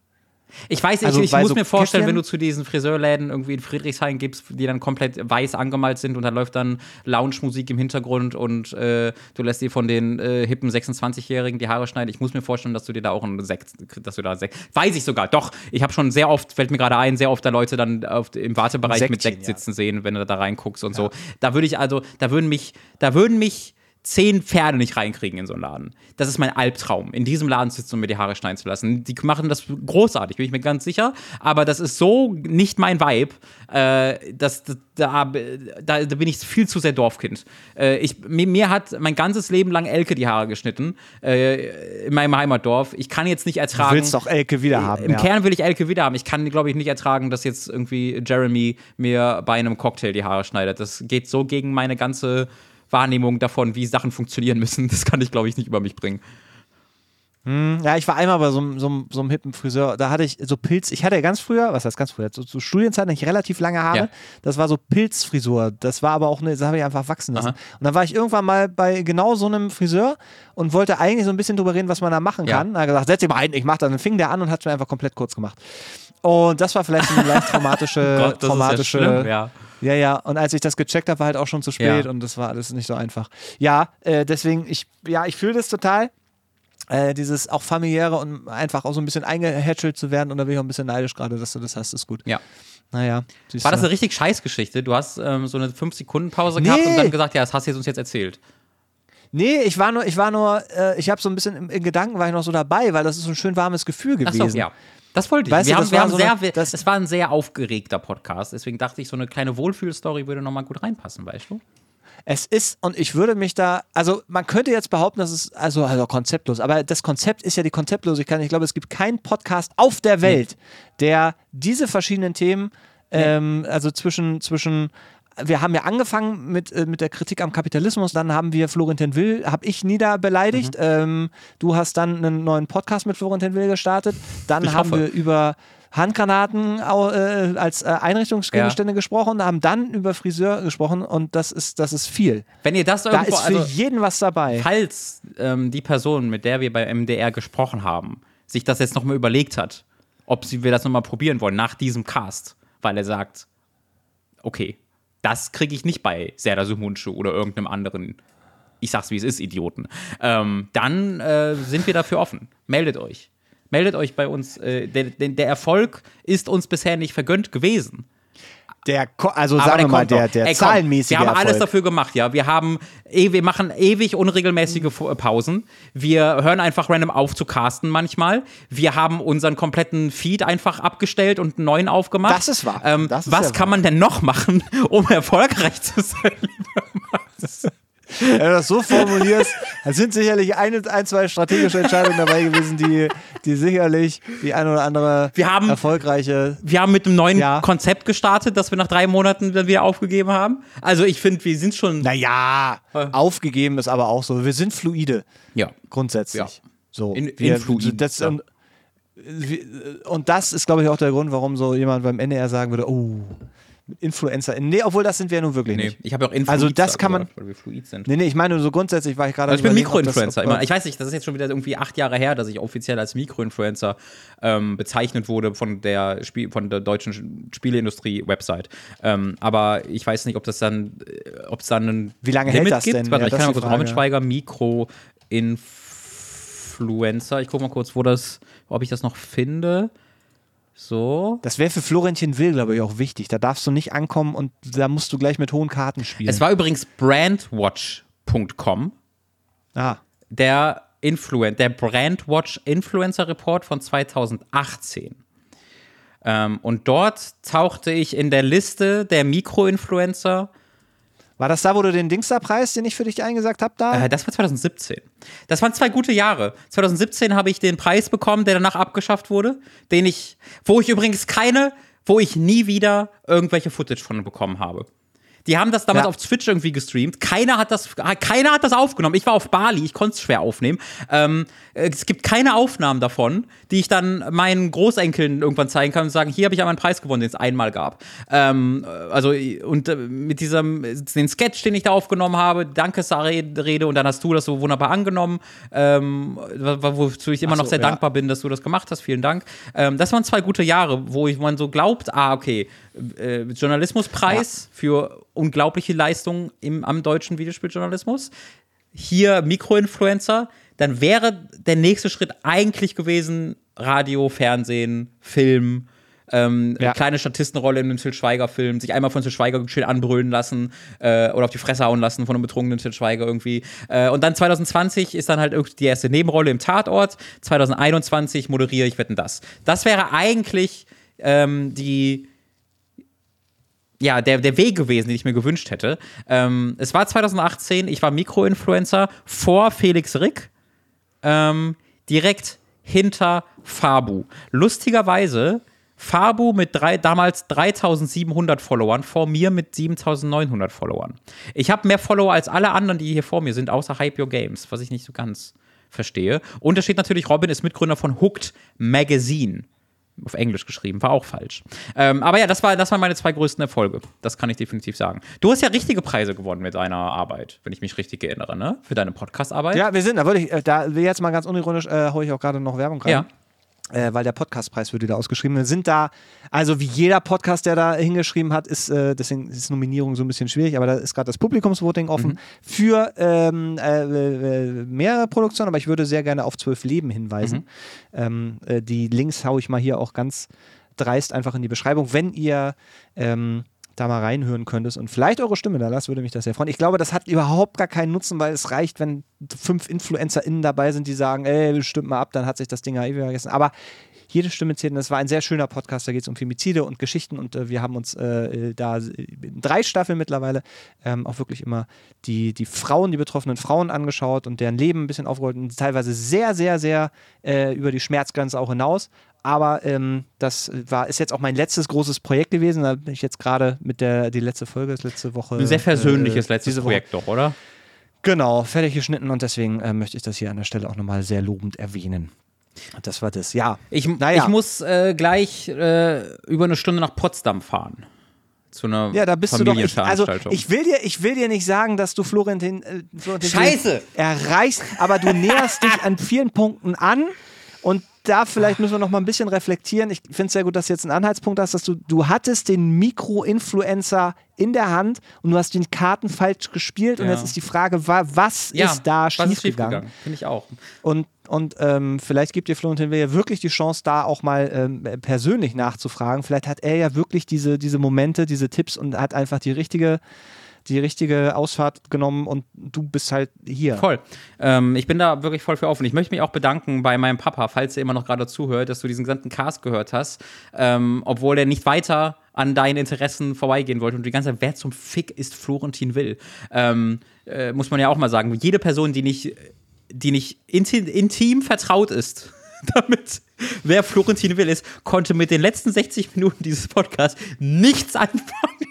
Ich weiß, Also, ich, ich weil muss so mir vorstellen, Käffchen- wenn du zu diesen Friseurläden irgendwie in Friedrichshain gibst, die dann komplett weiß angemalt sind und da läuft dann Lounge-Musik im Hintergrund und äh, du lässt dir von den äh, hippen sechsundzwanzigjährigen die Haare schneiden. Ich muss mir vorstellen, dass du dir da auch einen Sekt, dass du da Sekt, weiß ich sogar, doch. Ich habe schon sehr oft, fällt mir gerade ein, sehr oft da Leute dann auf, im Wartebereich Sektchen, mit Sekt ja. sitzen sehen, wenn du da reinguckst und ja. so. Da würde ich also, da würden mich, da würden mich zehn Pferde nicht reinkriegen in so einen Laden. Das ist mein Albtraum, in diesem Laden sitzen und mir die Haare schneiden zu lassen. Die machen das großartig, bin ich mir ganz sicher. Aber das ist so nicht mein Vibe. Äh, das, das, da, da, da bin ich viel zu sehr Dorfkind. Äh, ich, mir, mir hat mein ganzes Leben lang Elke die Haare geschnitten. Äh, in meinem Heimatdorf. Ich kann jetzt nicht ertragen. Du willst doch Elke wieder haben. Im ja. Kern will ich Elke wieder haben. Ich kann, glaube ich, nicht ertragen, dass jetzt irgendwie Jeremy mir bei einem Cocktail die Haare schneidet. Das geht so gegen meine ganze Wahrnehmung davon, wie Sachen funktionieren müssen. Das kann ich, glaube ich, nicht über mich bringen. Hm, ja, ich war einmal bei so, einem- so, einem- so einem hippen Friseur, da hatte ich so Pilz, ich hatte ja ganz früher, was heißt ganz früher, zu, zu Studienzeiten hatte ich relativ lange Haare, Ja. das war so Pilzfrisur, das war aber auch eine, das habe ich einfach wachsen lassen. Aha. Und dann war ich irgendwann mal bei genau so einem Friseur und wollte eigentlich so ein bisschen drüber reden, was man da machen Ja. kann. Er hat gesagt, setz dich mal ein, ich mach das. Dann fing der an und hat es mir einfach komplett kurz gemacht. Und das war vielleicht so eine leicht traumatische, Gott, das traumatische ist ja schlimm, ja. Ja, ja, und als ich das gecheckt habe, war halt auch schon zu spät Ja. und das war alles nicht so einfach. Ja, äh, deswegen, ich, ja, ich fühle das total. Äh, dieses auch familiäre und einfach auch so ein bisschen eingehätschelt zu werden und da bin ich auch ein bisschen neidisch gerade, dass du das hast, ist gut. Ja. Naja. siehst War das du. eine richtig Scheißgeschichte? Du hast ähm, so eine fünf Sekunden Pause gehabt Nee. und dann gesagt, ja, das hast du uns jetzt erzählt. Nee, ich war nur, ich war nur, äh, ich habe so ein bisschen im, in Gedanken war ich noch so dabei, weil das ist so ein schön warmes Gefühl gewesen. Achso, ja. Das wollte ich. Weißt wir du, haben, das wir war haben so sehr, eine- wir, das- es war ein sehr aufgeregter Podcast, deswegen dachte ich, so eine kleine Wohlfühlstory würde nochmal gut reinpassen, weißt du? Es ist, und ich würde mich da, also man könnte jetzt behaupten, das ist also, also konzeptlos, aber das Konzept ist ja die Konzeptlosigkeit. Ich glaube, es gibt keinen Podcast auf der Welt, der diese verschiedenen Themen, ähm, also zwischen, zwischen wir haben ja angefangen mit, äh, mit der Kritik am Kapitalismus, dann haben wir Florentin Will, habe ich nieder beleidigt. Mhm. Ähm, du hast dann einen neuen Podcast mit Florentin Will gestartet. Dann Ich haben hoffe. wir über Handgranaten äh, als äh, Einrichtungsgegenstände Ja. gesprochen, haben dann über Friseur gesprochen und das ist, das ist viel. Wenn ihr das Da irgendwo, ist für also, jeden was dabei. falls ähm, die Person, mit der wir bei M D R gesprochen haben, sich das jetzt nochmal überlegt hat, ob sie, wir das nochmal probieren wollen nach diesem Cast, weil er sagt, okay, das kriege ich nicht bei Serdar Sumuncu oder irgendeinem anderen, ich sag's wie es ist, Idioten. Ähm, dann äh, sind wir dafür offen. Meldet euch. Meldet euch bei uns. Äh, der, der Erfolg ist uns bisher nicht vergönnt gewesen. Der, Ko- also Aber sagen der wir mal, kommt der, noch. der Ey, komm, zahlenmäßige wir haben alles Erfolg. dafür gemacht, ja. Wir haben, eh, wir machen ewig unregelmäßige Fu- Pausen. Wir hören einfach random auf zu casten manchmal. Wir haben unseren kompletten Feed einfach abgestellt und einen neuen aufgemacht. Das ist wahr. Ähm, Das ist was sehr kann wahr. man denn noch machen, um erfolgreich zu sein, lieber Max? Wenn du das so formulierst, da sind sicherlich ein, ein, zwei strategische Entscheidungen dabei gewesen, die, die sicherlich die eine oder andere Wir haben- erfolgreiche. Wir haben mit einem neuen Ja. Konzept gestartet, das wir nach drei Monaten dann wieder aufgegeben haben. Also ich finde, wir sind schon... Naja, aufgegeben ist aber auch so. Wir sind fluide, Ja. grundsätzlich. Ja. So, In- wir, influid, das, ja. und, wir- und das ist, glaube ich, auch der Grund, warum so jemand beim N D R sagen würde, oh, Influencer. Nee, obwohl das sind wir ja nun wirklich Nee, nicht. ich habe auch Influencer Also das kann man- gesagt, weil wir fluid sind. Nee, nee, ich meine, so grundsätzlich war ich gerade. Also ich bin überlegen, ob das- Mikroinfluencer. ob- Immer. Ich weiß nicht, das ist jetzt schon wieder irgendwie acht Jahre her, dass ich offiziell als Mikroinfluencer ähm, bezeichnet wurde von der, Spiel, von der deutschen Spieleindustrie-Website. Ähm, aber ich weiß nicht, ob das dann, äh, ob es dann ein Wie lange Limit hält das gibt. denn? Warte, Ja, ich das kann mal ist die kurz Frage. Robin Schweiger, Mikroinfluencer. Ich gucke mal kurz, wo das, ob ich das noch finde. So. Das wäre für Florentin Will, glaube ich, auch wichtig. Da darfst du nicht ankommen und da musst du gleich mit hohen Karten spielen. Es war übrigens brandwatch punkt com. ah, Der Influen der Brandwatch Influencer Report von zweitausendachtzehn. Ähm, und dort tauchte ich in der Liste der Mikroinfluencer. war das da, wo du den Dingster-Preis, den ich für dich eingesagt habe, da? Äh, das war zweitausendsiebzehn. Das waren zwei gute Jahre. zweitausendsiebzehn habe ich den Preis bekommen, der danach abgeschafft wurde, den ich, wo ich übrigens keine, wo ich nie wieder irgendwelche Footage von bekommen habe. Die haben das damals ja. auf Twitch irgendwie gestreamt. Keiner hat das, keiner hat das aufgenommen. Ich war auf Bali, ich konnte es schwer aufnehmen. Ähm, es gibt keine Aufnahmen davon, die ich dann meinen Großenkeln irgendwann zeigen kann und sagen, hier habe ich einmal einen Preis gewonnen, den es einmal gab. Ähm, also, und äh, mit diesem, den Sketch, den ich da aufgenommen habe, Dankesrede, und dann hast du das so wunderbar angenommen, ähm, wozu ich immer so, noch sehr ja. dankbar bin, dass du das gemacht hast. Vielen Dank. Ähm, das waren zwei gute Jahre, wo ich, man so glaubt, ah, okay, äh, Journalismuspreis ja. für unglaubliche Leistungen im, am deutschen Videospieljournalismus. Hier Mikroinfluencer. Dann wäre der nächste Schritt eigentlich gewesen Radio, Fernsehen, Film, ähm, ja. kleine Statistenrolle in einem Til Schweiger-Film, sich einmal von Til Schweiger schön anbrüllen lassen äh, oder auf die Fresse hauen lassen von einem betrunkenen Til Schweiger irgendwie. Äh, und dann zwanzig zwanzig ist dann halt irgendwie die erste Nebenrolle im Tatort. zwanzig einundzwanzig moderiere ich Wetten, das. Das wäre eigentlich ähm, die Ja, der, der Weg gewesen, den ich mir gewünscht hätte. Ähm, es war zwanzig achtzehn, ich war Mikroinfluencer vor Felix Rick, ähm, direkt hinter Fabu. Lustigerweise, Fabu mit drei, damals dreitausendsiebenhundert Followern, vor mir mit siebentausendneunhundert Followern. Ich habe mehr Follower als alle anderen, die hier vor mir sind, außer Hype Your Games, was ich nicht so ganz verstehe. Und da steht natürlich, Robin ist Mitgründer von Hooked Magazine. Auf Englisch geschrieben, war auch falsch. Ähm, aber ja, das, war, das waren meine zwei größten Erfolge. Das kann ich definitiv sagen. Du hast ja richtige Preise gewonnen mit deiner Arbeit, wenn ich mich richtig erinnere, ne? Für deine Podcast-Arbeit. Ja, wir sind, da würde ich, äh, da will jetzt mal ganz unironisch, äh, hole ich auch gerade noch Werbung rein. Ja. Äh, weil der Podcastpreis wird wieder ausgeschrieben. Wir sind da, also wie jeder Podcast, der da hingeschrieben hat, ist, äh, deswegen ist Nominierung so ein bisschen schwierig, aber da ist gerade das Publikumsvoting offen mhm. für ähm, äh, äh, mehrere Produktionen, aber ich würde sehr gerne auf zwölf Leben hinweisen. Mhm. Ähm, äh, die Links haue ich mal hier auch ganz dreist einfach in die Beschreibung. Wenn ihr ähm, da mal reinhören könntest und vielleicht eure Stimme da lasst, würde mich das sehr freuen. Ich glaube, das hat überhaupt gar keinen Nutzen, weil es reicht, wenn fünf InfluencerInnen dabei sind, die sagen, ey, stimmt mal ab, dann hat sich das Ding ja ewig vergessen. Aber jede Stimme zählt. Und das war ein sehr schöner Podcast, da geht es um Femizide und Geschichten und äh, wir haben uns äh, da in drei Staffeln mittlerweile ähm, auch wirklich immer die, die Frauen, die betroffenen Frauen angeschaut und deren Leben ein bisschen aufgerollt und teilweise sehr, sehr, sehr äh, über die Schmerzgrenze auch hinaus. Aber ähm, das war, ist jetzt auch mein letztes großes Projekt gewesen. Da bin ich jetzt gerade mit der, die letzte Folge, das letzte Woche. Ein sehr versöhnliches äh, letztes Projekt doch, oder? Genau, fertig geschnitten und deswegen äh, möchte ich das hier an der Stelle auch nochmal sehr lobend erwähnen. Das war das, ja. Ich, naja. ich muss äh, gleich äh, über eine Stunde nach Potsdam fahren. Zu einer ja, da bist Familienveranstaltung. Du doch, ich, also ich will, dir, ich will dir nicht sagen, dass du Florentin, äh, Florentin Scheiße! erreichst, aber du näherst dich an vielen Punkten an und da vielleicht müssen wir noch mal ein bisschen reflektieren. Ich finde es sehr gut, dass du jetzt einen Anhaltspunkt hast, dass du, du hattest den Mikro-Influencer in der Hand und du hast die Karten falsch gespielt ja. und jetzt ist die Frage, was ja, ist da schiefgegangen? schiefgegangen? Finde ich auch. Und, und ähm, vielleicht gibt dir Florentin Will ja wirklich die Chance, da auch mal ähm, persönlich nachzufragen. Vielleicht hat er ja wirklich diese, diese Momente, diese Tipps und hat einfach die richtige die richtige Ausfahrt genommen und du bist halt hier. Voll. Ähm, ich bin da wirklich voll für offen. Ich möchte mich auch bedanken bei meinem Papa, falls er immer noch gerade zuhört, dass du diesen gesamten Cast gehört hast, ähm, obwohl er nicht weiter an deinen Interessen vorbeigehen wollte und die ganze Zeit, wer zum Fick ist Florentin Will? Ähm, äh, muss man ja auch mal sagen. Jede Person, die nicht, die nicht intim, intim vertraut ist, damit, wer Florentin Will ist, konnte mit den letzten sechzig Minuten dieses Podcasts nichts anfangen.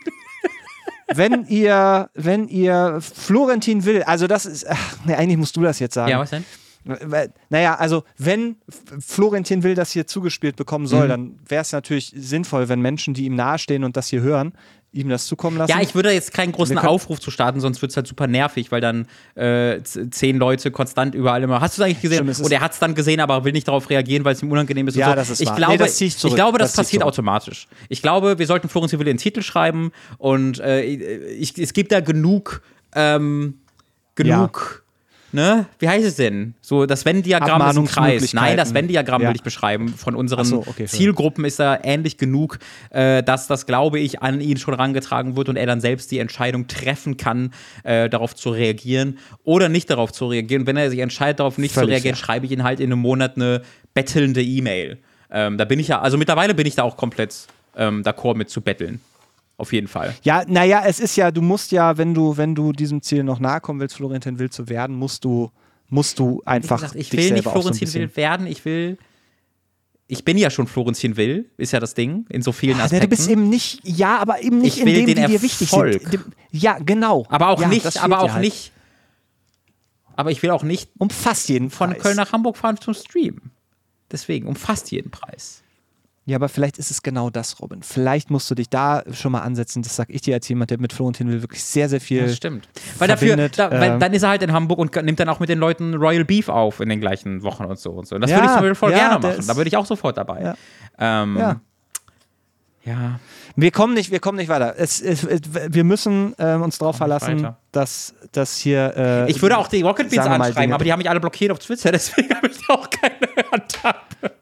Wenn ihr, wenn ihr Florentin Will, also das ist, ach, nee, eigentlich musst du das jetzt sagen. Ja, was denn? Naja, also wenn Florentin Will das hier zugespielt bekommen soll, mhm. dann wäre es natürlich sinnvoll, wenn Menschen, die ihm nahestehen und das hier hören, ihm das zukommen lassen. Ja, ich würde jetzt keinen großen Aufruf zu starten, sonst wird es halt super nervig, weil dann äh, zehn Leute konstant überall immer, hast du es eigentlich gesehen? Stimmt, und er hat es dann gesehen, aber will nicht darauf reagieren, weil es ihm unangenehm ist. Ja, und so. das ist ich wahr. glaube, nee, das ich, ich glaube, das, das passiert automatisch. Ich glaube, wir sollten Florentin Will den Titel schreiben und äh, ich, es gibt da genug, ähm, genug. Ja. Ne? Wie heißt es denn? So, das Venn-Diagramm ist ein Kreis. Nein, das Venn-Diagramm ja. will ich beschreiben. Von unseren so, okay, Zielgruppen ist da ähnlich genug, äh, dass das, glaube ich, an ihn schon rangetragen wird und er dann selbst die Entscheidung treffen kann, äh, darauf zu reagieren oder nicht darauf zu reagieren. Und wenn er sich entscheidet, darauf nicht Völlig zu reagieren, ja. schreibe ich ihn halt in einem Monat eine bettelnde E-Mail. Ähm, da bin ich ja, also mittlerweile bin ich da auch komplett ähm, d'accord mit zu betteln. Auf jeden Fall. Ja, naja, es ist ja, du musst ja, wenn du, wenn du diesem Ziel noch nahe kommen willst, Florentin Will zu werden, musst du, musst du einfach. Wie gesagt, ich will nicht Florentin Will werden, ich will, ich bin ja schon Florentin Will, ist ja das Ding, in so vielen Aspekten. Ja, du bist eben nicht, ja, aber eben nicht ich will in dem, den die dir wichtig sind. Ja, genau. Aber auch ja, nicht, aber auch halt. nicht, aber ich will auch nicht um fast jeden von Preis. Köln nach Hamburg fahren zum Streamen. Deswegen, um fast jeden Preis. Ja, aber vielleicht ist es genau das, Robin. Vielleicht musst du dich da schon mal ansetzen. Das sag ich dir als jemand, der mit Florentin Will wirklich sehr, sehr viel Das stimmt. Weil dafür, da, weil, dann ist er halt in Hamburg und nimmt dann auch mit den Leuten Royal Beef auf in den gleichen Wochen und so und so. Und das ja, würde ich zum Beispiel voll ja, gerne machen. Da würde ich auch sofort dabei. Ja. Ähm, ja. ja. Wir kommen nicht, wir kommen nicht weiter. Es, es, es, wir müssen äh, uns darauf verlassen, dass, dass hier. Äh, ich würde auch die Rocket Beans anschreiben, aber die haben mich alle blockiert auf Twitter, deswegen habe ich auch keine Handhabe.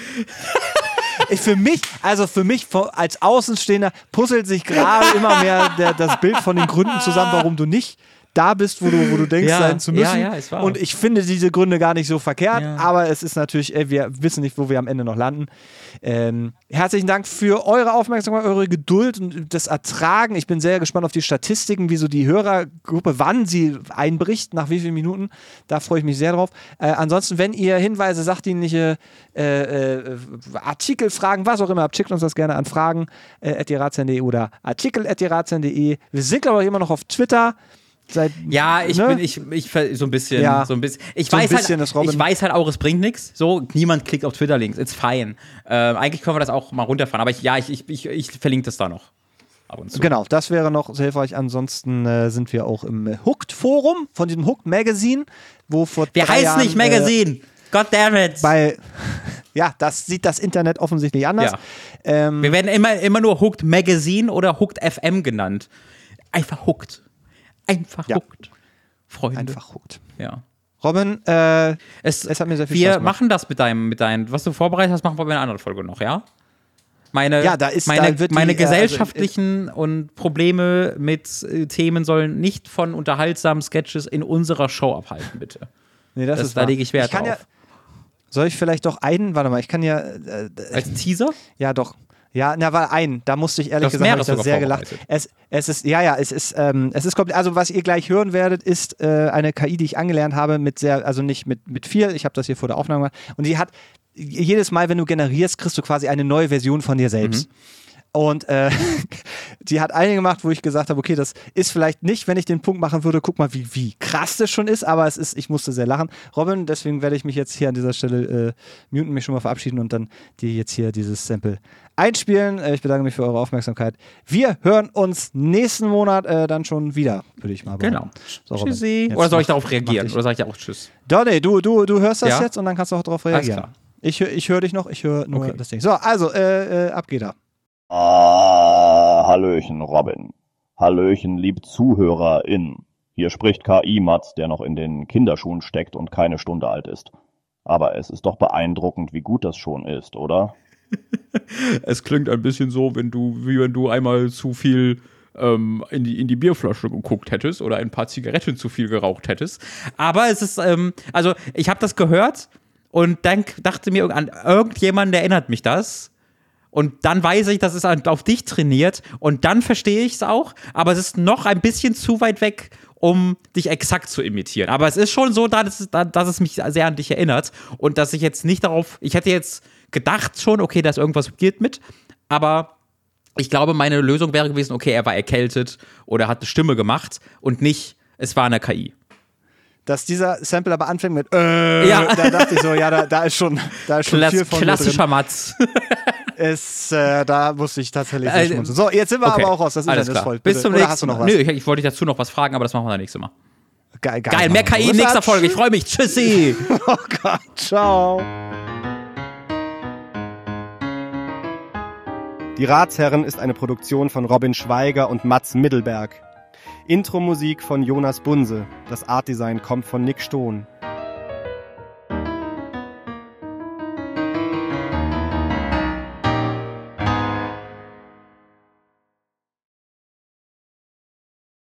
Ich, für mich, also für mich als Außenstehender puzzelt sich gerade immer mehr der, das Bild von den Gründen zusammen, warum du nicht da bist, wo du, wo du denkst, ja, sein zu müssen. Ja, ja, ist wahr. Und ich finde diese Gründe gar nicht so verkehrt, ja. aber es ist natürlich, ey, wir wissen nicht, wo wir am Ende noch landen. Ähm, herzlichen Dank für eure Aufmerksamkeit, eure Geduld und das Ertragen. Ich bin sehr gespannt auf die Statistiken, wie so die Hörergruppe, wann sie einbricht, nach wie vielen Minuten. Da freue ich mich sehr drauf. Äh, ansonsten, wenn ihr Hinweise, sachdienliche äh, äh, Artikel, Fragen, was auch immer habt, schickt uns das gerne an fragen äh, at die ratsherren punkt de oder artikel at die ratsherren punkt de. Wir sind, glaube ich, immer noch auf Twitter. Seit, ja, ich ne? bin ich, ich so ein bisschen ja. so ein bisschen ich so weiß ein bisschen halt ich weiß halt auch, es bringt nichts. So, niemand klickt auf Twitter Links. It's fine. Äh, eigentlich können wir das auch mal runterfahren, aber ich, ja, ich, ich, ich, ich verlinke das da noch. Ab und zu. Genau, das wäre noch sehr hilfreich. Ansonsten äh, sind wir auch im äh, Hooked Forum von diesem Hooked Magazine, wo vor Wir drei heißen Jahren, nicht Magazine. Äh, God damn it. Bei ja, das sieht das Internet offensichtlich anders. Ja. Ähm, wir werden immer immer nur Hooked Magazine oder Hooked F M genannt. Einfach Hooked. Einfach ja. Hooked. Freunde. Einfach hooked. Ja. Robin, äh, es, es hat mir sehr viel wir Spaß gemacht. Wir machen das mit deinem, mit deinem, was du vorbereitet hast, machen wir in einer anderen Folge noch, ja? Meine, ja, da ist, meine, da wird die, meine äh, gesellschaftlichen also, und Probleme mit äh, Themen sollen nicht von unterhaltsamen Sketches in unserer Show abhalten, bitte. Nee, das, das ist da lege ich Wert ich kann drauf. Ja, soll ich vielleicht doch einen, warte mal, ich kann ja äh, als Teaser? Ja, doch. Ja, na, war ein. Da musste ich ehrlich gesagt, habe ich da sehr gelacht. Es, es ist, ja, ja, es ist, ähm, es ist komplett, also was ihr gleich hören werdet, ist äh, eine K I, die ich angelernt habe mit sehr, also nicht mit, mit viel, ich habe das hier vor der Aufnahme gemacht und die hat, jedes Mal, wenn du generierst, kriegst du quasi eine neue Version von dir selbst. Mhm. Und äh, die hat eine gemacht, wo ich gesagt habe, okay, das ist vielleicht nicht, wenn ich den Punkt machen würde, guck mal, wie, wie krass das schon ist, aber es ist, ich musste sehr lachen. Robin, deswegen werde ich mich jetzt hier an dieser Stelle äh, muten, mich schon mal verabschieden und dann dir jetzt hier dieses Sample einspielen. Äh, ich bedanke mich für eure Aufmerksamkeit. Wir hören uns nächsten Monat äh, dann schon wieder, würde ich mal sagen. Genau. So, Tschüssi. Oder soll ich darauf reagieren? Oder sage ich auch Tschüss? Doch, nee, du, du, du hörst das ja? jetzt und dann kannst du auch darauf reagieren. Alles klar. Ich, ich höre dich noch, ich höre nur okay. das Ding. So, also, äh, äh, ab geht er. Ah, Hallöchen, Robin. Hallöchen, lieb ZuhörerInnen. Hier spricht K I-Matz, der noch in den Kinderschuhen steckt und keine Stunde alt ist. Aber es ist doch beeindruckend, wie gut das schon ist, oder? Es klingt ein bisschen so, wenn du, wie wenn du einmal zu viel ähm, in die, in die Bierflasche geguckt hättest oder ein paar Zigaretten zu viel geraucht hättest. Aber es ist, ähm, also ich habe das gehört und dann dachte mir, an irgendjemand erinnert mich das. Und dann weiß ich, dass es auf dich trainiert und dann verstehe ich es auch, aber es ist noch ein bisschen zu weit weg, um dich exakt zu imitieren. Aber es ist schon so, dass es, dass es mich sehr an dich erinnert und dass ich jetzt nicht darauf, ich hätte jetzt gedacht schon, okay, da ist irgendwas geht mit, aber ich glaube, meine Lösung wäre gewesen, okay, er war erkältet oder hat eine Stimme gemacht und nicht, es war eine K I. Dass dieser Sample aber anfängt mit äh, ja. Da dachte ich so, ja, da, da ist schon, da ist schon Klass, viel von klassischer Matz. Es, äh, da musste ich tatsächlich sehr schmunzeln. So, jetzt sind wir okay. aber auch raus. Das Internet ist voll. Bis zum Oder nächsten hast du noch was? Nö, ich, ich wollte dich dazu noch was fragen, aber das machen wir dann nächstes Mal. Geil, geil. Geil, mehr K I in nächster Folge. Ich freue mich. Tschüssi. Oh Gott, ciao. Die Ratsherren ist eine Produktion von Robin Schweiger und Mats Middelberg. Intro-Musik von Jonas Bunse. Das Artdesign kommt von Nick Stohn.